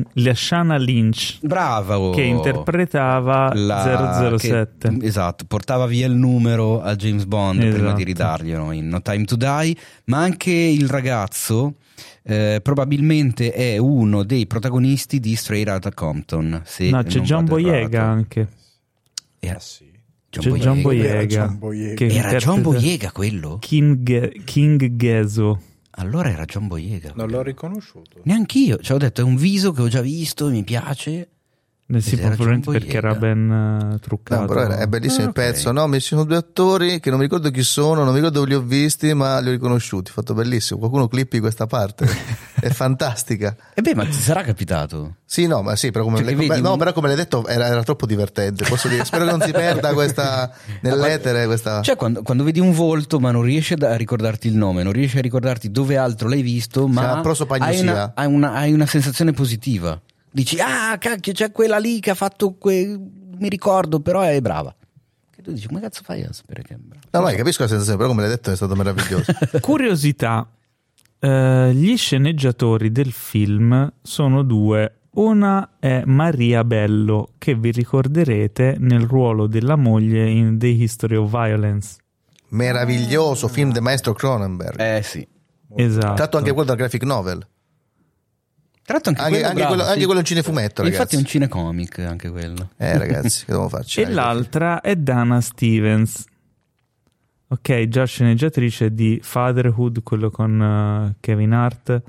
Lynch, Brava, che interpretava 007. Esatto, portava via il numero a James Bond prima Esatto. di ridarglielo in No Time to Die, ma anche il ragazzo probabilmente è uno dei protagonisti di Straight Outta Compton. Se No, c'è non John vado Boyega errato. anche. Era sì. C'è John Boyega. John Boyega. Che Era John interpreta Boyega quello? King Gezo. Allora era John Boyega. Non l'ho riconosciuto. Neanch'io, cioè ho detto è un viso che ho già visto e mi piace. Sì, Ed era probabilmente John perché era Boyega. ben truccato. No, però è bellissimo il ok. pezzo. No, ci sono due attori che non mi ricordo chi sono, non mi ricordo dove li ho visti, ma li ho riconosciuti. Fatto bellissimo. Qualcuno clippi questa parte. È fantastica. E beh, ma ti sarà capitato? Sì, no, ma sì, però come, Cioè, che vedi un- però come l'hai detto era troppo divertente. Posso dire, spero che non si perda questa nell'etere questa. Cioè quando vedi un volto ma non riesci a ricordarti il nome, non riesci a ricordarti dove altro l'hai visto, ma C'è una prosopagnosia. hai una sensazione positiva. Dici, cacchio, c'è quella lì che ha fatto mi ricordo, però è brava. Che tu dici, come cazzo fai a sapere che è brava? No, ma capisco la sensazione, però come l'hai detto è stato meraviglioso. Curiosità, gli sceneggiatori del film sono due. Una è Maria Bello, che vi ricorderete nel ruolo della moglie in The History of Violence. Meraviglioso film del maestro Cronenberg. Sì. Esatto. Tratto anche quello dal graphic novel. Tra l'altro Anche quello è un cinefumetto, ragazzi. Infatti è un cinecomic anche quello. Ragazzi, che devo farci? E l'altra è Dana Stevens, ok, già sceneggiatrice di Fatherhood, quello con Kevin Hart,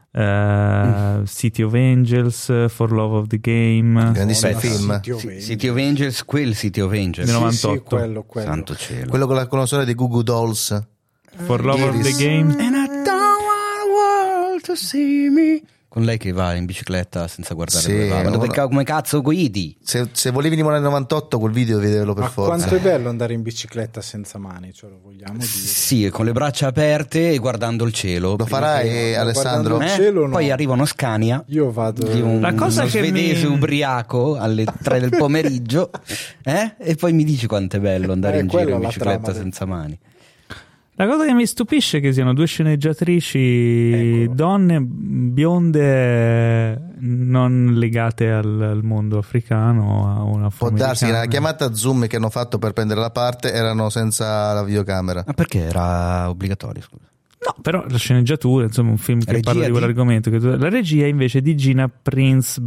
City of Angels, For Love of the Game, Grandissimo Beh, film. City of Angels, quel City of Angels. Del Sì, 98. sì, quello. Santo cielo. Quello con la colonna di Goo Goo Dolls. For Love of the Iris. Game. And I don't want the world to see me con lei che va in bicicletta senza guardare dove va. Ma dove come cazzo guidi? Se volevi rimane nel 98 quel video vederlo per forza. Quanto è bello andare in bicicletta senza mani, cioè lo vogliamo dire. Sì, con le braccia aperte e guardando il cielo. Lo farai, Alessandro? Cielo, no. Poi arriva uno Scania. Io vado di La cosa uno che svedese ubriaco alle 3 del pomeriggio e poi mi dici quanto è bello andare in giro in bicicletta senza mani. La cosa che mi stupisce è che siano due sceneggiatrici donne bionde non legate al mondo africano, a una può darsi che la chiamata Zoom che hanno fatto per prendere la parte erano senza la videocamera. Ma perché era obbligatorio, scusa? No, però la sceneggiatura, insomma, un film che parla di quell'argomento. La regia invece di Gina Prince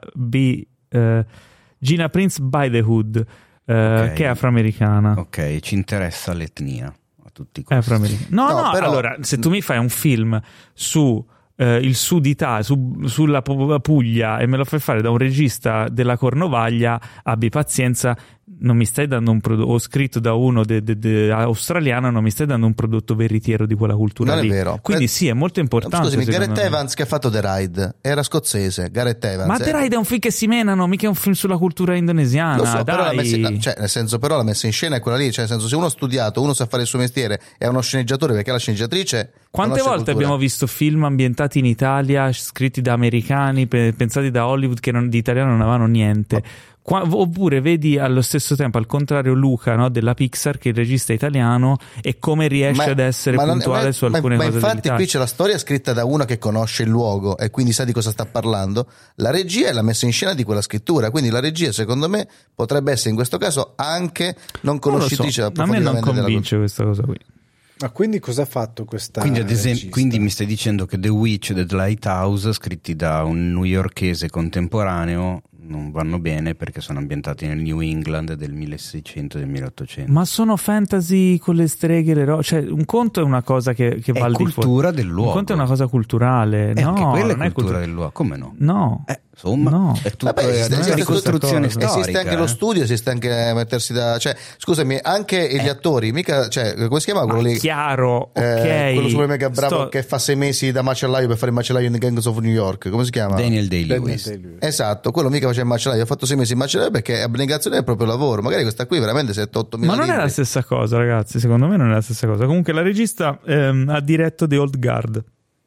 Gina Prince by the Hood, che è afroamericana. Ok, ci interessa l'etnia. No, però... allora se tu mi fai un film su il Sud Italia, sulla Puglia, e me lo fai fare da un regista della Cornovaglia, abbi pazienza, non mi stai dando un prodotto, o scritto da uno australiano, non mi stai dando un prodotto veritiero di quella cultura non lì. È vero. Quindi sì, è molto importante. Scusami, Gareth Evans che ha fatto The Ride era scozzese. Gareth Evans, ma The Ride è un film che si menano, mica è un film sulla cultura indonesiana. Lo so, dai. però la messa in scena è quella lì, cioè nel senso, se uno ha studiato, uno sa fare il suo mestiere, è uno sceneggiatore perché la sceneggiatrice. Quante volte cultura. Abbiamo visto film ambientati in Italia, scritti da americani, pensati da Hollywood, che di italiano non avevano niente. Oppure vedi allo stesso tempo, al contrario, Luca, no, della Pixar, che è il regista italiano, e come riesce ad essere puntuale su alcune cose. Ma infatti qui c'è la storia scritta da una che conosce il luogo e quindi sa di cosa sta parlando. La regia è la messa in scena di quella scrittura, quindi la regia secondo me potrebbe essere in questo caso anche non conoscitrice a me non convince questa cosa qui. Ma quindi cosa ha fatto questa quindi, ad esempio, regista? quindi mi stai dicendo che The Witch e The Lighthouse, scritti da un newyorkese contemporaneo, non vanno bene perché sono ambientati nel New England del 1600 e del 1800. Ma sono fantasy con le streghe, cioè un conto è una cosa che va al di fuori. È cultura del luogo. Un conto è una cosa culturale. No, anche quella non è cultura del luogo. Come no? No. Insomma, no. È tutto ricostruzione storica. Esiste anche lo studio, esiste anche mettersi da, cioè, scusami, anche gli attori, mica, cioè, come si chiama quello lì? Chiaro, ok. Quello super mega bravo che fa 6 mesi da macellaio per fare il macellaio in The Gangs of New York, come si chiama? Daniel Day-Lewis. Esatto, quello mica faceva il macellaio, ha fatto 6 mesi in macellaio perché abnegazione è il proprio lavoro. Magari questa qui veramente 7-8 mila. Ma non libri. è la stessa cosa, ragazzi, secondo me non è la stessa cosa. Comunque la regista ha diretto The Old Guard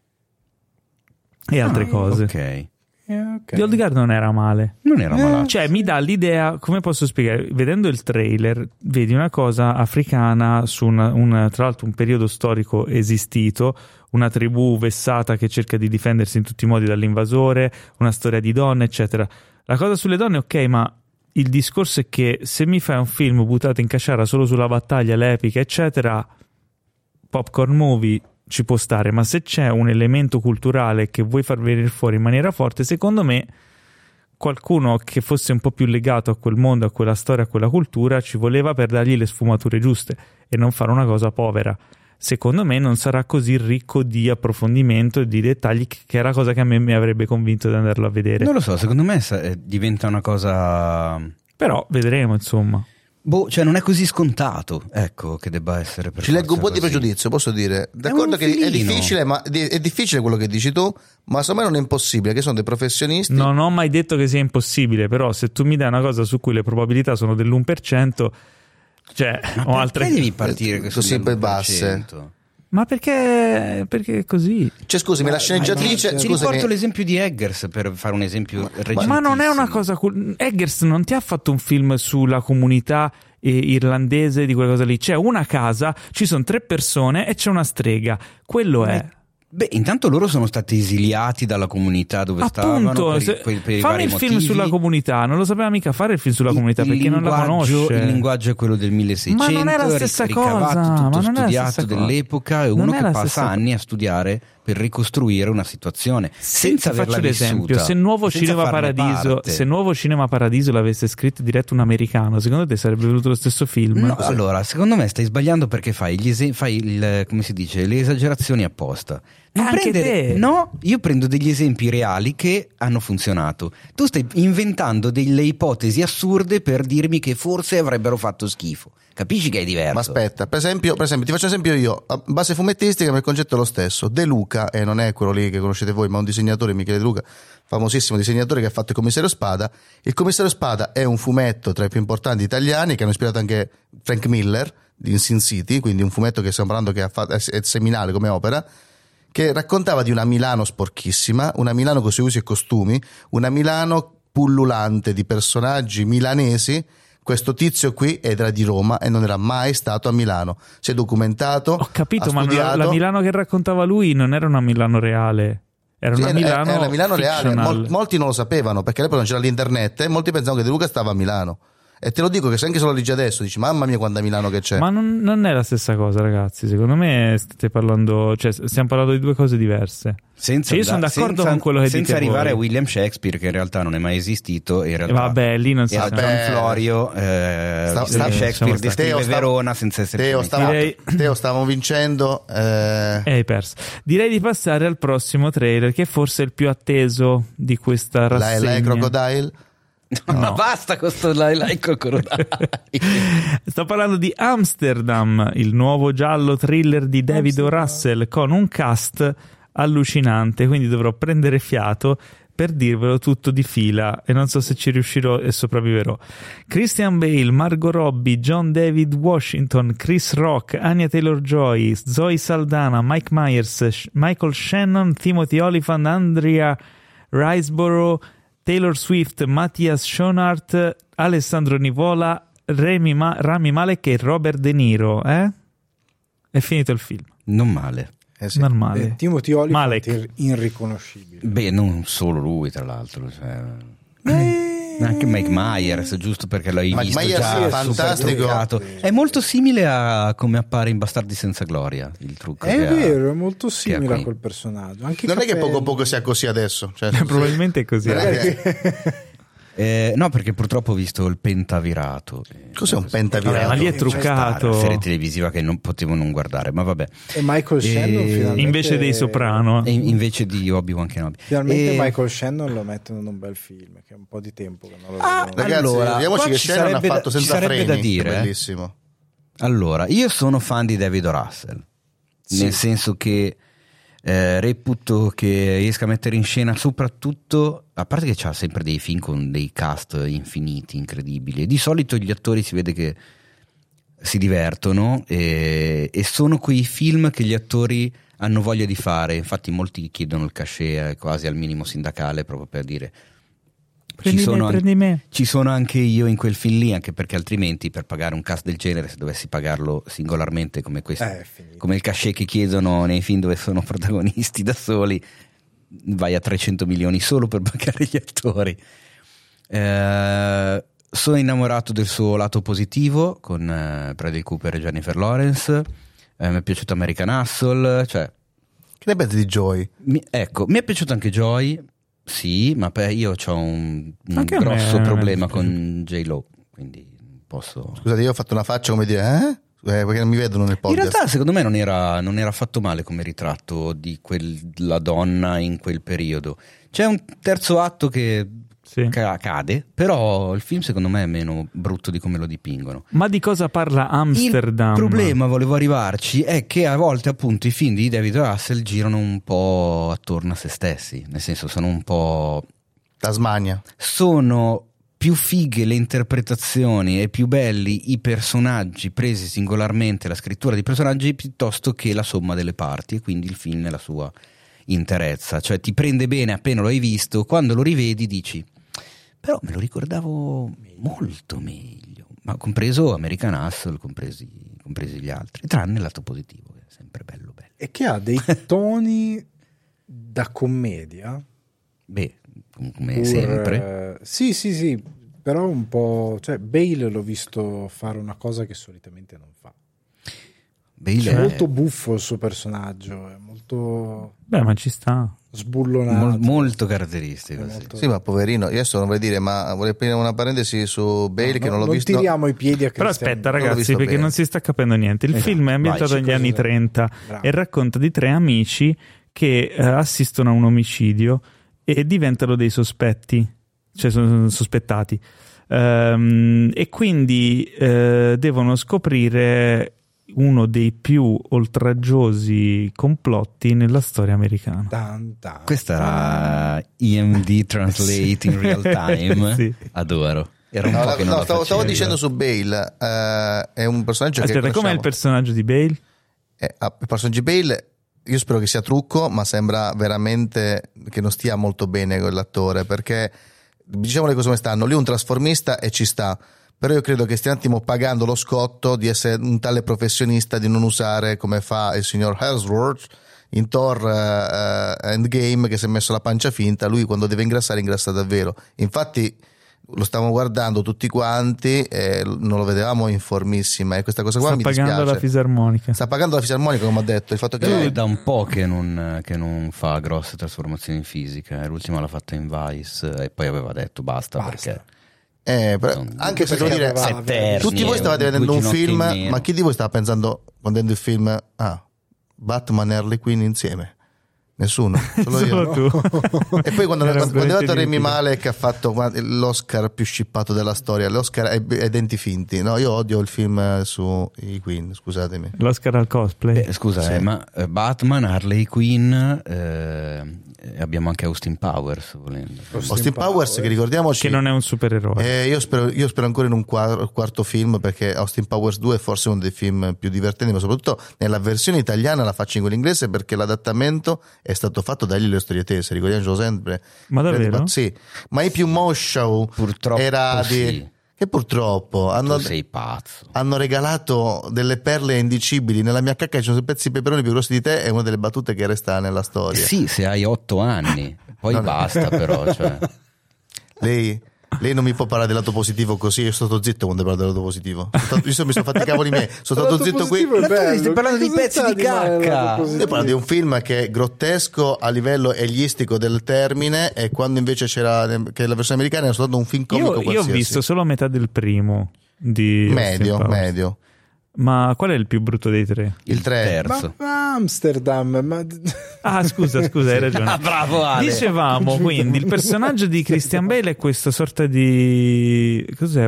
e altre cose. Ok. The Old Guard non era male. Non era male. Cioè, mi dà l'idea, come posso spiegare? Vedendo il trailer, vedi una cosa africana su tra l'altro un periodo storico esistito, una tribù vessata che cerca di difendersi in tutti i modi dall'invasore, una storia di donne, eccetera. La cosa sulle donne, ok, ma il discorso è che se mi fai un film buttato in casciara solo sulla battaglia, l'epica, eccetera, popcorn movie, ci può stare, ma se c'è un elemento culturale che vuoi far venire fuori in maniera forte, secondo me qualcuno che fosse un po' più legato a quel mondo, a quella storia, a quella cultura, ci voleva per dargli le sfumature giuste e non fare una cosa povera. Secondo me non sarà così ricco di approfondimento e di dettagli, che è la cosa che a me mi avrebbe convinto di andarlo a vedere. Non lo so, secondo me diventa una cosa... Però vedremo, insomma. Cioè non è così scontato, ecco, che debba essere per ci leggo un po' così. di pregiudizio, posso dire. D'accordo che è difficile, ma è difficile quello che dici tu, ma secondo me non è impossibile, che sono dei professionisti. Non ho mai detto che sia impossibile, però se tu mi dai una cosa su cui le probabilità sono dell'1%, cioè ma o altre devi partire così basse. Ma perché è così? Cioè scusami, la sceneggiatrice, ti riporto l'esempio di Eggers per fare un esempio ma non è una cosa Eggers non ti ha fatto un film sulla comunità irlandese di quella cosa lì. C'è una casa, ci sono 3 persone e c'è una strega, quello è. Beh, intanto loro sono stati esiliati dalla comunità dove stavano per fammi il film sulla comunità, non lo sapeva mica fare il film sulla comunità perché non la conosce. Il linguaggio è quello del 1600, ma non è la stessa cosa, tutto studiato dell'epoca, e uno che passa anni a studiare per ricostruire una situazione senza averla faccio l'esempio, vissuta, se Nuovo Cinema Paradiso l'avesse scritto diretto un americano, secondo te sarebbe venuto lo stesso film? No, allora secondo me stai sbagliando perché fai come si dice, le esagerazioni apposta. Anche te. No, io prendo degli esempi reali che hanno funzionato. Tu stai inventando delle ipotesi assurde per dirmi che forse avrebbero fatto schifo. Capisci che è diverso? Ma aspetta, per esempio, ti faccio un esempio io. A base fumettistica il concetto è lo stesso. De Luca, e non è quello lì che conoscete voi, ma un disegnatore, Michele De Luca, famosissimo disegnatore che ha fatto il Commissario Spada. Il Commissario Spada è un fumetto tra i più importanti italiani che hanno ispirato anche Frank Miller di Sin City, quindi un fumetto che stiamo parlando che è seminale come opera, che raccontava di una Milano sporchissima, una Milano con i suoi usi e costumi, una Milano pullulante di personaggi milanesi. Questo tizio qui era di Roma e non era mai stato a Milano. Si è documentato. Ho capito, ma studiato. la Milano che raccontava lui non era una Milano reale. Era una Milano, era una Milano reale. fictional. Molti non lo sapevano perché all'epoca non c'era l'internet e molti pensavano che De Luca stava a Milano. E te lo dico che se anche solo leggi adesso dici mamma mia quanta Milano che c'è. Ma non è la stessa cosa, ragazzi. Secondo me state parlando, cioè stiamo parlando di due cose diverse. Io sono d'accordo con quello che dite senza arrivare voi. a William Shakespeare, che in realtà non è mai esistito, in realtà Vabbè, lì non si era sa. John Florio, Shakespeare descrive Verona senza essere Teo, stavamo vincendo. Hai perso. Direi di passare al prossimo trailer, che forse è il più atteso di questa rassegna. Lei Crocodile. No. Ma basta con sto like Crocodile. Sto parlando di Amsterdam, il nuovo giallo thriller di David O. Russell, con un cast allucinante, quindi dovrò prendere fiato per dirvelo tutto di fila e non so se ci riuscirò e sopravviverò. Christian Bale, Margot Robbie, John David Washington, Chris Rock, Anya Taylor-Joy, Zoe Saldana, Mike Myers, Michael Shannon, Timothy Olyphant, Andrea Riseborough, Taylor Swift, Matthias Schoenaert, Alessandro Nivola, Rami Malek e Robert De Niro. È finito il film. Non male. Sì. Normale. Timothy Olyphant Malek. è irriconoscibile. Beh, non solo lui, tra l'altro. Cioè... Anche Mike Myers, giusto perché l'hai Mike visto Myers già è fantastico. È molto simile a come appare in Bastardi senza gloria, il trucco. È che vero, ha, è molto simile qui. a quel personaggio. Anche Non è che capelli. poco a poco sia così adesso. Cioè, Probabilmente è così. No, perché purtroppo ho visto il Pentavirato. Cos'è un Pentavirato? Vabbè, ma lì è truccato. Una serie televisiva che non potevo non guardare, ma vabbè. E Michael Shannon finalmente... Invece dei Soprano. E invece di Obi-Wan Kenobi. Finalmente Michael Shannon lo mettono in un bel film, che è un po' di tempo che non lo vedo. Ragazzi, allora, vediamoci qua che ci Shannon ha sarebbe fatto ci senza sarebbe freni. da dire, Bellissimo. Allora, io sono fan di David O. Russell, nel senso che reputo che riesca a mettere in scena, soprattutto, a parte che c'ha sempre dei film con dei cast infiniti, incredibili, e di solito gli attori si vede che si divertono e sono quei film che gli attori hanno voglia di fare. Infatti molti chiedono il cachet quasi al minimo sindacale, proprio per dire Prendi me. ci sono anche io in quel film lì, anche perché altrimenti per pagare un cast del genere, se dovessi pagarlo singolarmente come questo, come il cachet che chiedono nei film dove sono protagonisti da soli, vai a 300 milioni solo per pagare gli attori. Sono innamorato del suo lato positivo con Bradley Cooper e Jennifer Lawrence. Mi è piaciuto American Hustle, cioè... Che ne pensi di Joy? mi è piaciuto anche Joy. Sì, ma io ho un grosso problema con J-Lo, quindi posso... Scusate, io ho fatto una faccia come dire, perché non mi vedono nel podcast. In realtà secondo me non era affatto male come ritratto di quella donna in quel periodo. C'è un terzo atto che cade, però il film secondo me è meno brutto di come lo dipingono. Ma di cosa parla Amsterdam? Il problema, volevo arrivarci, è che a volte appunto i film di David Russell girano un po' attorno a se stessi, nel senso sono un po'... Tasmania. Sono più fighe le interpretazioni e più belli i personaggi presi singolarmente, la scrittura dei personaggi, piuttosto che la somma delle parti, e quindi il film nella sua interezza. Cioè ti prende bene appena lo hai visto, quando lo rivedi dici però me lo ricordavo molto meglio, ma compreso American Hustle, compresi gli altri, tranne il lato positivo che è sempre bello. E che ha dei toni da commedia. Beh, come sempre. Sì, però un po', cioè Bale l'ho visto fare una cosa che solitamente non fa. Bale è molto buffo il suo personaggio, è molto... Beh, ma ci sta. Sbullonato. Molto caratteristico. Molto... Sì, ma poverino, io adesso non vorrei dire, ma vorrei aprire una parentesi su Bale che non l'ho visto. Non tiriamo i piedi a Cristian. Però aspetta ragazzi, perché non si sta capendo niente. Il film è ambientato negli anni 30 e racconta di tre amici che assistono a un omicidio e diventano dei sospetti, cioè sono sospettati, e quindi devono scoprire uno dei più oltraggiosi complotti nella storia americana. Questa era EMD Translate in real time. Sì. Adoro. Era un po' che non la stavo dicendo su Bale, è un personaggio che aspetta, com'è il personaggio di Bale? Il personaggio di Bale, io spero che sia trucco, ma sembra veramente che non stia molto bene con l'attore, perché diciamo le cose come stanno, lui è un trasformista e ci sta, però io credo che stia un attimo pagando lo scotto di essere un tale professionista, di non usare come fa il signor Hemsworth in Thor Endgame, che si è messo la pancia finta. Lui quando deve ingrassa davvero. Infatti lo stavamo guardando tutti quanti e non lo vedevamo in formissima, e questa cosa qua mi dispiace. Sta pagando la fisarmonica, come ha detto. Il fatto che è da un po' che non fa grosse trasformazioni fisiche. L'ultima l'ha fatta in Vice e poi aveva detto basta. Perché però, anche se devo dire, tutti voi stavate vedendo un film, ma chi di voi stava pensando quando vedendo il film Batman e Harley Quinn insieme? Nessuno, solo io. Tu. E poi quando è arrivato Remy Malek, che ha fatto l'Oscar più shippato della storia, l'Oscar ai denti finti. No, io odio il film su i Queen, scusatemi. L'Oscar al cosplay. Scusa, sì. Ma Batman, Harley Quinn, abbiamo anche Austin Powers, volendo. Austin Powers, che ricordiamoci, che non è un supereroe. Io spero ancora in un quarto film, perché Austin Powers 2 è forse uno dei film più divertenti, ma soprattutto nella versione italiana, la faccio in quello inglese, perché l'adattamento è stato fatto da Elio Storietese, ricordiamocelo sempre. Ma davvero? Sì, ma i più Show purtroppo era sì. Che purtroppo sei pazzo. Hanno regalato delle perle indicibili. Nella mia cacca ci sono pezzi di peperoni più grossi di te, è una delle battute che resta nella storia. Sì, se hai 8 anni, poi basta però. Cioè. Lei non mi può parlare del lato positivo così. Io sono stato zitto quando parlo del lato positivo. Mi sono fatti i cavoli me. Sono stato zitto qui. Ma tu stai parlando di pezzi di cacca. Io parlo di un film che è grottesco a livello eglistico del termine, e quando invece c'era che la versione americana era soltanto un film comico qualsiasi. Io ho visto solo metà del primo di medio. Ma qual è il più brutto dei tre? Il terzo. Ma Amsterdam. Scusa, hai ragione. Bravo Ale. Dicevamo quindi il personaggio di Christian Bale è questa sorta di cos'è?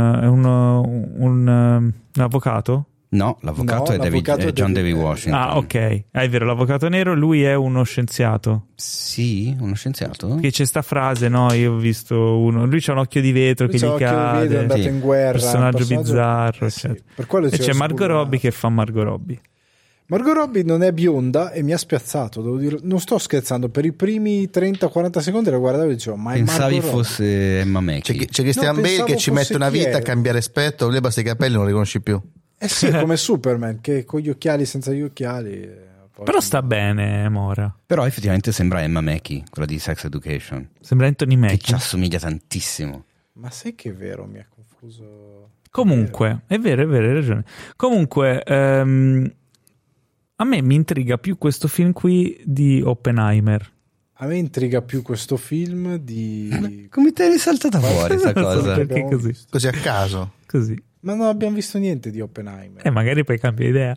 Un avvocato? No, l'avvocato è John David Washington. Ok, è vero, l'avvocato nero, lui è uno scienziato. Sì, uno scienziato. Che c'è sta frase, no? Io ho visto uno, lui c'ha un occhio di vetro che gli cade, è andato in guerra, personaggio bizzarro, sì. Per quello e c'è Margot Robbie che fa Margot Robbie. Margot Robbie non è bionda e mi ha spiazzato, devo dire. Non sto scherzando, per i primi 30-40 secondi la guardavo e dicevo, ma è pensavi Margot fosse Emma Mackey. C'è Christian Bale che ci mette una vita a cambiare aspetto, lei basta i capelli non li riconosci più. Sì, come Superman, che con gli occhiali, senza gli occhiali. Però sta bene, Mora. Però effettivamente sembra Emma Mackey, quella di Sex Education. Sembra Anthony Mackie. Che ci assomiglia tantissimo. Ma sai che è vero, mi ha confuso. Comunque, è vero, hai ragione. Comunque, a me mi intriga più questo film qui di Oppenheimer. A me intriga più questo film di... Come te l'hai saltata fuori questa cosa? Perché così a caso? Così. Ma non abbiamo visto niente di Oppenheimer. Magari poi cambia idea.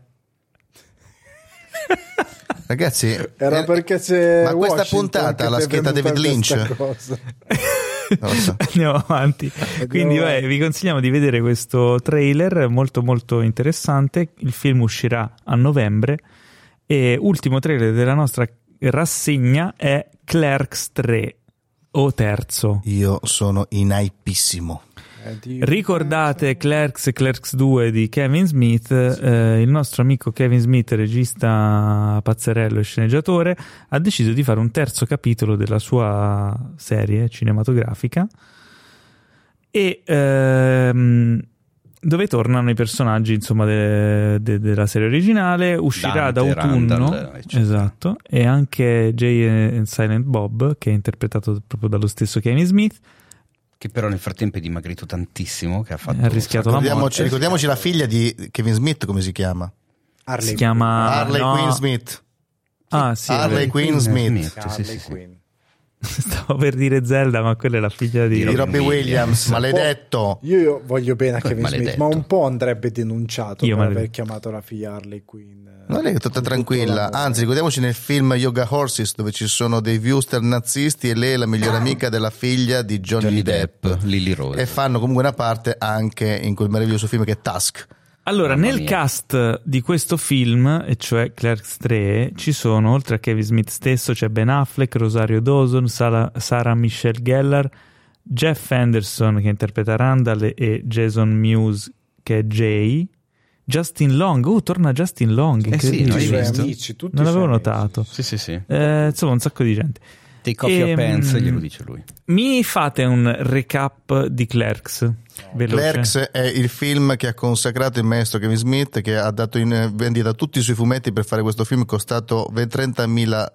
Ragazzi, era perché c'è ma questa puntata la scheda David Lynch. Non so. Andiamo avanti. Quindi vi consigliamo di vedere questo trailer molto molto interessante. Il film uscirà a novembre e ultimo trailer della nostra rassegna è Clerks 3 o terzo. Io sono in hypissimo. Ricordate Clerks 2 di Kevin Smith? Il nostro amico Kevin Smith, regista pazzerello e sceneggiatore, ha deciso di fare un terzo capitolo della sua serie cinematografica e dove tornano i personaggi, insomma, della serie originale. Uscirà Dante, da autunno, Randall, esatto, e anche Jay and Silent Bob, che è interpretato proprio dallo stesso Kevin Smith, che però nel frattempo è dimagrito tantissimo, che ha rischiato la morte. Ricordiamoci la figlia di Kevin Smith, come si chiama? Si chiama Harley Quinn Smith. Sì, Harley Quinn Smith. Harley Quinn. Stavo per dire Zelda, ma quella è la figlia di Robbie Williams, maledetto. Io voglio bene a Kevin Maledetto. Smith, ma un po' andrebbe denunciato Io per maledetto. aver chiamato la figlia Harley Quinn. Non è che tutta con tranquilla, tutto l'amore. anzi ricordiamoci nel film Yoga Horses dove ci sono dei viewster nazisti e lei è la migliore amica della figlia di Johnny Depp. Lily Rose. E fanno comunque una parte anche in quel meraviglioso film che è Tusk. Allora, Mamma nel mia. cast di questo film, e cioè Clerks 3, ci sono, oltre a Kevin Smith stesso, c'è Ben Affleck, Rosario Dawson, Sarah Michelle Gellar, Jeff Anderson che interpreta Randall e Jason Mewes che è Jay, Justin Long, torna Justin Long, Eh sì, Tutti no, i hai suoi visto? amici, tutti non i suoi l'avevo amici. notato. Sì. Insomma, un sacco di gente. Take off your pants, Ehm, glielo dice lui. Mi fate un recap di Clerks? Veloce. Clerks è il film che ha consacrato il maestro Kevin Smith, che ha dato in vendita tutti i suoi fumetti per fare questo film, costato $30.000,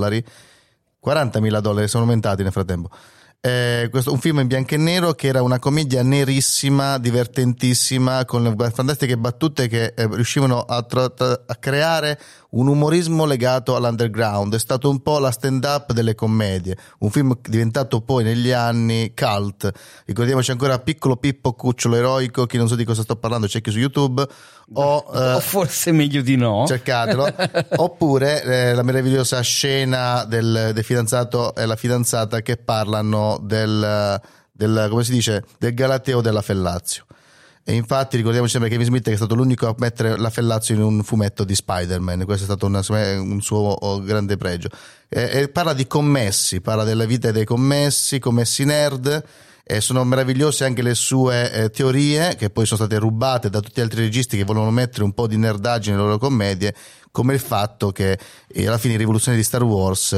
$40.000 sono aumentati nel frattempo. Questo un film in bianco e nero che era una commedia nerissima, divertentissima, con fantastiche battute che riuscivano a creare un umorismo legato all'underground. È stato un po' la stand-up delle commedie, un film diventato poi negli anni cult. Ricordiamoci ancora Piccolo Pippo Cucciolo Eroico, chi non so di cosa sto parlando cerchi su YouTube, O forse meglio di no. cercatelo, oppure la meravigliosa scena del fidanzato e la fidanzata che parlano del come si dice, del Galateo della Fellazio. E infatti ricordiamoci sempre Kevin Smith che è stato l'unico a mettere la Fellazio in un fumetto di Spider-Man. Questo è stato un suo grande pregio. E parla di commessi, parla della vita dei commessi nerd. E sono meravigliose anche le sue teorie, che poi sono state rubate da tutti gli altri registi che volevano mettere un po' di nerdaggine nelle loro commedie, come il fatto che alla fine i rivoluzioni di Star Wars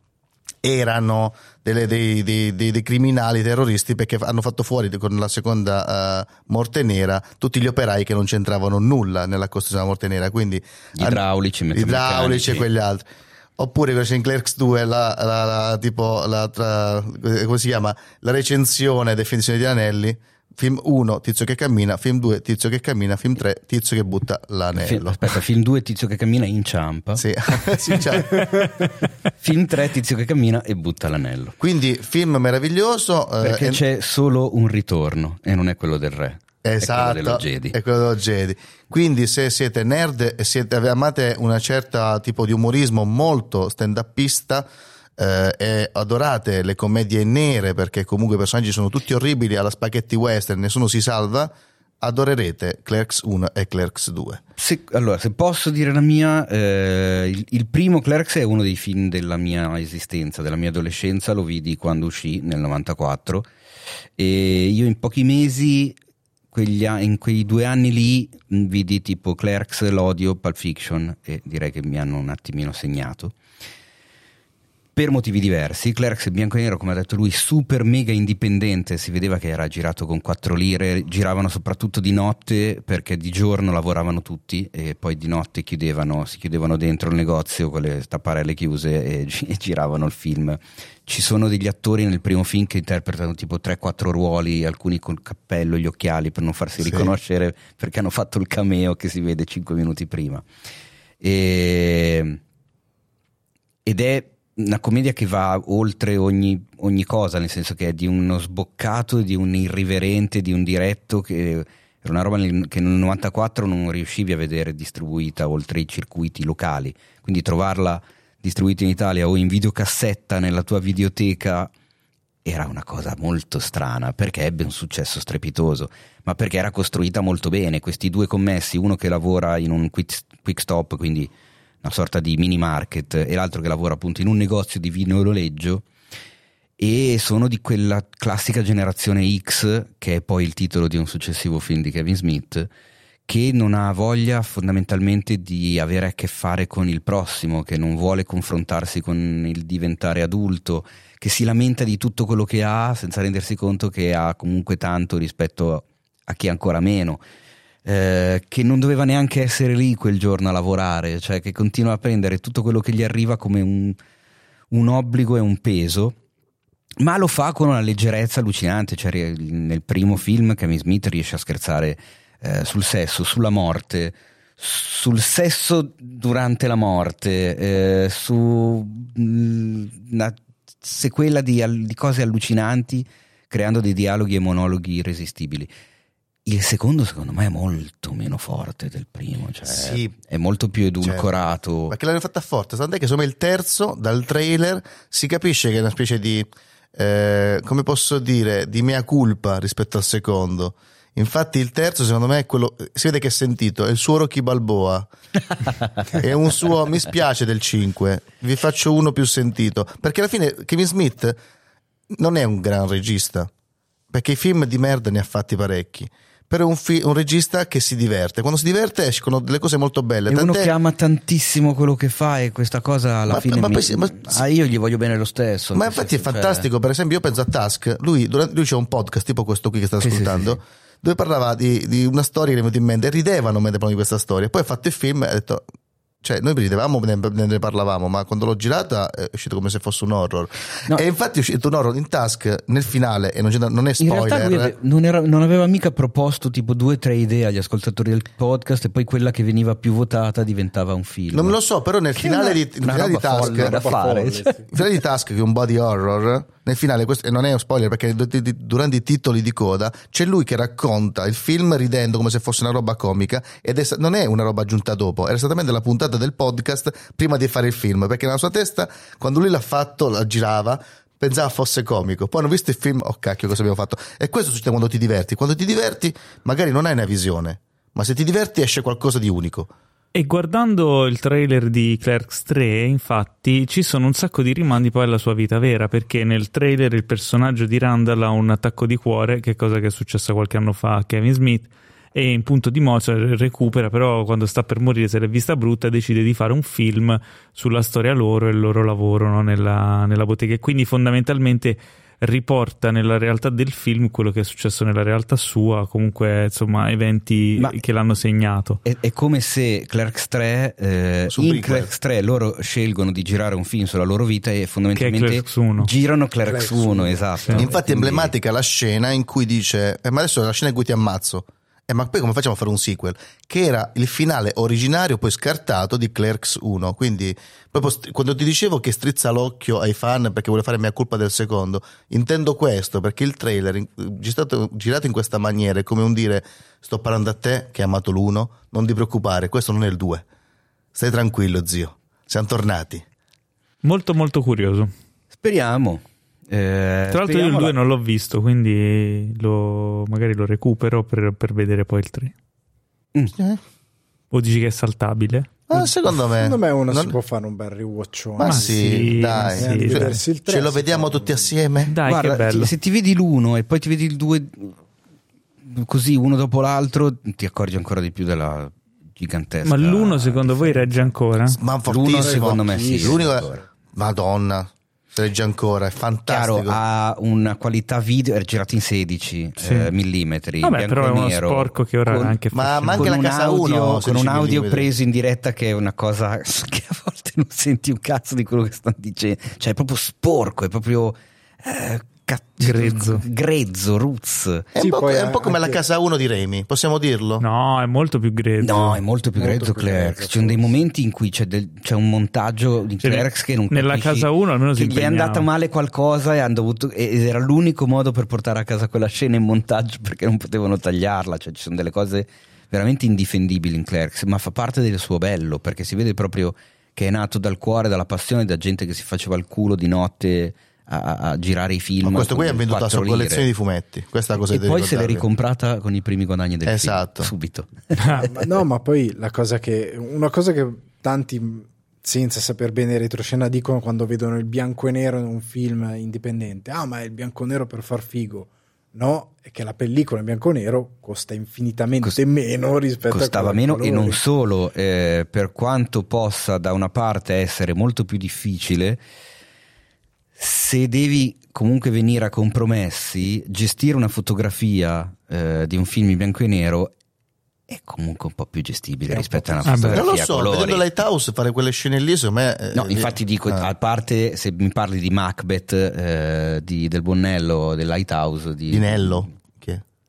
erano dei criminali terroristi, perché hanno fatto fuori con la seconda morte nera tutti gli operai che non c'entravano nulla nella costruzione della morte nera, quindi Gli idraulici, idraulici e quegli altri. Oppure in Clerks 2 come si chiama, la recensione definizione di anelli. Film 1 tizio che cammina, film 2 tizio che cammina, film 3 tizio che butta l'anello. Film 2 tizio che cammina inciampa. Sì, sì, Film 3 tizio che cammina e butta l'anello. quindi film meraviglioso, Perché c'è solo un ritorno e non è quello del re. esatto, È quello dello Jedi. è quello dello Jedi. Quindi se siete nerd e amate una certa tipo di umorismo molto stand-upista, e adorate le commedie nere, perché comunque i personaggi sono tutti orribili alla spaghetti western, nessuno si salva, adorerete Clerks 1 e Clerks 2. Allora, se posso dire la mia, il primo Clerks è uno dei film della mia esistenza, della mia adolescenza, lo vidi quando uscì nel 94 e io in pochi mesi, in quei 2 anni lì, vidi tipo Clerks, L'Odio, Pulp Fiction, e direi che mi hanno un attimino segnato. Per motivi diversi. Clerks bianco e nero, come ha detto lui, super mega indipendente, si vedeva che era girato con 4 lire, giravano soprattutto di notte perché di giorno lavoravano tutti e poi di notte si chiudevano dentro il negozio con le tapparelle chiuse e giravano il film. Ci sono degli attori nel primo film che interpretano tipo 3-4 ruoli, alcuni col cappello, gli occhiali per non farsi riconoscere perché hanno fatto il cameo che si vede 5 minuti prima. Ed è una commedia che va oltre ogni cosa, nel senso che è di uno sboccato, di un irriverente, di un diretto, che era una roba che nel 94 non riuscivi a vedere distribuita oltre i circuiti locali, quindi trovarla distribuita in Italia o in videocassetta nella tua videoteca era una cosa molto strana, perché ebbe un successo strepitoso, ma perché era costruita molto bene. Questi 2 commessi, uno che lavora in un quick stop, quindi una sorta di mini market, e l'altro che lavora appunto in un negozio di vino e orologeggio, e sono di quella classica generazione X, che è poi il titolo di un successivo film di Kevin Smith, che non ha voglia fondamentalmente di avere a che fare con il prossimo, che non vuole confrontarsi con il diventare adulto, che si lamenta di tutto quello che ha senza rendersi conto che ha comunque tanto rispetto a chi ha ancora meno. Che non doveva neanche essere lì quel giorno a lavorare, cioè che continua a prendere tutto quello che gli arriva come un obbligo e un peso, ma lo fa con una leggerezza allucinante. Cioè, nel primo film Kevin Smith riesce a scherzare sul sesso, sulla morte, sul sesso durante la morte, su una sequela di cose allucinanti, creando dei dialoghi e monologhi irresistibili. Il secondo secondo me è molto meno forte del primo, cioè Sì, è molto più edulcorato. certo. Perché l'hanno fatta forte, tant'è che insomma il terzo, dal trailer si capisce che è una specie di come posso dire, di mea culpa rispetto al secondo. Infatti il terzo secondo me è quello, si vede che è sentito, è il suo Rocky Balboa. È un suo mi spiace del 5, vi faccio uno più sentito, perché alla fine Kevin Smith non è un gran regista, perché i film di merda ne ha fatti parecchi, però è un regista che si diverte, quando si diverte escono delle cose molto belle. È uno che ama tantissimo quello che fa, e questa cosa alla fine io gli voglio bene lo stesso. Ma infatti è fantastico. Per esempio io penso a Tusk, lui c'è un podcast tipo questo qui che sta ascoltando, dove parlava di una storia che mi è venuta in mente e ridevano mentre parlavano di questa storia. Poi ha fatto il film e ha detto, cioè noi ridevamo, ne parlavamo, ma quando l'ho girata è uscito come se fosse un horror. No. E infatti è uscito un horror in Tusk nel finale, e non è spoiler. In realtà non aveva mica proposto tipo 2 o 3 idee agli ascoltatori del podcast, e poi quella che veniva più votata diventava un film. Non lo so, però nel finale di Tusk, il finale di Tusk, che è un body horror, nel finale, questo non è un spoiler perché durante i titoli di coda c'è lui che racconta il film ridendo come se fosse una roba comica, ed non è una roba aggiunta dopo, era esattamente la puntata del podcast prima di fare il film, perché nella sua testa quando lui l'ha fatto, la girava, pensava fosse comico. Poi hanno visto il film, oh cacchio, cosa abbiamo fatto? E questo succede quando ti diverti magari non hai una visione, ma se ti diverti esce qualcosa di unico. E guardando il trailer di Clerks 3, infatti, ci sono un sacco di rimandi poi alla sua vita vera, perché nel trailer il personaggio di Randall ha un attacco di cuore, che è cosa che è successa qualche anno fa a Kevin Smith, e in punto di morte recupera, però quando sta per morire se l'è vista brutta e decide di fare un film sulla storia loro e il loro lavoro, no, nella bottega, e quindi fondamentalmente riporta nella realtà del film quello che è successo nella realtà sua, comunque insomma eventi che l'hanno segnato. È come se Clerks 3 in Clerks 3 loro scelgono di girare un film sulla loro vita e fondamentalmente girano Clerks 1, esatto. Sì. Infatti è emblematica la scena in cui dice ma adesso è la scena in cui ti ammazzo. Ma poi come facciamo a fare un sequel? Che era il finale originario poi scartato di Clerks 1. Quindi proprio quando ti dicevo che strizza l'occhio ai fan perché vuole fare mea colpa del secondo, intendo questo, perché il trailer girato in questa maniera è come un dire: sto parlando a te che hai amato l'1, non ti preoccupare, questo non è il 2, stai tranquillo zio, siamo tornati. Molto molto curioso. Speriamo. Tra l'altro io il 2 non l'ho visto, quindi magari lo recupero per vedere poi il 3. O dici che è saltabile? Secondo me uno si può fare un bel rewatchone. Ma sì, dai, sì, ce lo vediamo tutti assieme. Dai, guarda, che bello. Se ti vedi l'1 e poi ti vedi il 2 così uno dopo l'altro, ti accorgi ancora di più della gigantesca. Ma l'1 secondo voi regge ancora? Ma fortissimo, secondo me sì. L'unico, Madonna, regge ancora, è fantastico. Chiaro, ha una qualità video, è girato in 16 millimetri. Vabbè, però è uno sporco che ora anche ma anche la casa 1 con un audio preso in diretta, che è una cosa che a volte non senti un cazzo di quello che stanno dicendo, cioè è proprio sporco, è proprio grezzo, ruzz. È un po' come la casa 1 di Raimi, possiamo dirlo? No, è molto più grezzo. No, è molto più grezzo Clerks. Ci sono dei momenti in cui c'è un montaggio di Clerks che non nella casa 1 almeno che gli è andata male qualcosa ed era l'unico modo per portare a casa quella scena in montaggio, perché non potevano tagliarla. Cioè ci sono delle cose veramente indifendibili in Clerks, ma fa parte del suo bello, perché si vede proprio che è nato dal cuore, dalla passione, da gente che si faceva il culo di notte a girare i film. Ma questo qui ha venduto la sua collezione di fumetti, questa cosa, e poi se l'è ricomprata con i primi guadagni del film subito. Ma poi una cosa che tanti senza saper bene retroscena dicono quando vedono il bianco e nero in un film indipendente: ma è il bianco e nero per far figo. No, è che la pellicola in bianco e nero costa infinitamente meno rispetto costava meno, e non solo, per quanto possa da una parte essere molto più difficile, se devi comunque venire a compromessi, gestire una fotografia di un film in bianco e nero è comunque un po' più gestibile rispetto a una fotografia non lo so, a colori. Vedendo Lighthouse fare quelle scene lì, secondo me no, infatti dico, a parte se mi parli di Macbeth, del Bonnello, del Lighthouse di Nello, che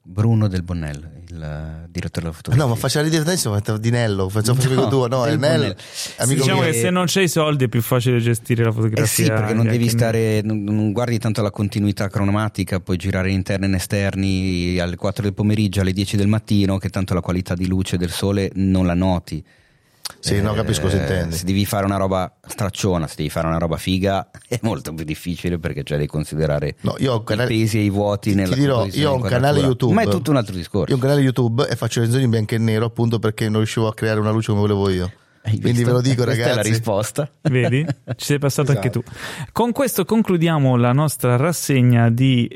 Bruno Del Bonnell, il direttore della fotografia. No, ma faceva ridere adesso, Di Nello, facciamo amico tuo, no, è Nel, amico diciamo mio. che se non c'hai i soldi è più facile gestire la fotografia. Sì, perché non devi stare, non guardi tanto la continuità cromatica, puoi girare interni ed esterni alle 4 del pomeriggio, alle 10 del mattino, che tanto la qualità di luce del sole non la noti. Sì, no, capisco cosa intendi. Se devi fare una roba stracciona, se devi fare una roba figa è molto più difficile, perché c'è devi considerare i pesi e i vuoti nella composizione. Io ho un canale YouTube, ma è tutto un altro discorso. Io ho un canale YouTube e faccio le recensioni in bianco e nero, appunto perché non riuscivo a creare una luce come volevo io. Quindi ve lo dico, Questa ragazzi, è la risposta. Vedi? Ci sei passato Esatto. anche tu. Con questo concludiamo la nostra rassegna di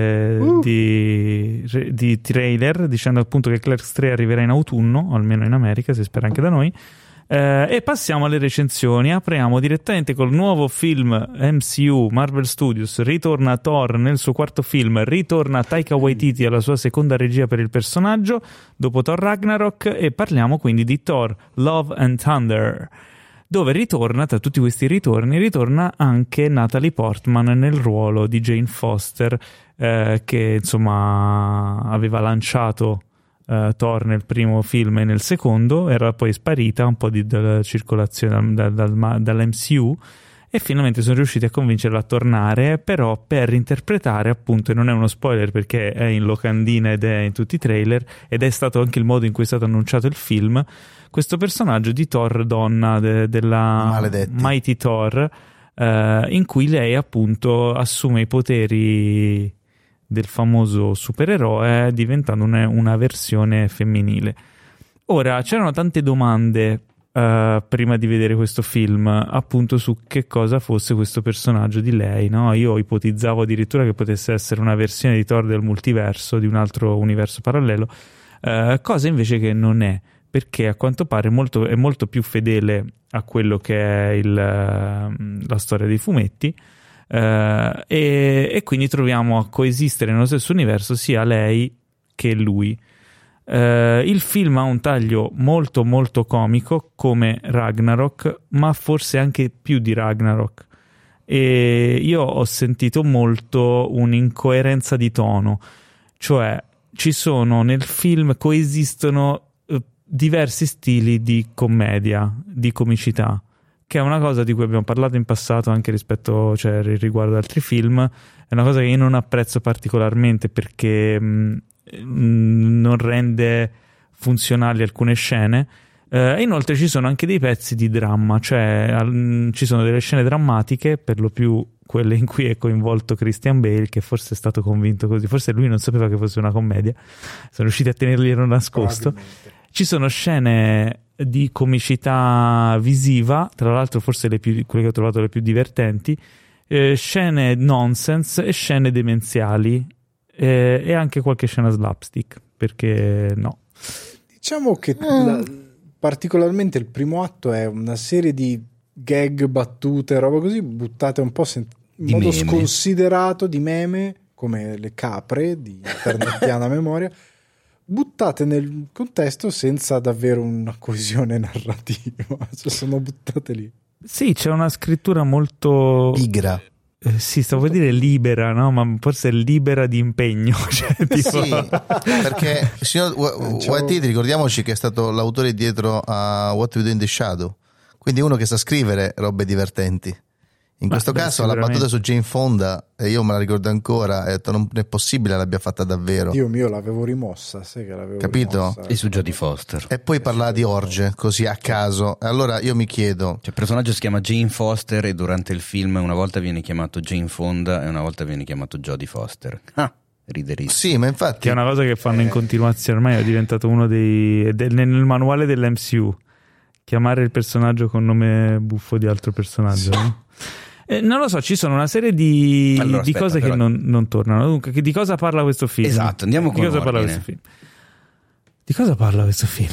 trailer, dicendo appunto che Clerks 3 arriverà in autunno, almeno in America, si spera anche da noi. E passiamo alle recensioni. Apriamo direttamente col nuovo film MCU Marvel Studios. Ritorna Thor nel suo quarto film, ritorna Taika Waititi alla sua seconda regia per il personaggio dopo Thor Ragnarok, e parliamo quindi di Thor Love and Thunder, dove ritorna, tra tutti questi ritorni, ritorna anche Natalie Portman nel ruolo di Jane Foster, che insomma aveva lanciato Thor nel primo film e nel secondo, era poi sparita un po' dalla circolazione dall'MCU, e finalmente sono riusciti a convincerla a tornare, però per interpretare, appunto, e non è uno spoiler perché è in locandina ed è in tutti i trailer, ed è stato anche il modo in cui è stato annunciato il film, questo personaggio di Thor donna della Maledetti. Mighty Thor, in cui lei appunto assume i poteri del famoso supereroe, diventando una versione femminile. Ora, c'erano tante domande prima di vedere questo film, appunto su che cosa fosse questo personaggio di lei, no? Io ipotizzavo addirittura che potesse essere una versione di Thor del multiverso, di un altro universo parallelo, cosa invece che non è, perché a quanto pare è molto più fedele a quello che è la storia dei fumetti. E quindi troviamo a coesistere nello stesso universo sia lei che lui. Il film ha un taglio molto molto comico come Ragnarok, ma forse anche più di Ragnarok, e io ho sentito molto un'incoerenza di tono, cioè ci sono nel film, coesistono diversi stili di commedia, di comicità, che è una cosa di cui abbiamo parlato in passato anche riguardo ad altri film. È una cosa che io non apprezzo particolarmente, perché non rende funzionali alcune scene, e inoltre ci sono anche dei pezzi di dramma, cioè ci sono delle scene drammatiche, per lo più quelle in cui è coinvolto Christian Bale, che forse è stato convinto così, forse lui non sapeva che fosse una commedia, sono riusciti a tenerglielo nascosto. Ci sono scene di comicità visiva, tra l'altro forse quelle che ho trovato le più divertenti, scene nonsense e scene demenziali, e anche qualche scena slapstick, perché no. Diciamo che particolarmente il primo atto è una serie di gag, battute, roba così, buttate un po' in modo sconsiderato, di meme, come le capre di internetiana memoria, buttate nel contesto senza davvero una coesione narrativa, cioè sono buttate lì. Sì, c'è una scrittura molto pigra. Sì, stavo a dire libera, no? Ma forse è libera di impegno. Cioè, tipo... Sì, perché il signor Waititi, ricordiamoci che è stato l'autore dietro a What We Do in the Shadow, quindi uno che sa scrivere robe divertenti. In questo caso la battuta su Jane Fonda, io me la ricordo ancora, e ho detto non è possibile l'abbia fatta davvero. Dio mio, l'avevo rimossa, sai che l'avevo capito? Rimossa, e su Jodie Foster. E poi parlava di orge, così a caso. E allora io mi chiedo, cioè, il personaggio si chiama Jane Foster e durante il film una volta viene chiamato Jane Fonda e una volta viene chiamato Jodie Foster. Riderissimo. Sì, ma infatti che è una cosa che fanno in continuazione, ormai è diventato uno nel manuale dell'MCU, chiamare il personaggio con nome buffo di altro personaggio, no? Non lo so, ci sono una serie di cose che non tornano. Dunque, di cosa parla questo film? Esatto, andiamo con ordine. Di cosa parla questo film?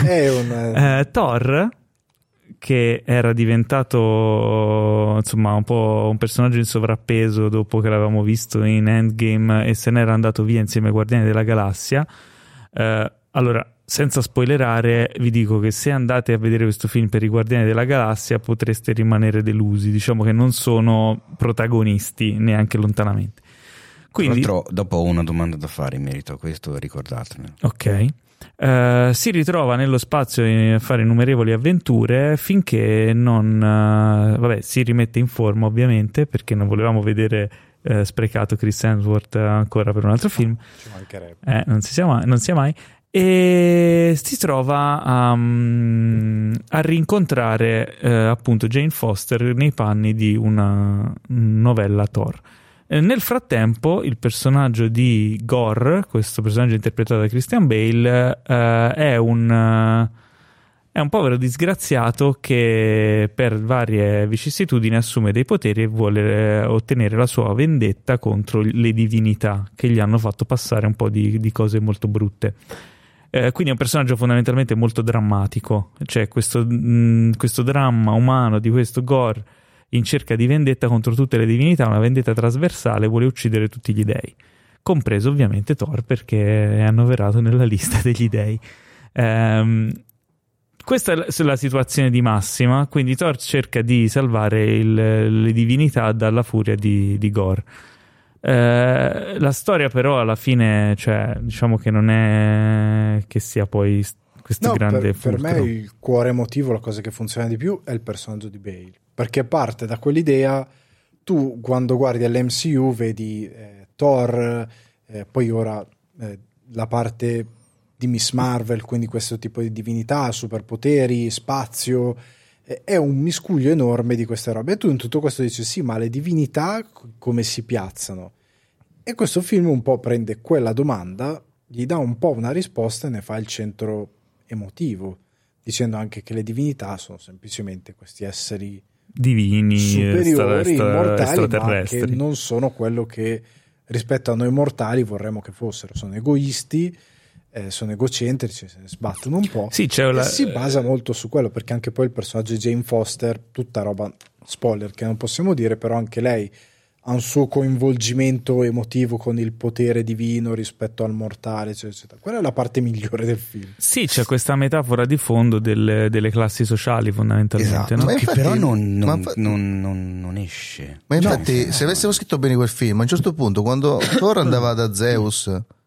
È Thor, che era diventato insomma un po' un personaggio in sovrappeso dopo che l'avevamo visto in Endgame e se n'era andato via insieme ai Guardiani della Galassia. Allora, senza spoilerare, vi dico che se andate a vedere questo film per i Guardiani della Galassia potreste rimanere delusi, diciamo che non sono protagonisti neanche lontanamente. Quindi, tra l'altro, dopo ho una domanda da fare in merito a questo, ricordatemelo. ok. Si ritrova nello spazio a fare innumerevoli avventure finché non si rimette in forma, ovviamente, perché non volevamo vedere sprecato Chris Hemsworth ancora per un altro film. Ci mancherebbe. Non sia mai. E si trova a rincontrare appunto Jane Foster nei panni di una novella Thor. Nel frattempo il personaggio di Gore, questo personaggio interpretato da Christian Bale, è un povero disgraziato che per varie vicissitudini assume dei poteri e vuole ottenere la sua vendetta contro le divinità che gli hanno fatto passare un po' di cose molto brutte. Quindi è un personaggio fondamentalmente molto drammatico, cioè questo dramma umano di questo Gore in cerca di vendetta contro tutte le divinità, una vendetta trasversale, vuole uccidere tutti gli dei, compreso ovviamente Thor, perché è annoverato nella lista degli dei. Questa è la situazione di massima, quindi Thor cerca di salvare le divinità dalla furia di Gore. La storia però alla fine, cioè, diciamo che non è che sia poi questo grande per me il cuore emotivo, la cosa che funziona di più è il personaggio di Bale, perché parte da quell'idea. Tu quando guardi all'MCU vedi Thor, poi ora la parte di Miss Marvel, quindi questo tipo di divinità, superpoteri, spazio, è un miscuglio enorme di queste robe, e tu in tutto questo dici sì, ma le divinità come si piazzano? E questo film un po' prende quella domanda, gli dà un po' una risposta e ne fa il centro emotivo, dicendo anche che le divinità sono semplicemente questi esseri divini, superiori, immortali, ma che terrestri, non sono quello che rispetto a noi mortali vorremmo che fossero. Sono egoisti, sono egocentrici, se ne sbattono un po'. Sì, si basa molto su quello, perché anche poi il personaggio di Jane Foster, tutta roba spoiler che non possiamo dire, però anche lei ha un suo coinvolgimento emotivo con il potere divino rispetto al mortale, eccetera, eccetera. Quella è la parte migliore del film. Sì, c'è questa metafora di fondo delle classi sociali, fondamentalmente. Esatto, no? ma infatti, però non esce. Ma infatti, se avessimo scritto bene quel film, a un certo punto, quando Thor andava da Zeus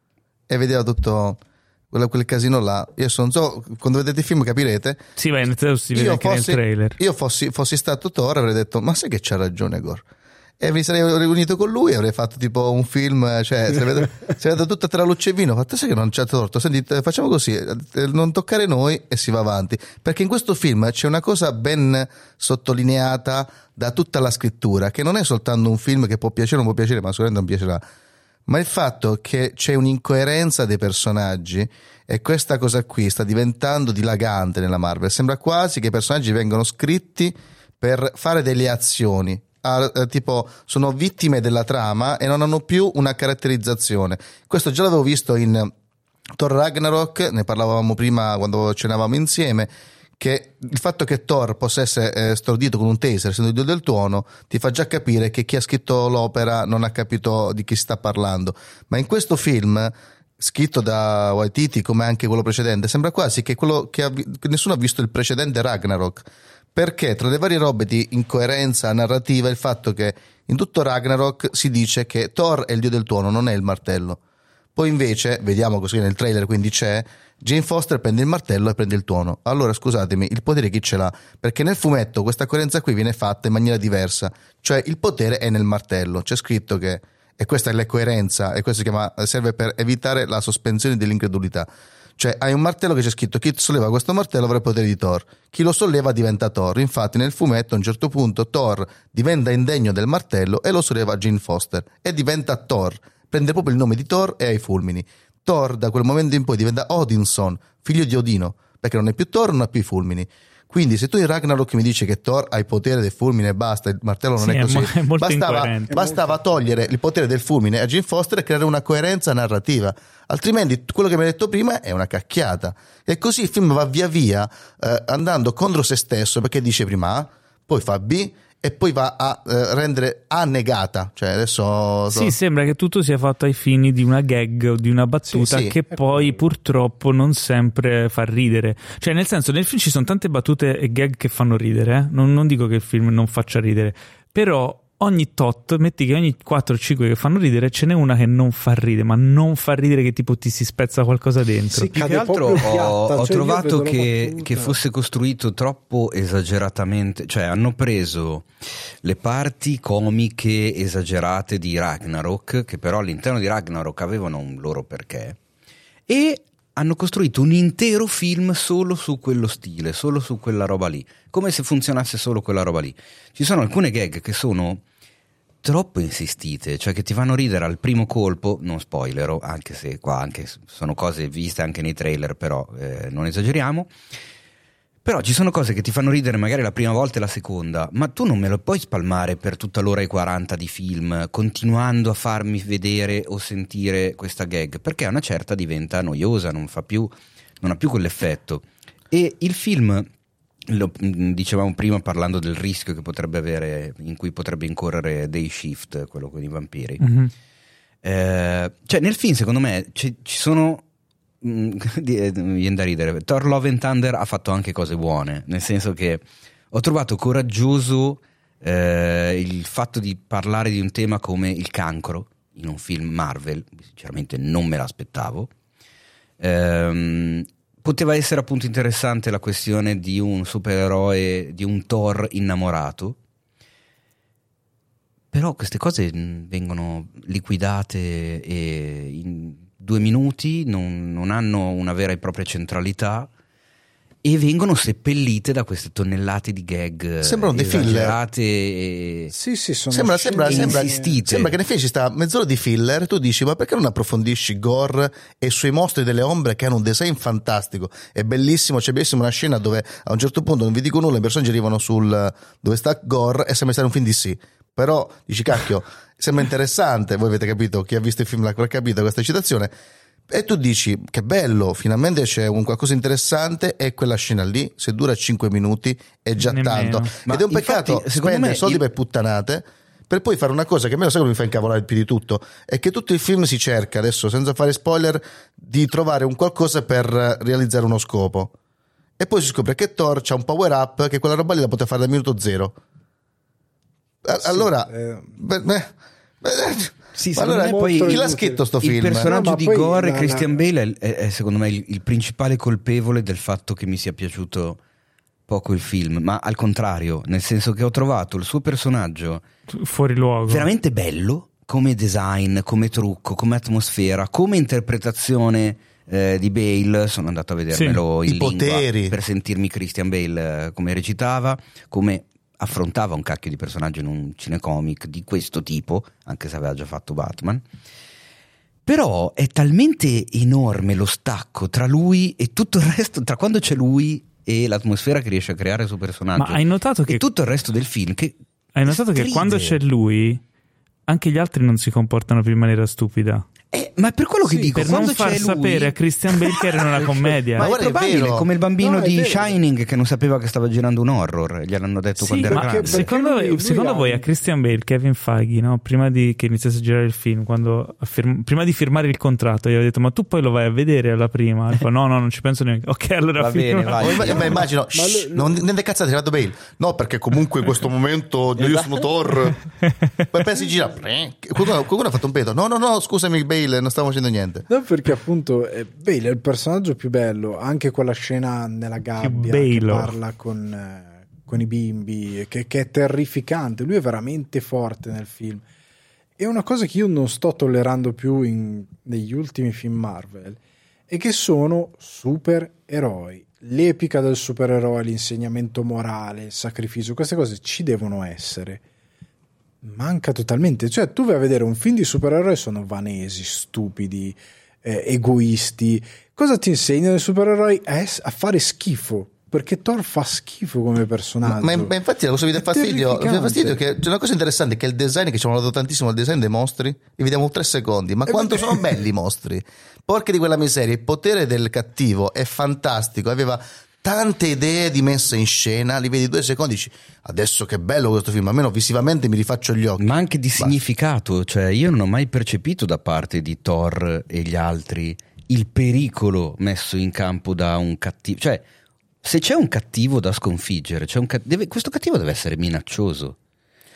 e vedeva tutto quel casino là, io non so, quando vedete il film capirete. Sì, vai, si vede anche nel trailer. Io fossi stato Thor, avrei detto, ma sai che c'ha ragione Gore? E mi sarei riunito con lui e avrei fatto tipo un film, cioè si vede tutta tra luce e vino, fatto sai che non c'è torto, sentite, facciamo così, non toccare noi e si va avanti, perché in questo film c'è una cosa ben sottolineata da tutta la scrittura, che non è soltanto un film che può piacere o non può piacere, ma sicuramente non piacerà, ma il fatto che c'è un'incoerenza dei personaggi, e questa cosa qui sta diventando dilagante nella Marvel. Sembra quasi che i personaggi vengano scritti per fare delle azioni, tipo sono vittime della trama e non hanno più una caratterizzazione. Questo già l'avevo visto in Thor Ragnarok, ne parlavamo prima quando cenavamo insieme, che il fatto che Thor possa essere stordito con un taser, essendo il dio del tuono, ti fa già capire che chi ha scritto l'opera non ha capito di chi sta parlando. Ma in questo film, scritto da Waititi come anche quello precedente, sembra quasi che nessuno ha visto il precedente Ragnarok, perché tra le varie robe di incoerenza narrativa il fatto che in tutto Ragnarok si dice che Thor è il dio del tuono, non è il martello. Poi invece, vediamo così nel trailer, quindi c'è Jane Foster prende il martello e prende il tuono. Allora scusatemi, il potere chi ce l'ha? Perché nel fumetto questa coerenza qui viene fatta in maniera diversa, cioè il potere è nel martello, c'è scritto che, e questa è la coerenza, e questo serve per evitare la sospensione dell'incredulità. Cioè hai un martello che c'è scritto chi solleva questo martello avrà il potere di Thor, chi lo solleva diventa Thor. Infatti nel fumetto a un certo punto Thor diventa indegno del martello e lo solleva Jane Foster e diventa Thor, prende proprio il nome di Thor e ha i fulmini. Thor da quel momento in poi diventa Odinson, figlio di Odino, perché non è più Thor, non ha più i fulmini. Quindi se tu in Ragnarok mi dici che Thor ha il potere del fulmine e basta, il martello non è così, bastava togliere il potere del fulmine a Jane Foster e creare una coerenza narrativa, altrimenti quello che mi hai detto prima è una cacchiata. E così il film va via via andando contro se stesso, perché dice prima A, poi fa B e poi va a rendere A negata. Cioè adesso sì, sembra che tutto sia fatto ai fini di una gag o di una battuta che poi purtroppo non sempre fa ridere. Cioè nel senso, nel film ci sono tante battute e gag che fanno ridere, non dico che il film non faccia ridere, però ogni tot, metti che ogni 4-5 che fanno ridere ce n'è una che non fa ridere, ma non fa ridere che tipo ti si spezza qualcosa dentro. Sì, Più che altro ho trovato che fosse costruito troppo esageratamente, cioè hanno preso le parti comiche esagerate di Ragnarok, che però all'interno di Ragnarok avevano un loro perché, e hanno costruito un intero film solo su quello stile, solo su quella roba lì, come se funzionasse solo quella roba lì. Ci sono alcune gag che sono troppo insistite, cioè che ti fanno ridere al primo colpo, non spoilero, anche se qua anche sono cose viste anche nei trailer, però non esageriamo. Però ci sono cose che ti fanno ridere magari la prima volta e la seconda, ma tu non me lo puoi spalmare per tutta l'ora e 40 di film, continuando a farmi vedere o sentire questa gag, perché a una certa diventa noiosa, non ha più quell'effetto. E il film, lo dicevamo prima parlando del rischio che potrebbe avere, in cui potrebbe incorrere Day Shift, quello con i vampiri. Mm-hmm. Cioè nel film secondo me ci sono... viene da ridere. Thor Love and Thunder ha fatto anche cose buone, nel senso che ho trovato coraggioso il fatto di parlare di un tema come il cancro in un film Marvel. Sinceramente non me l'aspettavo. Poteva essere appunto interessante la questione di un supereroe, di un Thor innamorato, però queste cose vengono liquidate e in 2 minuti, non hanno una vera e propria centralità e vengono seppellite da queste tonnellate di gag. Sembrano dei filler. Sì, sono sembra insistite. Sembra che ne fai ci sta mezz'ora di filler, tu dici ma perché non approfondisci Gore e sui mostri delle ombre che hanno un design fantastico, è bellissimo, c'è benissimo una scena dove a un certo punto non vi dico nulla, i personaggi arrivano sul dove sta Gore e sembra stare un film DC, però dici cacchio sembra interessante, voi avete capito, chi ha visto il film l'ha capito questa citazione, e tu dici che bello, finalmente c'è un qualcosa interessante, e quella scena lì se dura 5 minuti è già Nemmeno. tanto. Ma ed è un peccato infatti, secondo spendere me, soldi per puttanate per poi fare una cosa che a me lo sai come mi fa incavolare più di tutto, è che tutto il film si cerca, adesso senza fare spoiler, di trovare un qualcosa per realizzare uno scopo, e poi si scopre che Thor c'ha un power up che quella roba lì la poteva fare dal minuto 0. Allora sì, ma allora poi chi l'ha scritto sto film? Il personaggio No, di poi Gore, Christian Bale, è secondo me il principale colpevole del fatto che mi sia piaciuto poco il film, ma al contrario, nel senso che ho trovato il suo personaggio fuori luogo, veramente bello come design, come trucco, come atmosfera, come interpretazione di Bale. Sono andato a vedermelo in lingua poteri per sentirmi Christian Bale come recitava, come affrontava un cacchio di personaggio in un cinecomic di questo tipo, anche se aveva già fatto Batman. Però è talmente enorme lo stacco tra lui e tutto il resto, tra quando c'è lui e l'atmosfera che riesce a creare il suo personaggio, ma hai notato e che tutto il resto del film che hai notato che quando c'è lui anche gli altri non si comportano più in maniera stupida? Ma è per quello che Sì, dico, per quando non far c'è sapere lui... a Christian Bale che era una commedia. Ma è guarda, è probabile, vero. come il bambino No, è di vero. Shining che non sapeva che stava girando un horror, gliel'hanno detto Sì, quando era ma grande. secondo lui voi ha- a Christian Bale, Kevin Feige, no? Prima di che iniziasse a girare il film, quando prima di firmare il contratto, gli aveva detto: ma tu poi lo vai a vedere alla prima? E fa, no, non ci penso neanche. Ok, allora Va bene, firma. vai. ma immagino non ne cazzate, è arrivato Bale, no, perché comunque in questo momento io sono Thor, poi pensi si gira qualcuno ha fatto un pedo, no scusami Bale, non stavo facendo niente. No, perché appunto Bale è il personaggio più bello, anche quella scena nella gabbia che bello. parla con i bimbi, che è terrificante. Lui è veramente forte nel film. E una cosa che io non sto tollerando più negli ultimi film Marvel è che sono supereroi. L'epica del supereroe, l'insegnamento morale, il sacrificio, queste cose ci devono essere. Manca totalmente. Cioè, tu vai a vedere un film di supereroi, sono vanesi, stupidi, egoisti. Cosa ti insegnano i supereroi? A fare schifo, perché Thor fa schifo come personaggio. Ma infatti la cosa che mi dà fastidio è che c'è una cosa interessante, che è il design, che ci hanno dato tantissimo al design dei mostri, li vediamo 3 secondi, ma quanto sono belli i mostri, porca di quella miseria. Il potere del cattivo è fantastico, aveva tante idee di messa in scena, li vedi 2 secondi, dici adesso che bello questo film, almeno visivamente mi rifaccio gli occhi. Ma anche di significato, cioè io non ho mai percepito da parte di Thor e gli altri il pericolo messo in campo da un cattivo. Cioè, se c'è un cattivo da sconfiggere, questo cattivo deve essere minaccioso.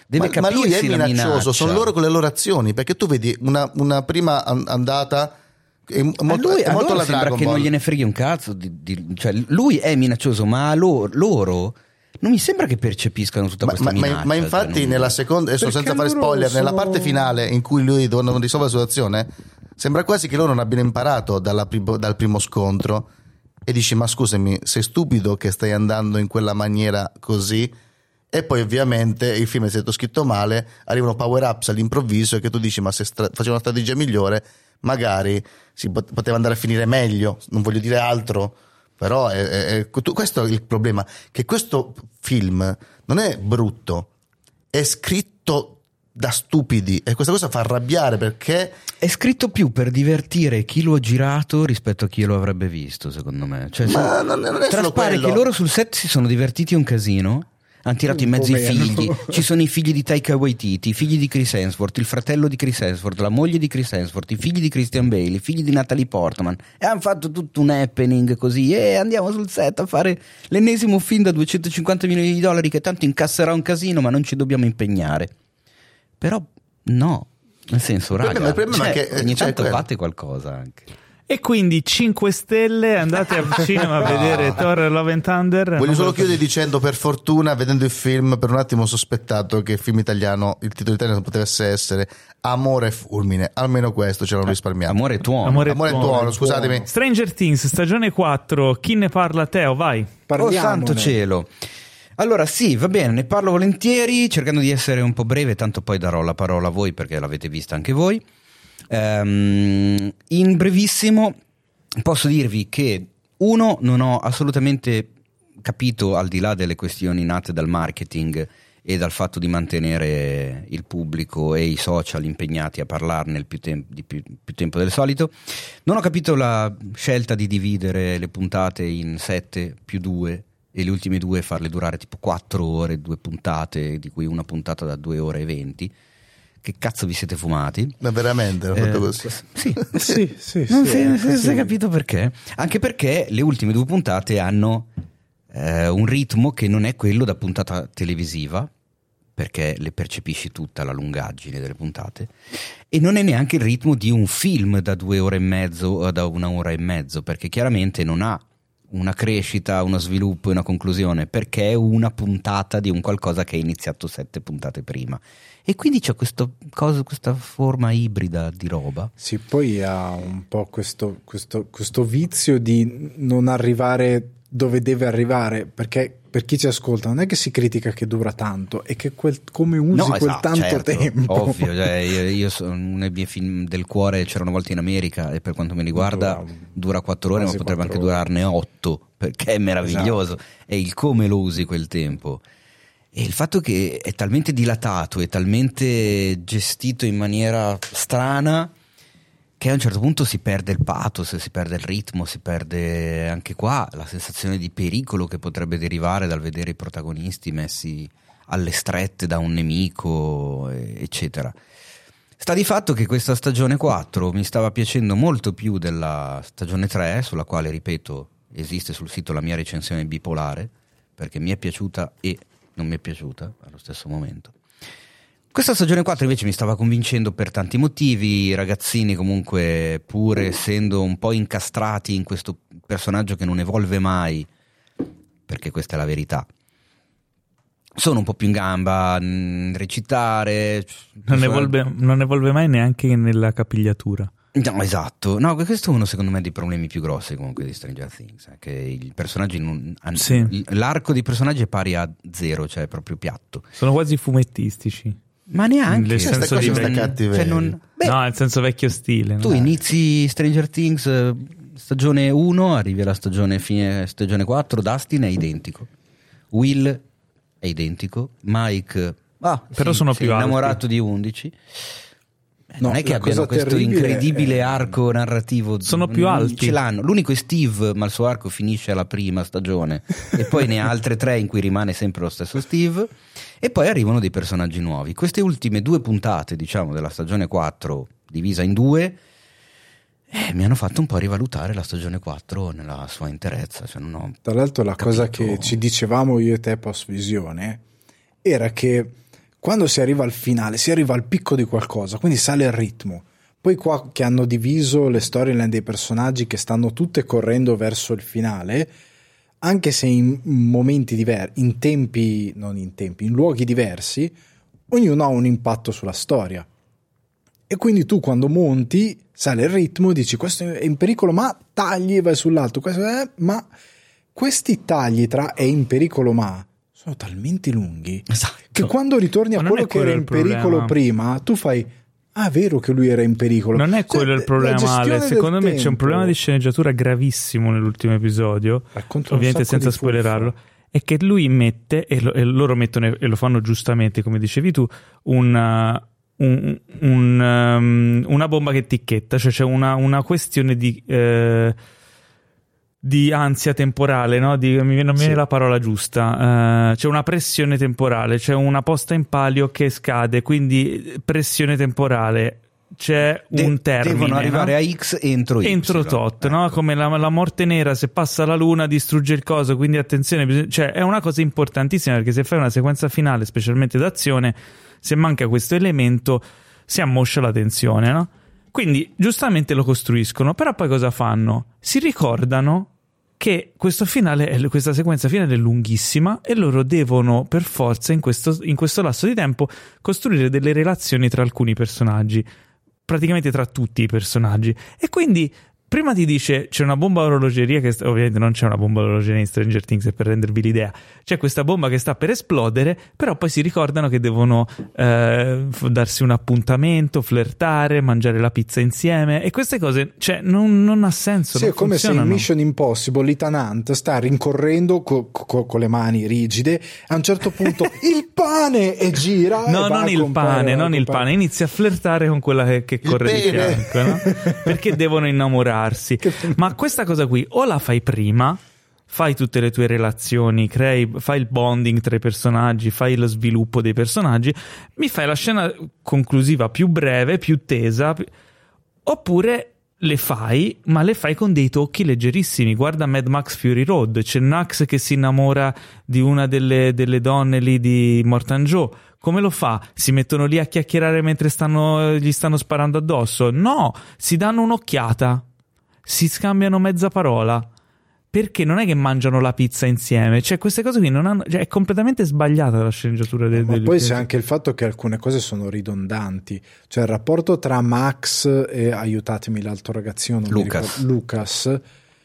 Deve ma lui è capirsi la minaccioso, minaccia. sono loro con le loro azioni, perché tu vedi una prima andata è molto, lui, è molto la sembra Dragon che Ball. non gliene freghi un cazzo cioè, lui è minaccioso, ma loro non mi sembra che percepiscano tutta questa minaccia. Ma infatti cioè, non... nella seconda, adesso Perché senza fare spoiler, nella parte finale in cui lui devono risolvere la situazione, sembra quasi che loro non abbiano imparato dal primo scontro, e dici ma scusami, sei stupido che stai andando in quella maniera così? E poi ovviamente il film è stato scritto male, arrivano power ups all'improvviso e che tu dici ma se facevo una strategia migliore magari si poteva andare a finire meglio, non voglio dire altro, però questo è il problema, che questo film non è brutto, è scritto da stupidi e questa cosa fa arrabbiare, perché è scritto più per divertire chi lo ha girato rispetto a chi lo avrebbe visto, secondo me. Cioè, ma non è solo traspare quello. che loro sul set si sono divertiti un casino. Hanno tirato in mezzo i figli. Ci sono i figli di Taika Waititi, i figli di Chris Hemsworth, il fratello di Chris Hemsworth, la moglie di Chris Hemsworth, i figli di Christian Bale, i figli di Natalie Portman, e hanno fatto tutto un happening così, e andiamo sul set a fare l'ennesimo film da $250 milioni che tanto incasserà un casino, ma non ci dobbiamo impegnare. Però no, nel senso, raga, il problema è che ogni tanto quello. fate qualcosa anche. E quindi 5 stelle, andate al cinema a vedere Thor Love and Thunder. Voglio solo chiudere dicendo, per fortuna, vedendo il film, per un attimo ho sospettato che il film italiano, il titolo italiano potesse essere Amore e Fulmine, almeno questo ce l'hanno risparmiato. Amore e tuono. Amore e Amore e tuono. tuono, scusatemi. Stranger Things, stagione 4, chi ne parla? Teo, vai. Oh santo cielo. Allora sì, va bene, ne parlo volentieri, cercando di essere un po' breve, tanto poi darò la parola a voi perché l'avete vista anche voi. In brevissimo posso dirvi che non ho assolutamente capito, al di là delle questioni nate dal marketing e dal fatto di mantenere il pubblico e i social impegnati a parlarne più tempo del solito, non ho capito la scelta di dividere le puntate in 7+2 e le ultime 2 farle durare tipo 4 ore, 2 puntate, di cui una puntata da 2 ore e 20. Che cazzo vi siete fumati? Ma veramente l'ho fatto così? Sì. Non si è capito perché. Anche perché le ultime 2 puntate hanno un ritmo che non è quello da puntata televisiva, perché le percepisci tutta la lungaggine delle puntate, e non è neanche il ritmo di un film da 2 ore e mezzo o da 1 ora e mezzo, perché chiaramente non ha una crescita, uno sviluppo e una conclusione, perché è una puntata di un qualcosa che è iniziato 7 puntate prima, e quindi c'è questa forma ibrida di roba. Sì, poi ha un po' questo vizio di non arrivare dove deve arrivare, perché per chi ci ascolta non è che si critica che dura tanto, è che come usi quel tanto certo, tempo. Ovvio, cioè, io sono uno dei miei film del cuore, C'era una volta in America, e per quanto mi riguarda dura 4 ore, ma potrebbe anche durarne 8, perché è meraviglioso. Esatto. È il come lo usi quel tempo, e il fatto che è talmente dilatato, è talmente gestito in maniera strana, che a un certo punto si perde il pathos, si perde il ritmo, si perde anche qua la sensazione di pericolo che potrebbe derivare dal vedere i protagonisti messi alle strette da un nemico, eccetera. Sta di fatto che questa stagione 4 mi stava piacendo molto più della stagione 3, sulla quale, ripeto, esiste sul sito la mia recensione bipolare, perché mi è piaciuta e non mi è piaciuta allo stesso momento. Questa stagione 4 invece mi stava convincendo per tanti motivi. I ragazzini, comunque, pur essendo un po' incastrati in questo personaggio che non evolve mai, perché questa è la verità, sono un po' più in gamba a recitare. Non evolve mai neanche nella capigliatura. No, esatto. No, questo è uno, secondo me, dei problemi più grossi comunque di Stranger Things, che i personaggi l'arco dei personaggi è pari a 0, cioè è proprio piatto. Sono quasi fumettistici. Ma neanche nel senso di nel senso vecchio stile. Tu inizi Stranger Things stagione 1, arrivi alla fine stagione 4, Dustin è identico, Will è identico, Mike però sono più innamorato di 11. Non è che abbiano questo incredibile arco narrativo. Sono più alti. Ce l'hanno. L'unico è Steve, ma il suo arco finisce alla prima stagione e poi ne ha altre 3 in cui rimane sempre lo stesso Steve, e poi arrivano dei personaggi nuovi. Queste ultime 2 puntate, diciamo, della stagione 4 divisa in 2 mi hanno fatto un po' rivalutare la stagione 4 nella sua interezza, cioè non ho Tra l'altro la capito. cosa che ci dicevamo io e te post visione era che quando si arriva al finale si arriva al picco di qualcosa, quindi sale il ritmo. Poi qua che hanno diviso le storyline dei personaggi che stanno tutte correndo verso il finale, anche se in momenti diversi, in luoghi diversi, ognuno ha un impatto sulla storia. E quindi tu quando monti sale il ritmo, dici questo è in pericolo, ma tagli e vai sull'altro, ma questi tagli tra è in pericolo ma sono talmente lunghi, esatto, che quando ritorni a quello che era in pericolo prima, tu fai è vero che lui era in pericolo. Non è quello il problema, Ale. Secondo me c'è un problema di sceneggiatura gravissimo nell'ultimo episodio, ovviamente senza spoilerarlo, è che lui mette, e loro mettono, e lo fanno giustamente come dicevi tu, una bomba che ticchetta, cioè c'è una questione di ansia temporale, no? Non mi viene la parola giusta, c'è una pressione temporale, c'è una posta in palio che scade, quindi pressione temporale, c'è un termine, devono arrivare a X entro tot, no? Come la morte nera, se passa la luna distrugge il coso, quindi attenzione, cioè è una cosa importantissima, perché se fai una sequenza finale specialmente d'azione, se manca questo elemento si ammoscia la tensione, no? Quindi giustamente lo costruiscono, però poi cosa fanno? Si ricordano che questa sequenza finale è lunghissima e loro devono per forza in questo lasso di tempo costruire delle relazioni tra alcuni personaggi, praticamente tra tutti i personaggi, e quindi prima ti dice c'è una bomba a orologeria, che ovviamente non c'è una bomba a orologeria in Stranger Things, per rendervi l'idea, c'è questa bomba che sta per esplodere, però poi si ricordano che devono darsi un appuntamento, flirtare, mangiare la pizza insieme, e queste cose, cioè non ha senso. Sì, è come se in Mission Impossible Ethan Hunt sta rincorrendo con le mani rigide, a un certo punto il pane, e gira non il pane, inizia a flirtare con quella che corre di fianco, no? Perché devono innamorarsi. Ma questa cosa qui o la fai prima, fai tutte le tue relazioni, fai il bonding tra i personaggi, fai lo sviluppo dei personaggi, mi fai la scena conclusiva più breve, più tesa, oppure le fai con dei tocchi leggerissimi. Guarda Mad Max Fury Road, c'è Nax che si innamora di una delle donne lì di Morton Joe. Come lo fa? Si mettono lì a chiacchierare mentre gli stanno sparando addosso? No, si danno un'occhiata, si scambiano mezza parola, perché non è che mangiano la pizza insieme, cioè queste cose qui non hanno, cioè, è completamente sbagliata la sceneggiatura ma poi c'è anche il fatto che alcune cose sono ridondanti, cioè il rapporto tra Max e, aiutatemi, l'altro ragazzino, Lucas,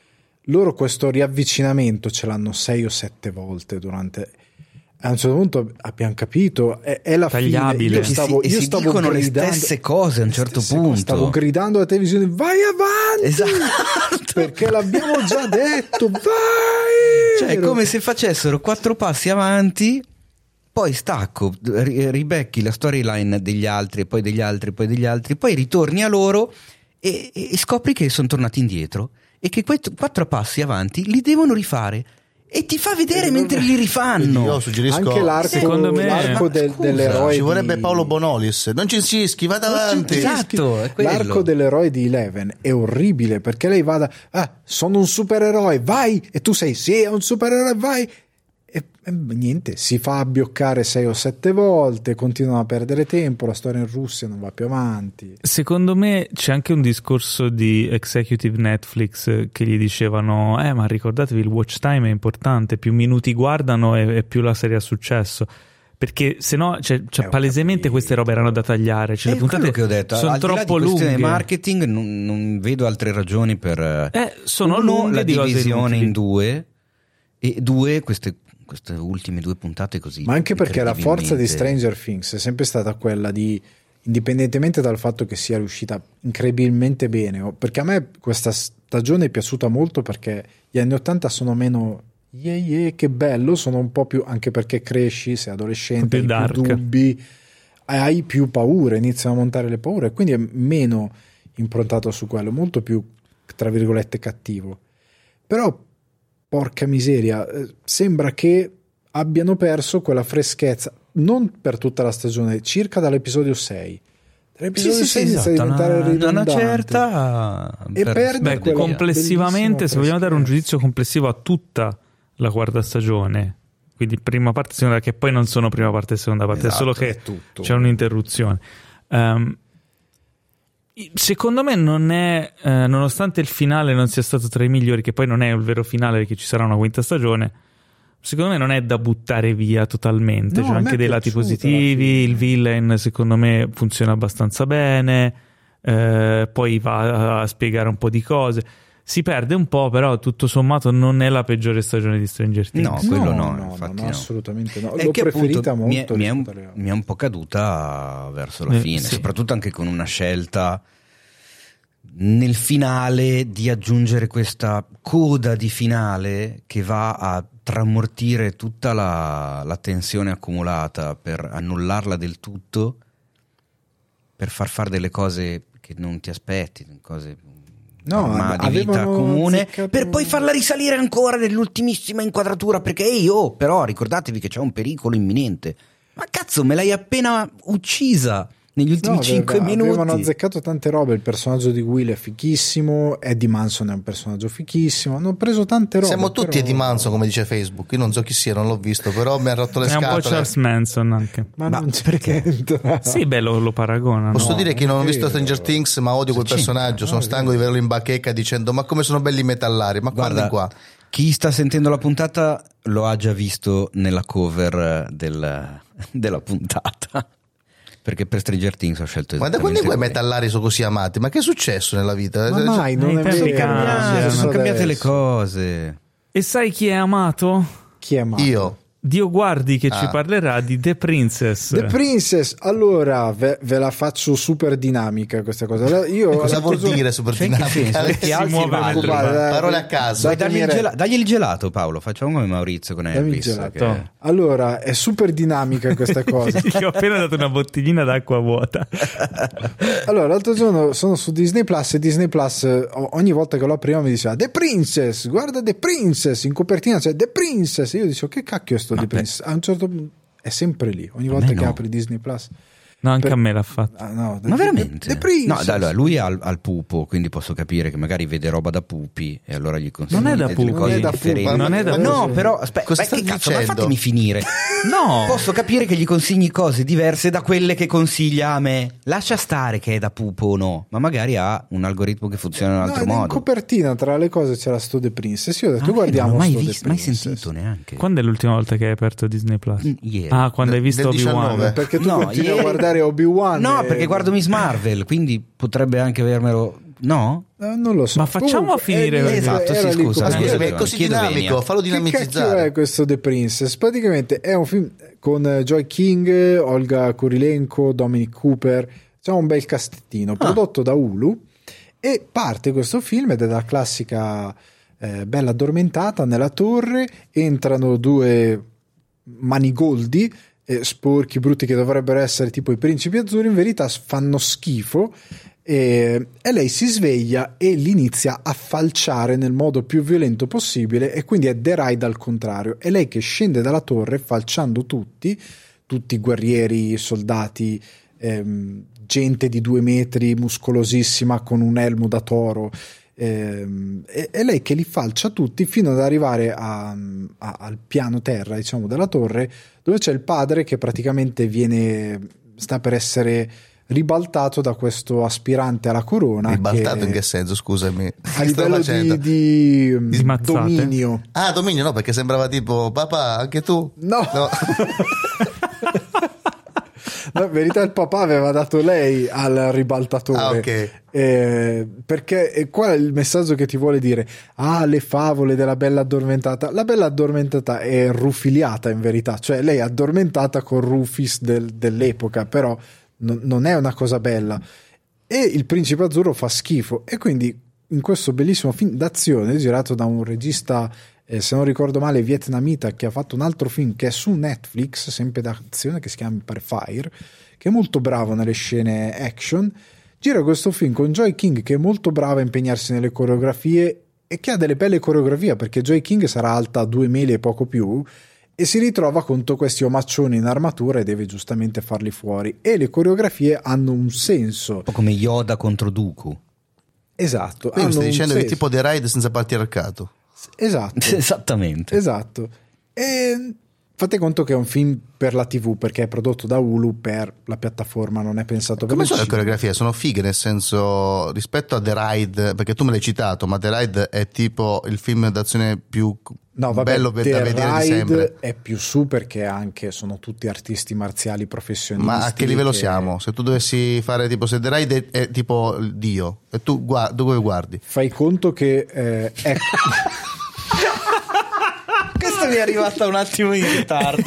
loro questo riavvicinamento ce l'hanno 6 o 7 volte durante. A un certo punto abbiamo capito, è la tagliabile. Fine. Io si stavo dicono gridando, le stesse cose a un certo punto. Stavo gridando alla televisione, vai avanti! Esatto. Perché l'abbiamo già detto, vai! Cioè è come se facessero 4 passi avanti, poi stacco, ribecchi la storyline degli altri, poi degli altri, poi degli altri, poi ritorni a loro e scopri che sono tornati indietro e che quei 4 passi avanti li devono rifare. E ti fa vedere mentre li rifanno. Io suggerisco anche l'arco, secondo me, l'arco dell'eroe. Ci vorrebbe Paolo Bonolis. Non ci insischi, vada avanti. Esatto, è quello. L'arco dell'eroe di Eleven è orribile, perché lei sono un supereroe, vai! E tu sei, sì, è un supereroe, vai! E niente, si fa abbioccare 6 o 7 volte, continuano a perdere tempo, la storia in Russia non va più avanti. Secondo me c'è anche un discorso di executive Netflix che gli dicevano ma ricordatevi, il watch time è importante, più minuti guardano e più la serie ha successo, perché se no palesemente queste robe erano da tagliare, le puntate che ho detto, sono troppo lunghe. Marketing non vedo altre ragioni per sono lunghe, la di divisione in due, e queste ultime 2 puntate così. Ma anche perché la forza di Stranger Things è sempre stata quella di, indipendentemente dal fatto che sia riuscita incredibilmente bene, perché a me questa stagione è piaciuta molto, perché gli anni 80 sono meno che bello, sono un po' più, anche perché cresci, sei adolescente, hai più dubbi, hai più paure, iniziano a montare le paure, quindi è meno improntato su quello, molto più tra virgolette cattivo. Però porca miseria, sembra che abbiano perso quella freschezza, non per tutta la stagione, circa dall'episodio 6. Dall'episodio 6 inizia a diventare ridondante. Una certa e perde complessivamente, se vogliamo dare un giudizio complessivo a tutta la quarta stagione, quindi prima parte e seconda, che poi non sono prima parte e seconda parte, Esatto, è solo che è tutto. c'è un'interruzione. Secondo me non è, nonostante il finale non sia stato tra i migliori, che poi non è il vero finale perché ci sarà una quinta stagione, secondo me non è da buttare via totalmente. No, c'è a me anche è dei lati piaciuta positivi. alla Il villain secondo me funziona abbastanza bene, poi va a spiegare un po' di cose. Si perde un po', però tutto sommato non è la peggiore stagione di Stranger Things. No, quello no, infatti no. Assolutamente no. È L'ho che preferita appunto molto mi è rispetto alle altre. un po' caduta verso la fine, sì. soprattutto anche con una scelta nel finale di aggiungere questa coda di finale che va a tramortire tutta la tensione accumulata, per annullarla del tutto, per far fare delle cose che non ti aspetti, cose di vita comune, azzeccato... per poi farla risalire ancora nell'ultimissima inquadratura, perché però ricordatevi che c'è un pericolo imminente. Ma cazzo, me l'hai appena uccisa negli ultimi 5 minuti. Avevano azzeccato tante robe. Il personaggio di Will è fichissimo, Eddie Manson è un personaggio fichissimo, hanno preso tante robe. Siamo tutti Eddie Manson, come dice Facebook. Io non so chi sia, non l'ho visto, però mi ha rotto le È un scatole. po' Charles Manson anche. Ma non c'entra. Sì, beh, lo paragonano. Posso dire che non ho è visto vero. Stranger Things, ma odio quel personaggio. Sono stanco di vederlo in bacheca dicendo: ma come sono belli i metallari, ma guarda qua. Chi sta sentendo la puntata lo ha già visto nella cover della puntata, perché per Stranger Things ho scelto Ma da quando esattamente quei metallari sono così amati? Ma che è successo nella vita? Ma mai, non Nei è tempi vero. cambiano, sono cambiate le Adesso. cose. E sai chi è amato? Chi è amato? Io. Dio guardi che ci parlerà di The Princess. The Princess, allora ve la faccio super dinamica questa cosa. Io Cosa vuol dire super Cioè, in che dinamica? senso? Ti Si alzi e muove vai. mentre va. Parole a caso. Dagli il gelato, Paolo, facciamo come Maurizio con Dammi il Elvis, gelato. che- Allora, è super dinamica questa cosa. Che ho appena dato una bottiglina d'acqua vuota. Allora, l'altro giorno sono su Disney Plus e Disney Plus ogni volta che lo aprivo mi diceva The Princess, guarda The Princess, in copertina c'è The Princess, e io dicevo che cacchio è sto The Princess? A un certo punto è sempre lì, ogni volta me che no. apri Disney Plus. No, anche a me l'ha fatto. No, Ma veramente? The Princess. No, allora, lui ha il pupo, quindi posso capire che magari vede roba da pupi e allora gli consigli Non è da delle pupi. cose Non è da differenti. pupi. Non è da No, pupi. però aspetta, Cosa che stai cazzo, ma dicendo? fatemi finire. No! Posso capire che gli consigli cose diverse da quelle che consiglia a me. Lascia stare che è da pupo o no, ma magari ha un algoritmo che funziona in un altro ed in modo. copertina tra le cose c'era sto The Princess. Io ho detto Ah, guardiamo non l'ho mai sto The visto, mai Princess. sentito neanche. Quando è l'ultima volta che hai aperto Disney Plus? Ieri. Ah, quando hai visto del Obi-Wan. 19. Perché tu No, continui ieri- a guardare Obi-Wan. No, e- perché guardo Miss Marvel, quindi potrebbe anche avermelo. No? non lo so. Ma facciamo finire niente, esatto, era sì, lì scusa, Ma come- scusa, Hai è così chiedo dinamico, venia. fallo Che cacchio dinamicizzare. è questo The Princess? Praticamente è un film con Joy King, Olga Kurilenko, Dominic Cooper. C'è un bel castettino prodotto da Hulu, e parte questo film ed è la classica bella addormentata nella torre. Entrano due manigoldi sporchi, brutti, che dovrebbero essere tipo i principi azzurri, in verità fanno schifo. E lei si sveglia e li inizia a falciare nel modo più violento possibile, e quindi è The Ride al contrario. È lei che scende dalla torre falciando tutti guerrieri, soldati, gente di 2 metri, muscolosissima, con un elmo da toro. È lei che li falcia tutti fino ad arrivare al piano terra, diciamo, della torre, dove c'è il padre che praticamente sta per essere ribaltato da questo aspirante alla corona. Ribaltato in che senso, scusami? A Che sto livello facendo? Di mazzate? dominio. Ah, dominio, no, perché sembrava tipo papà, anche tu. No. No, in verità il papà aveva dato lei al ribaltatore. Ah, ok. Perché qua è il messaggio che ti vuole dire: le favole della bella addormentata. La bella addormentata è rufiliata, in verità, cioè lei è addormentata con Rufus dell'epoca, però non è una cosa bella, e il principe azzurro fa schifo. E quindi in questo bellissimo film d'azione girato da un regista, se non ricordo male, vietnamita, che ha fatto un altro film che è su Netflix, sempre d'azione, che si chiama Fire, che è molto bravo nelle scene action. Gira questo film con Joy King, che è molto brava a impegnarsi nelle coreografie e che ha delle belle coreografie, perché Joy King sarà alta 2 meli e poco più, e si ritrova con tutti questi omaccioni in armatura e deve giustamente farli fuori, e le coreografie hanno un senso. Un po' come Yoda contro Dooku. Esatto. Quindi hanno stai un dicendo che è senso. tipo The Ride senza patriarcato. Esatto. Esattamente. Esatto. E fate conto che è un film per la TV, perché è prodotto da Hulu per la piattaforma, non è pensato per Come il sono le cinema. coreografie? Sono fighe, nel senso, rispetto a The Ride, perché tu me l'hai citato, ma The Ride è tipo il film d'azione più bello da The vedere di Ride sempre. è più su, perché anche sono tutti artisti marziali professionisti. Ma a che livello siamo? Se tu dovessi fare tipo, se The Ride è tipo Dio, e tu dove guardi? Fai conto che ecco. Questa mi è arrivata un attimo in ritardo.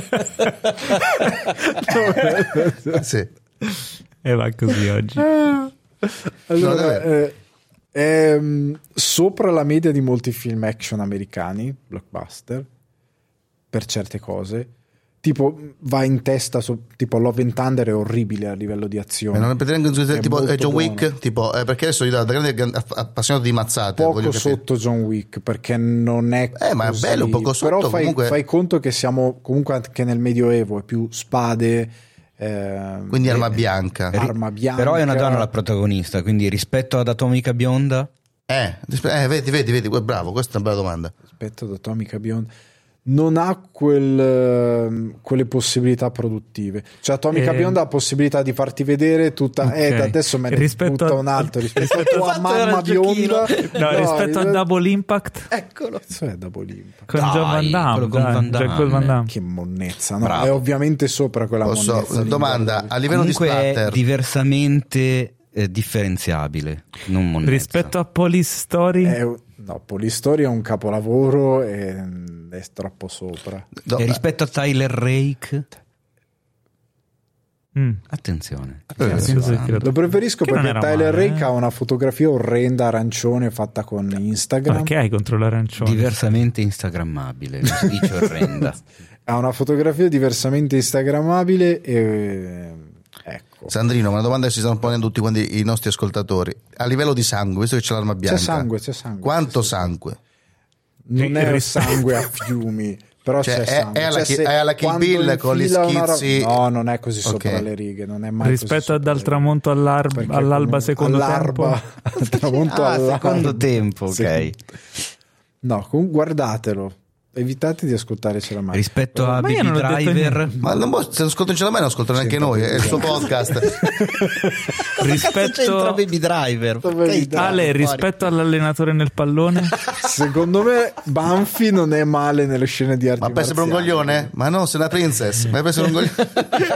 Sì. E va così oggi. Allora, è sopra la media di molti film action americani, blockbuster, per certe cose. Tipo va in testa tipo Love and Thunder è orribile a livello di azione. Non è tipo molto John buono. Wick, tipo, perché adesso io da grande appassionato di mazzate Poco voglio capire. sotto John Wick, perché non è ma è così. bello, poco sotto, però comunque. fai conto che siamo comunque anche nel Medioevo, è più spade, Quindi arma bianca. arma bianca. Però è una donna la protagonista, quindi rispetto ad Atomica Bionda Vedi, bravo, questa è una bella domanda. rispetto ad Atomica Beyond non ha quelle possibilità produttive. Cioè Atomica Beyond ha possibilità di farti vedere tutta Ok. adesso me ne Rispetto butta a- un altro rispetto a tua mamma bionda. No, rispetto a Double Impact Eccolo. Cazzo è Double Impact? con Dai, John Van Damme, quello con dai, Van Damme. Jean-Claude Van Damme. Che monnezza, no? Bravo. È ovviamente sopra quella monnezza. Domanda, a livello Comunque di è splatter, diversamente differenziabile, non monnezza. Rispetto a Police Story No, Polistoria è un capolavoro e è troppo sopra. E rispetto a Tyler Rake, Mm. attenzione. Lo preferisco Che non perché era Tyler male, Rake ha una fotografia orrenda arancione fatta con Instagram. Ma che hai contro l'arancione? Diversamente instagrammabile, non si dice orrenda. Ha una fotografia diversamente instagrammabile e ecco. Sandrino, una domanda che si stanno ponendo tutti quanti i nostri ascoltatori. A livello di sangue, visto che c'è l'arma bianca, C'è sangue. quanto Sì, sì. sangue? Non è Rispetto- sangue a fiumi, però Cioè, c'è sangue. è alla Cioè, è alla Kill quando Bill con gli infila una schizzi. No, non è così Ok. sopra le righe, non è mai Rispetto così ad sopra al le tramonto righe. Perché all'alba comunque- secondo tempo. al tramonto all'alba. secondo tempo, ok. Sì. No, guardatelo. Evitate di ascoltare C'era mai. Rispetto a Ma io Baby non ho detto Driver, Ma se non ascoltano ce la mai, non ascoltano neanche noi, è il suo podcast. Rispetto Baby Driver? Baby Driver? Ale, rispetto all'allenatore nel pallone Secondo me Banfi non è male nelle scene di arti Ma per essere un marziali. coglione? Ma no, sei una princess. Ma per essere un coglione?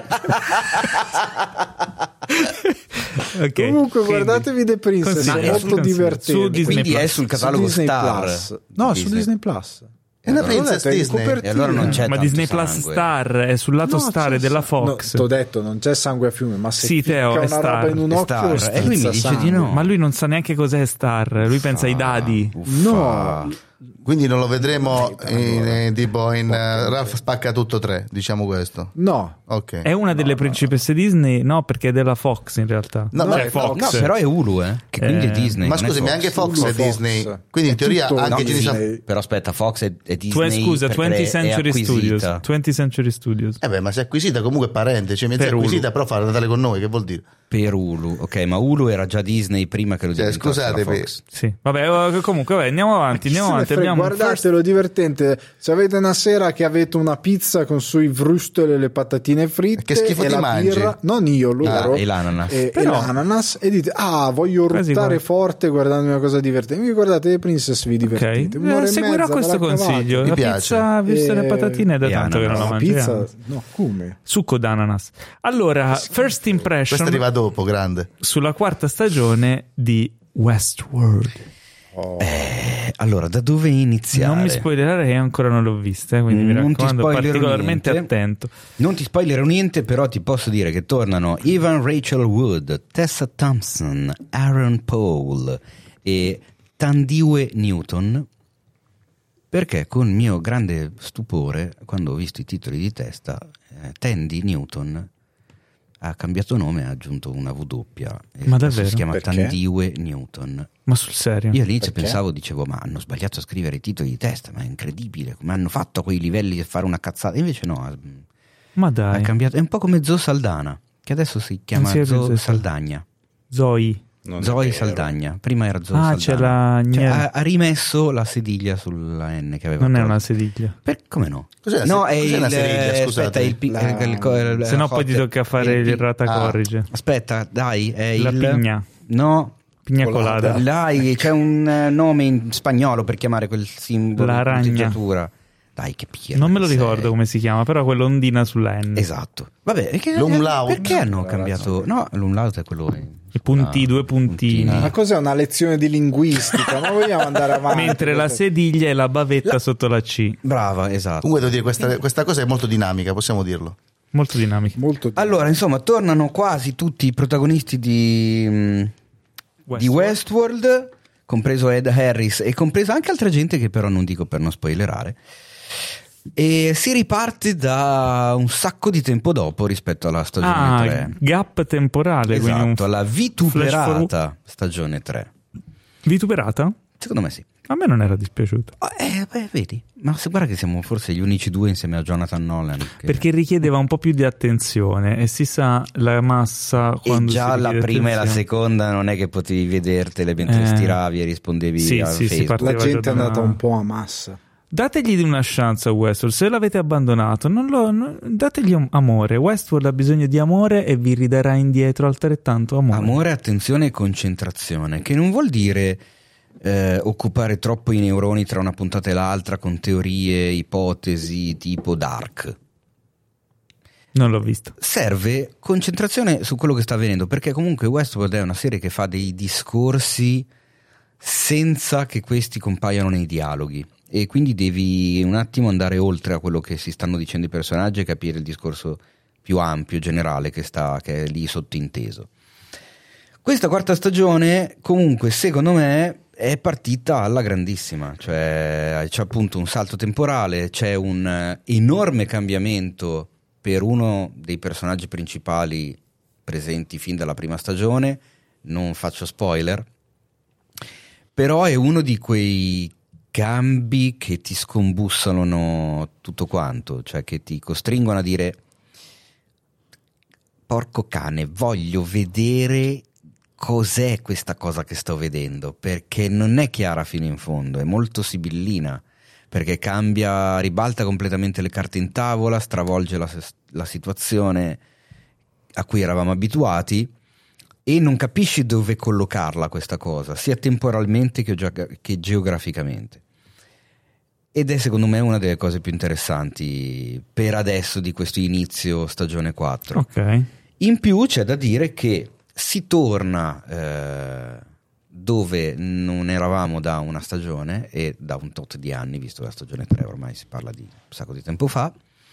Ok, Comunque quindi- guardatevi The Princess, Consiglio, è molto consiglio. divertente. Su Disney quindi Plus. è sul catalogo Su Disney Star. Plus. No, su Disney Plus. È una L'ho princess detto, è in Disney. copertina. E allora non c'è ma tanto Disney Plus sangue. Star è sul lato No, Star c'è della sa- Fox. No, t'ho detto, non c'è sangue a fiume, ma se Sì, ficca Teo, è una Star, roba in un è occhio Star. sprizza E lui mi dice di no. sangue. Ma lui non sa neanche cos'è Star, lui pensa ai dadi. No, Quindi non lo vedremo tipo in Ralph spacca tutto 3, diciamo questo. no. Ok. È una delle principesse Disney? No, perché è della Fox in realtà. No, Cioè, no, Fox. No, però è Hulu, che quindi è Disney. Ma non è scusami, Fox. anche Fox Hulu è è Fox. Disney. Quindi in È teoria tutto anche Disney. Disney. Però aspetta, Fox è Disney. Scusa, perché 20th è Century acquisita. Studios. 20th Century Studios. Beh, ma se è acquisita comunque è parente, cioè mezza Per acquisita, Hulu. però fa Natale con noi, che vuol dire? Per Hulu, ok, ma Hulu era già Disney prima che lo Cioè, diventasse la scusate, Fox. Sì, vabbè, comunque, vabbè, andiamo avanti. Chi se ne frega, Abbiamo guardatelo, è divertente. Se avete una sera che avete una pizza con sui vrustel e le patatine fritte Che schifo e ti la mangi? birra, non io, loro, e l'ananas. e Però- l'ananas, e dite voglio Quasi ruttare quasi. forte guardando una cosa divertente. Vi guardate The Princess, vi Ok, divertite. Un'ora e seguirò mezza, questo ve la cavate. consiglio. Mi La piace. pizza, visto le patatine, è da e tanto che non la La mangiamo. pizza, no, come? Succo d'ananas. Allora, first impression Questa arriva dopo, grande. sulla quarta stagione di Westworld. Allora, da dove iniziare? Non mi spoilerare, ancora non l'ho vista, quindi mi Non ti raccomando, spoilerò particolarmente niente. attento. Non ti spoilerò niente, però ti posso dire che tornano Evan Rachel Wood, Tessa Thompson, Aaron Paul e Thandiwe Newton, perché con mio grande stupore, quando ho visto i titoli di testa, Tandy Newton ha cambiato nome e ha aggiunto una W. E Ma adesso davvero? si chiama Perché? Thandiwe Newton. Ma sul serio? Io all'inizio Perché? dicevo, ma hanno sbagliato a scrivere i titoli di testa, ma è incredibile, come hanno fatto a quei livelli di fare una cazzata. Invece no, Ma ha dai, cambiato. È un po' come Zoe Saldana, che adesso si chiama Non si è Zoe Zoe Saldagna. Zoe. Non è Zoe vero. Saldagna, prima era Zoe Ah, Saldana. c'è la Cioè, ha rimesso la sediglia sulla N che aveva Non è tolto. una sediglia. Come no? Cos'è No, cos'è la sediglia, scusate? aspetta, il Se no poi ti tocca fare il rata corrige. Aspetta, dai, è La il pigna. No, Pigna Colada. colada. dai, c'è un nome in spagnolo per chiamare quel simbolo La di ragna. punteggiatura. Dai, che picchia. Non me lo ricordo come si chiama, però quello ondina sulla N. Esatto. Vabbè, L'umlaut? perché hanno cambiato? No, l'umlaut è quello. I punti, due puntini. Ma cos'è una lezione di linguistica? Ma vogliamo andare avanti? Mentre la sediglia è la bavetta sotto la C. Brava, esatto. Comunque devo dire, questa cosa è molto dinamica, possiamo dirlo. Molto dinamica. Molto Allora, insomma, tornano quasi tutti i protagonisti di Westworld, compreso Ed Harris e compresa anche altra gente che però non dico per non spoilerare. E si riparte da un sacco di tempo dopo rispetto alla stagione 3. Gap temporale. quindi Esatto, la flash vituperata stagione 3. Vituperata? Secondo me sì. A me non era dispiaciuto. Vedi, ma se guarda che siamo forse gli unici due insieme a Jonathan Nolan che... Perché richiedeva un po' più di attenzione e si sa la massa E quando già si la richiede prima e la attenzione. seconda non è che potevi vedertele mentre stiravi e rispondevi Sì, a sì, si Facebook. parte- La gente è già da andata una- un po' a massa. Dategli una chance a Westworld. Se l'avete abbandonato, dategli amore. Westworld ha bisogno di amore e vi ridarà indietro altrettanto amore. Amore, attenzione e concentrazione, che non vuol dire occupare troppo i neuroni tra una puntata e l'altra con teorie, ipotesi tipo Dark. Non l'ho visto. Serve concentrazione su quello che sta avvenendo, perché comunque Westworld è una serie che fa dei discorsi senza che questi compaiano nei dialoghi, e quindi devi un attimo andare oltre a quello che si stanno dicendo i personaggi e capire il discorso più ampio, generale, che è lì sottinteso. Questa quarta stagione comunque secondo me è partita alla grandissima, cioè c'è appunto un salto temporale, c'è un enorme cambiamento per uno dei personaggi principali presenti fin dalla prima stagione, non faccio spoiler, però è uno di quei cambi che ti scombussolano tutto quanto, cioè che ti costringono a dire porco cane, voglio vedere cos'è questa cosa che sto vedendo, perché non è chiara fino in fondo, è molto sibillina, perché cambia, ribalta completamente le carte in tavola, stravolge la situazione a cui eravamo abituati e non capisci dove collocarla questa cosa, sia temporalmente che geograficamente. Ed è secondo me una delle cose più interessanti per adesso di questo inizio stagione 4. Ok. In più c'è da dire che si torna dove non eravamo da una stagione e da un tot di anni, visto la stagione 3 ormai si parla di un sacco di tempo fa,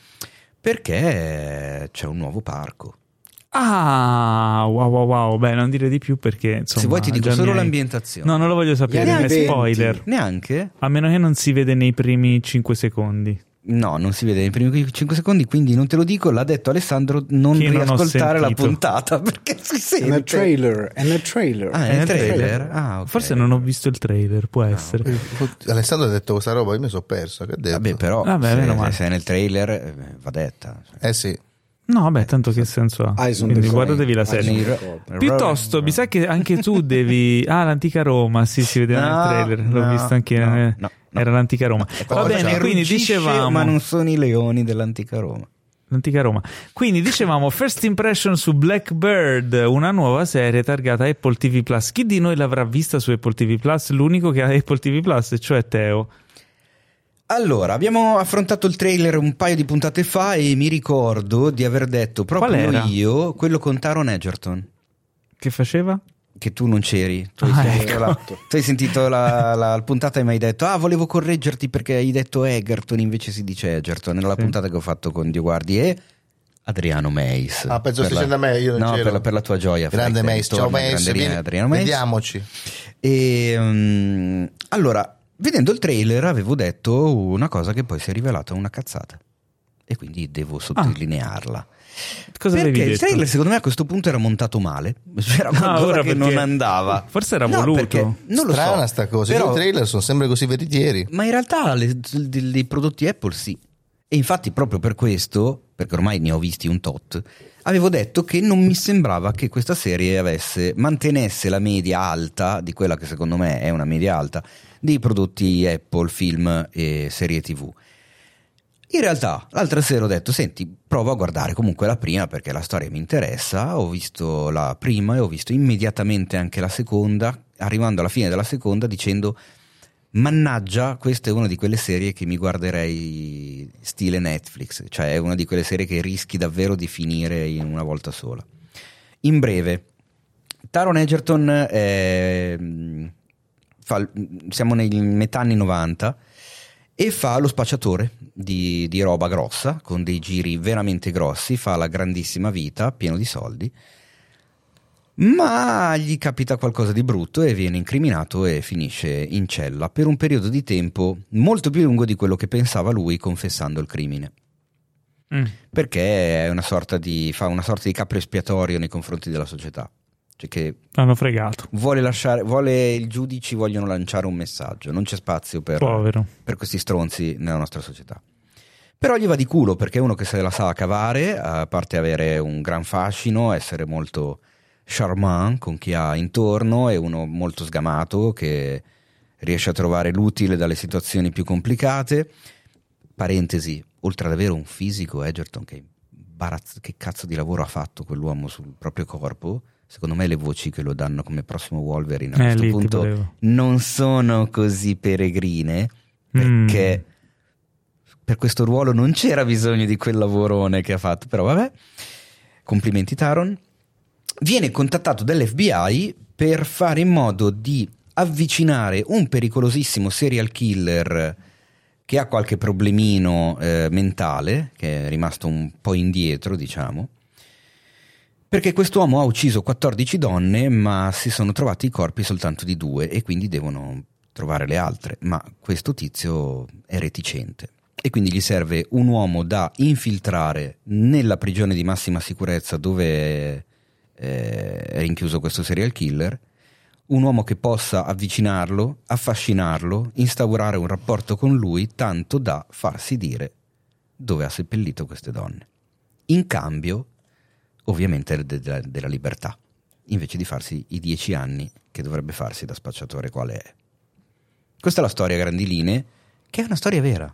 perché c'è un nuovo parco. Ah, wow. Beh, non dire di più perché insomma, Se vuoi ti dico già solo mi hai- l'ambientazione. No, non lo voglio sapere, Gli è eventi. spoiler. Neanche? A meno che non si vede nei primi 5 secondi. No, non si vede nei primi 5 secondi, quindi non te lo dico. L'ha detto Alessandro, non Che non ho riascoltare la sentito. puntata perché si sente. È nel trailer. Ah, è nel trailer? Ah, ok. Forse non ho visto il trailer, può essere. Alessandro ha detto questa roba, io mi sono perso. Che ha detto? Vabbè, però Vabbè, meno male. se è nel trailer va detta. Sì. No, vabbè, tanto che senso ha? Eyes on Quindi the guardatevi la Eyes on serie. the code. Piuttosto, mi sa che anche tu devi... Ah, l'antica Roma, sì, si vedeva nel trailer, l'ho visto anche io. no. Era l'antica Roma. Va poi bene, c'è- quindi Ruggisce, dicevamo... ma non sono i leoni dell'antica Roma. L'antica Roma. Quindi dicevamo First Impression su Blackbird, una nuova serie targata Apple TV Plus. Chi di noi l'avrà vista su Apple TV Plus? L'unico che ha Apple TV Plus, cioè Teo. Allora, abbiamo affrontato il trailer un paio di puntate fa e mi ricordo di aver detto Qual proprio era? io quello con Taron Egerton, Che faceva? che tu non c'eri. Tu Ah, hai sentito, ecco. tu hai sentito la puntata e mi hai detto volevo correggerti perché hai detto Egerton, invece si dice Egerton. Nella Sì. puntata che ho fatto con Dio Guardi e Adriano Meis. Ah, penso Per stia dicendo a me, io non no, c'ero. per la tua gioia. Grande Frank, Meis, ciao torna, Meis, grande Adriano Meis. vediamoci. E allora, vedendo il trailer avevo detto una cosa che poi si è rivelata una cazzata e quindi devo sottolinearla. Cosa Perché avevi il detto? trailer secondo me a questo punto era montato male, c'era Ah, qualcosa ora che perché- non andava. Forse era No, voluto. perché non lo Strana so, sta cosa, però- i trailer sono sempre così veritieri. ma in realtà dei prodotti Apple sì. E infatti proprio per questo, perché ormai ne ho visti un tot, avevo detto che non mi sembrava che questa serie mantenesse la media alta, di quella che secondo me è una media alta, dei prodotti Apple, film e serie TV. In realtà l'altra sera ho detto, senti, provo a guardare comunque la prima perché la storia mi interessa. Ho visto la prima e ho visto immediatamente anche la seconda, arrivando alla fine della seconda dicendo: mannaggia, questa è una di quelle serie che mi guarderei stile Netflix, cioè è una di quelle serie che rischi davvero di finire in una volta sola. In breve, Taron Egerton siamo nei metà anni 90 e fa lo spacciatore di roba grossa, con dei giri veramente grossi, fa la grandissima vita, pieno di soldi, ma gli capita qualcosa di brutto e viene incriminato e finisce in cella per un periodo di tempo molto più lungo di quello che pensava lui, confessando il crimine. Perché è fa una sorta di capro espiatorio nei confronti della società. Cioè che hanno fregato. I giudici vogliono lanciare un messaggio, non c'è spazio per questi stronzi nella nostra società. Però gli va di culo, perché è uno che se la sa cavare, a parte avere un gran fascino, essere molto charmant con chi ha intorno, è uno molto sgamato che riesce a trovare l'utile dalle situazioni più complicate. Parentesi, oltre ad avere un fisico, Egerton, che cazzo di lavoro ha fatto quell'uomo sul proprio corpo. Secondo me le voci che lo danno come prossimo Wolverine a questo punto non sono così peregrine, perché per questo ruolo non c'era bisogno di quel lavorone che ha fatto. Però vabbè, complimenti Taron. Viene contattato dall'FBI per fare in modo di avvicinare un pericolosissimo serial killer che ha qualche problemino mentale, che è rimasto un po' indietro, diciamo, perché quest'uomo ha ucciso 14 donne, ma si sono trovati i corpi soltanto di 2 e quindi devono trovare le altre. Ma questo tizio è reticente e quindi gli serve un uomo da infiltrare nella prigione di massima sicurezza dove è rinchiuso questo serial killer, un uomo che possa avvicinarlo, affascinarlo, instaurare un rapporto con lui tanto da farsi dire dove ha seppellito queste donne. In cambio, ovviamente, della libertà, invece di farsi i 10 anni che dovrebbe farsi da spacciatore quale è. Questa è la storia a grandi linee, che è una storia vera.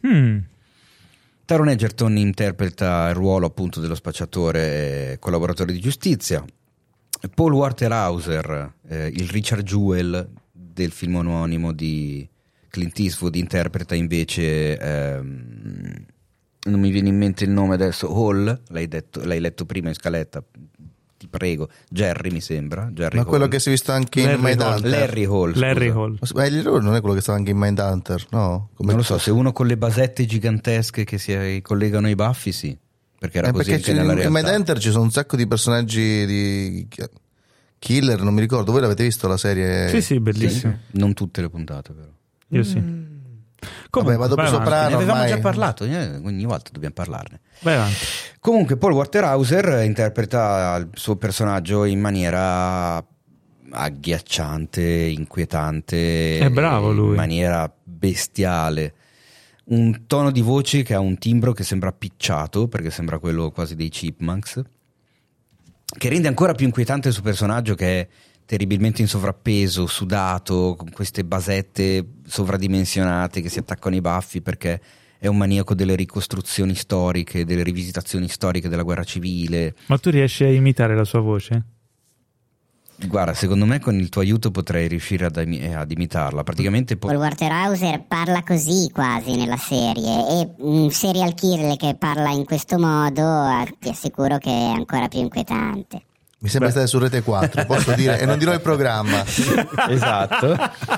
Taron Egerton interpreta il ruolo appunto dello spacciatore e collaboratore di giustizia. Paul Walter Hauser, il Richard Jewell del film omonimo di Clint Eastwood, interpreta invece non mi viene in mente il nome adesso, Hall, l'hai letto prima in scaletta, ti prego, Jerry mi sembra, Jerry ma Hall. quello che si è visto anche in Mindhunter. Larry Hall. Ma lui non è quello che stava anche in Mindhunter, no? Non lo so, se uno con le basette gigantesche che si collegano ai baffi, sì, perché era così anche nella realtà. In Mindhunter ci sono un sacco di personaggi di killer, non mi ricordo, voi l'avete visto la serie? Sì, bellissimo. Sì, non tutte le puntate però. Io sì. Vabbè, vado più sopra. Ne avevamo già parlato, ogni volta dobbiamo parlarne. Vai avanti. Comunque Paul Walter Hauser interpreta il suo personaggio in maniera agghiacciante, inquietante, è bravo lui, in maniera bestiale, un tono di voce che ha un timbro che sembra picciato, perché sembra quello quasi dei Chipmunks, che rende ancora più inquietante il suo personaggio, che è terribilmente in sovrappeso, sudato, con queste basette sovradimensionate che si attaccano ai baffi, perché è un maniaco delle ricostruzioni storiche, delle rivisitazioni storiche della guerra civile. Ma tu riesci a imitare la sua voce? Guarda, secondo me con il tuo aiuto potrei riuscire ad imitarla. Praticamente Paul Walter Hauser parla così quasi nella serie, e un serial killer che parla in questo modo ti assicuro che è ancora più inquietante. Mi sembra stare su Rete 4, posso dire, e non dirò il programma. Esatto.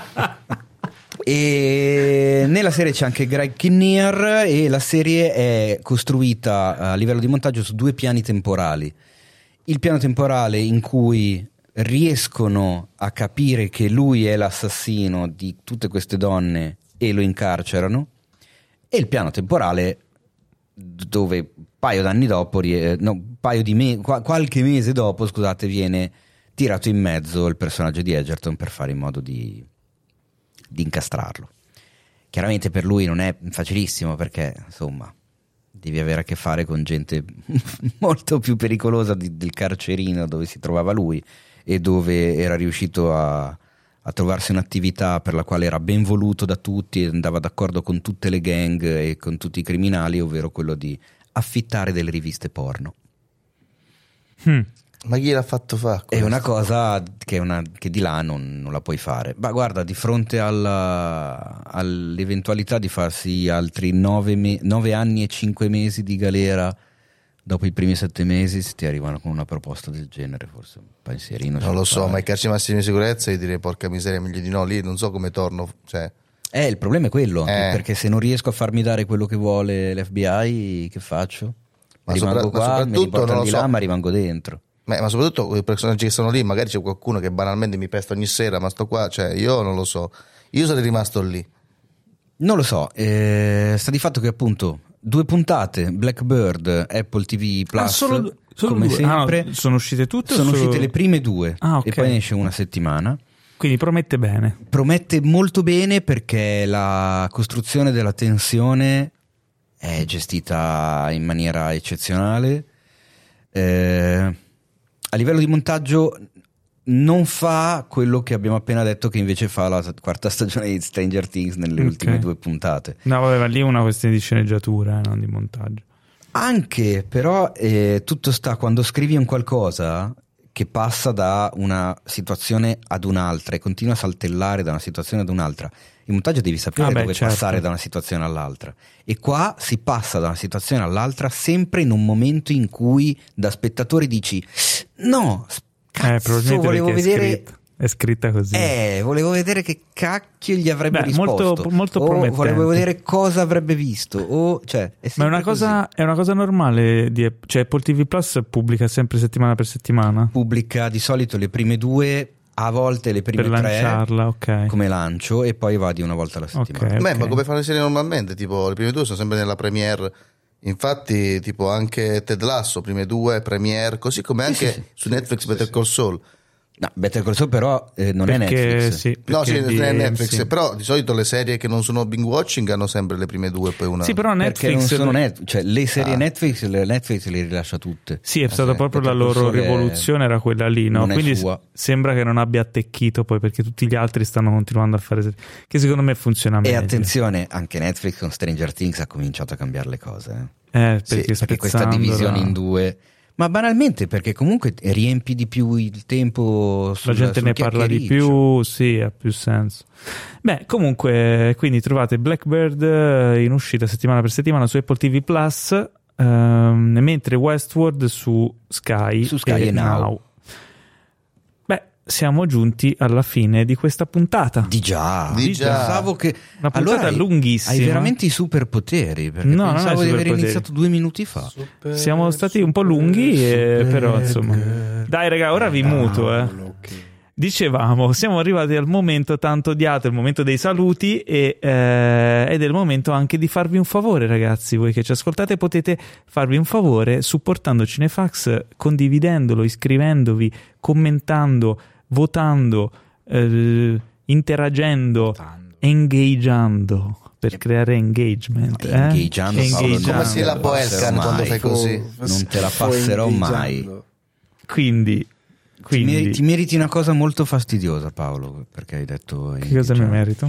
E nella serie c'è anche Greg Kinnear, e la serie è costruita a livello di montaggio su 2 piani temporali. Il piano temporale in cui riescono a capire che lui è l'assassino di tutte queste donne e lo incarcerano, e il piano temporale dove qualche mese dopo, scusate, viene tirato in mezzo il personaggio di Egerton per fare in modo di incastrarlo. Chiaramente per lui non è facilissimo, perché insomma devi avere a che fare con gente molto più pericolosa del carcerino dove si trovava lui e dove era riuscito a trovarsi un'attività per la quale era ben voluto da tutti e andava d'accordo con tutte le gang e con tutti i criminali, ovvero quello di affittare delle riviste porno. Ma chi l'ha fatto fare? È una cosa che di là non la puoi fare. Ma guarda, di fronte all'eventualità di farsi altri 9 anni e 5 mesi di galera dopo i primi 7 mesi, se ti arrivano con una proposta del genere, forse un pensierino. Non lo so, ma i carceri massimi di sicurezza, io direi porca miseria, meglio di no, lì non so come torno, cioè. Il problema è quello, anche perché se non riesco a farmi dare quello che vuole l'FBI, che faccio? Rimango qua, mi riportano di là, ma rimango dentro. Ma soprattutto i personaggi che sono lì, magari c'è qualcuno che banalmente mi pesta ogni sera, ma sto qua, cioè io non lo so, io sarei rimasto lì. Non lo so, sta di fatto che appunto 2 puntate, Blackbird, Apple TV Plus, solo come 2. sempre. Sono uscite tutte? Sono uscite le prime 2 okay. E poi ne esce una settimana. Quindi promette bene. Promette molto bene perché la costruzione della tensione è gestita in maniera eccezionale. A livello di montaggio non fa quello che abbiamo appena detto che invece fa la 4ª stagione di Stranger Things nelle ultime 2 puntate. No, vabbè, ma lì è una questione di sceneggiatura, non di montaggio. Anche, però tutto sta quando scrivi un qualcosa che passa da una situazione ad un'altra e continua a saltellare da una situazione ad un'altra. In montaggio devi sapere dove passare da una situazione all'altra, e qua si passa da una situazione all'altra sempre in un momento in cui da spettatore dici no, cazzo, volevo vedere, è scritta così. Volevo vedere che cacchio gli avrebbe risposto, molto promettente. Volevo vedere cosa avrebbe visto, ma è una cosa normale cioè Apple TV Plus pubblica sempre settimana per settimana? Pubblica di solito le prime 2, a volte le prime 3 per lanciarla, okay. Come lancio, e poi va di una volta alla settimana. Okay. Ma come fanno le serie normalmente, tipo le prime 2 sono sempre nella premiere. Infatti tipo anche Ted Lasso, prime 2 premiere, così come anche su Netflix Better Call Saul. No, Better Call Saul però non è Netflix. Sì, non è Netflix, però di solito le serie che non sono binge watching hanno sempre le prime 2 e poi una. Sì, però Netflix non sono cioè le serie Netflix le rilascia tutte. Sì, è stata proprio la loro rivoluzione, era quella lì, no? Quindi sembra che non abbia attecchito poi, perché tutti gli altri stanno continuando a fare che secondo me funziona meglio. E attenzione, anche Netflix con Stranger Things ha cominciato a cambiare le cose. Perché questa divisione in 2. Ma banalmente perché comunque riempi di più il tempo la gente ne parla di più, sì, ha più senso. Beh, comunque, quindi trovate Blackbird in uscita settimana per settimana su Apple TV Plus, mentre Westworld su Sky e Now. Beh, siamo giunti alla fine di questa puntata. Di già. Pensavo che una puntata lunghissima. Hai veramente i superpoteri, perché pensavo di aver iniziato 2 minuti fa. Siamo stati un po' lunghi, però insomma. Dai raga, ora vi muto. Dicevamo, siamo arrivati al momento tanto odiato, il momento dei saluti ed è il momento anche di farvi un favore, ragazzi. Voi che ci ascoltate potete farvi un favore supportando Cinefax, condividendolo, iscrivendovi, commentando, votando, interagendo, engaggiando, per creare engagement. Engaggiando. Come si la Boelcan quando fai così? Non te la passerò mai. Quindi ti meriti una cosa molto fastidiosa, Paolo, perché hai detto che cosa mi merito?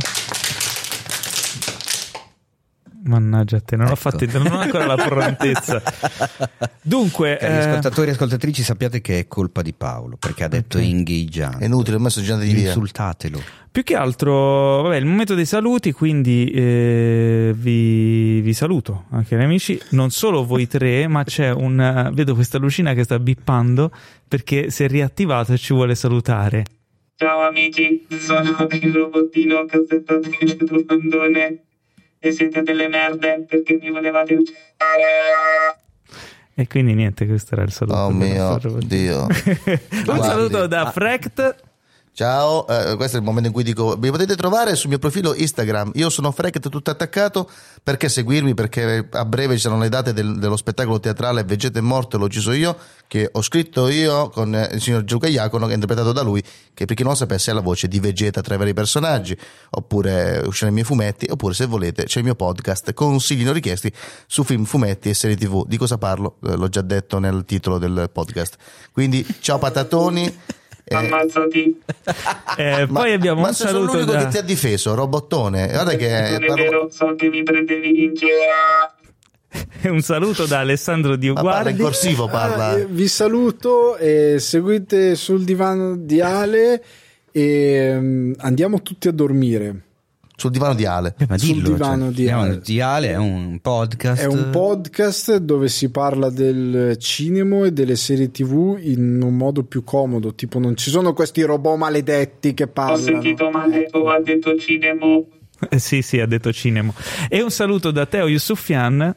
Mannaggia a te, non ho ancora la prontezza. Dunque, ascoltatori e ascoltatrici, sappiate che è colpa di Paolo, perché ha detto ingaggiando. È inutile, ho messo già di via. Insultatelo. Più che altro, vabbè, il momento dei saluti, quindi vi saluto anche gli amici, non solo voi 3, ma c'è vedo questa lucina che sta bippando perché si è riattivato e ci vuole salutare. Ciao amici, sono il robottino cassetta del domandone e siete delle merde perché mi volevate uccidere. E quindi niente, questo era il saluto. Oh mio Dio. Un saluto da Frecht. Ciao, questo è il momento in cui dico: mi potete trovare sul mio profilo Instagram, io sono Freket tutto attaccato. Perché seguirmi? Perché a breve ci saranno le date dello spettacolo teatrale Vegeta è morto, l'ho ucciso io, che ho scritto io con il signor Gianluca Iacono, che è interpretato da lui, che per chi non lo sapesse è la voce di Vegeta tra i vari personaggi. Oppure usciranno i miei fumetti, oppure se volete c'è il mio podcast consigli non richiesti su film, fumetti e serie TV. Di cosa parlo? L'ho già detto nel titolo del podcast. Quindi ciao patatoni. Ammazzati. Poi abbiamo un sono saluto l'unico da... che ti ha difeso, robottone. Guarda che Non è vero, so che mi prendevi in giro. un saluto da Alessandro Di parla in Uguardi. corsivo, parla. Vi saluto e seguite sul divano di Ale e andiamo tutti a dormire. Sul divano di Ale. Ma Sul dillo, divano cioè, di divano Ale. di Ale è un podcast. È un podcast dove si parla del cinema e delle serie TV in un modo più comodo, tipo non ci sono questi robot maledetti che Ho parlano. sentito male, ho detto cinema. Sì, ha detto cinema. E un saluto da Teo Yusufian.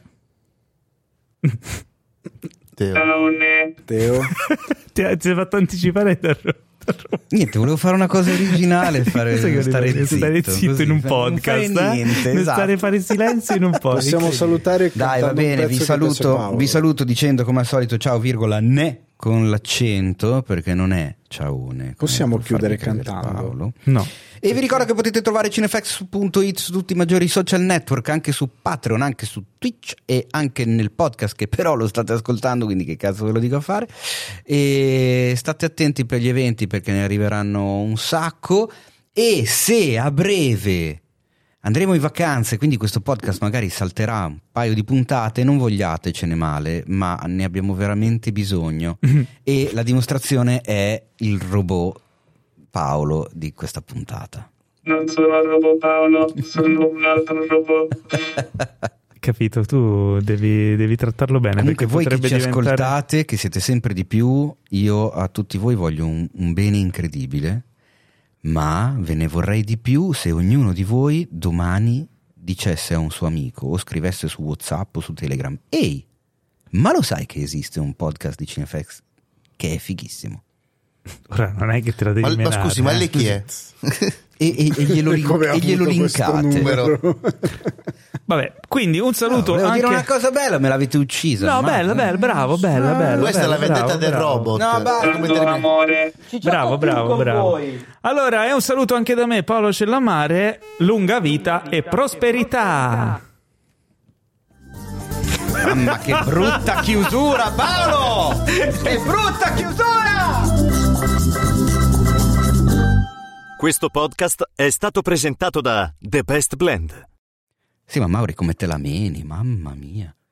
Teo. Ciao, ne. Teo. Ti hai fatto anticipare da Niente, volevo fare una cosa originale, Sai che stare zitto così, in un non podcast, fare niente, Non esatto. stare a fare silenzio in un podcast. Possiamo salutare Dai, va cantando un bene, pezzo che piace a Paolo. vi saluto dicendo come al solito ciao virgola ne con l'accento, perché non è ciaone. Possiamo come può farmi chiudere credere cantando? Paolo. No. E vi ricordo che potete trovare Cinefax.it su tutti i maggiori social network, anche su Patreon, anche su Twitch e anche nel podcast, che però lo state ascoltando, quindi che cazzo ve lo dico a fare. E state attenti per gli eventi, perché ne arriveranno un sacco. E se a breve andremo in vacanze, quindi questo podcast magari salterà un paio di puntate, non vogliatecene male, ma ne abbiamo veramente bisogno. E la dimostrazione è il robot Paolo di questa puntata. Non sono il robot Paolo, sono un altro robot. Capito, tu devi trattarlo bene. Comunque perché voi che potrebbe ci diventare... ascoltate, che siete sempre di più, io a tutti voi voglio un bene incredibile, ma ve ne vorrei di più se ognuno di voi domani dicesse a un suo amico o scrivesse su WhatsApp o su Telegram: ehi, ma lo sai che esiste un podcast di Cinefax che è fighissimo? Ora non è che te la devi Ma menare, scusi, ma lei chi è? E glielo, Come ha e glielo avuto questo linkate. numero? Vabbè, quindi un saluto Volevo anche... dire una cosa bella, me l'avete uccisa. No, ma- bella, bravo, bella. Questa è la bravo, vendetta del bravo. robot. No, basta. Come Tanto termina- amore. Bravo. Allora, e un saluto anche da me, Paolo Cellamare. Lunga vita e prosperità. Mamma, che brutta chiusura, Paolo! Che brutta chiusura! Questo podcast è stato presentato da The Best Blend. Sì, ma Mauri, come te la meni? Mamma mia.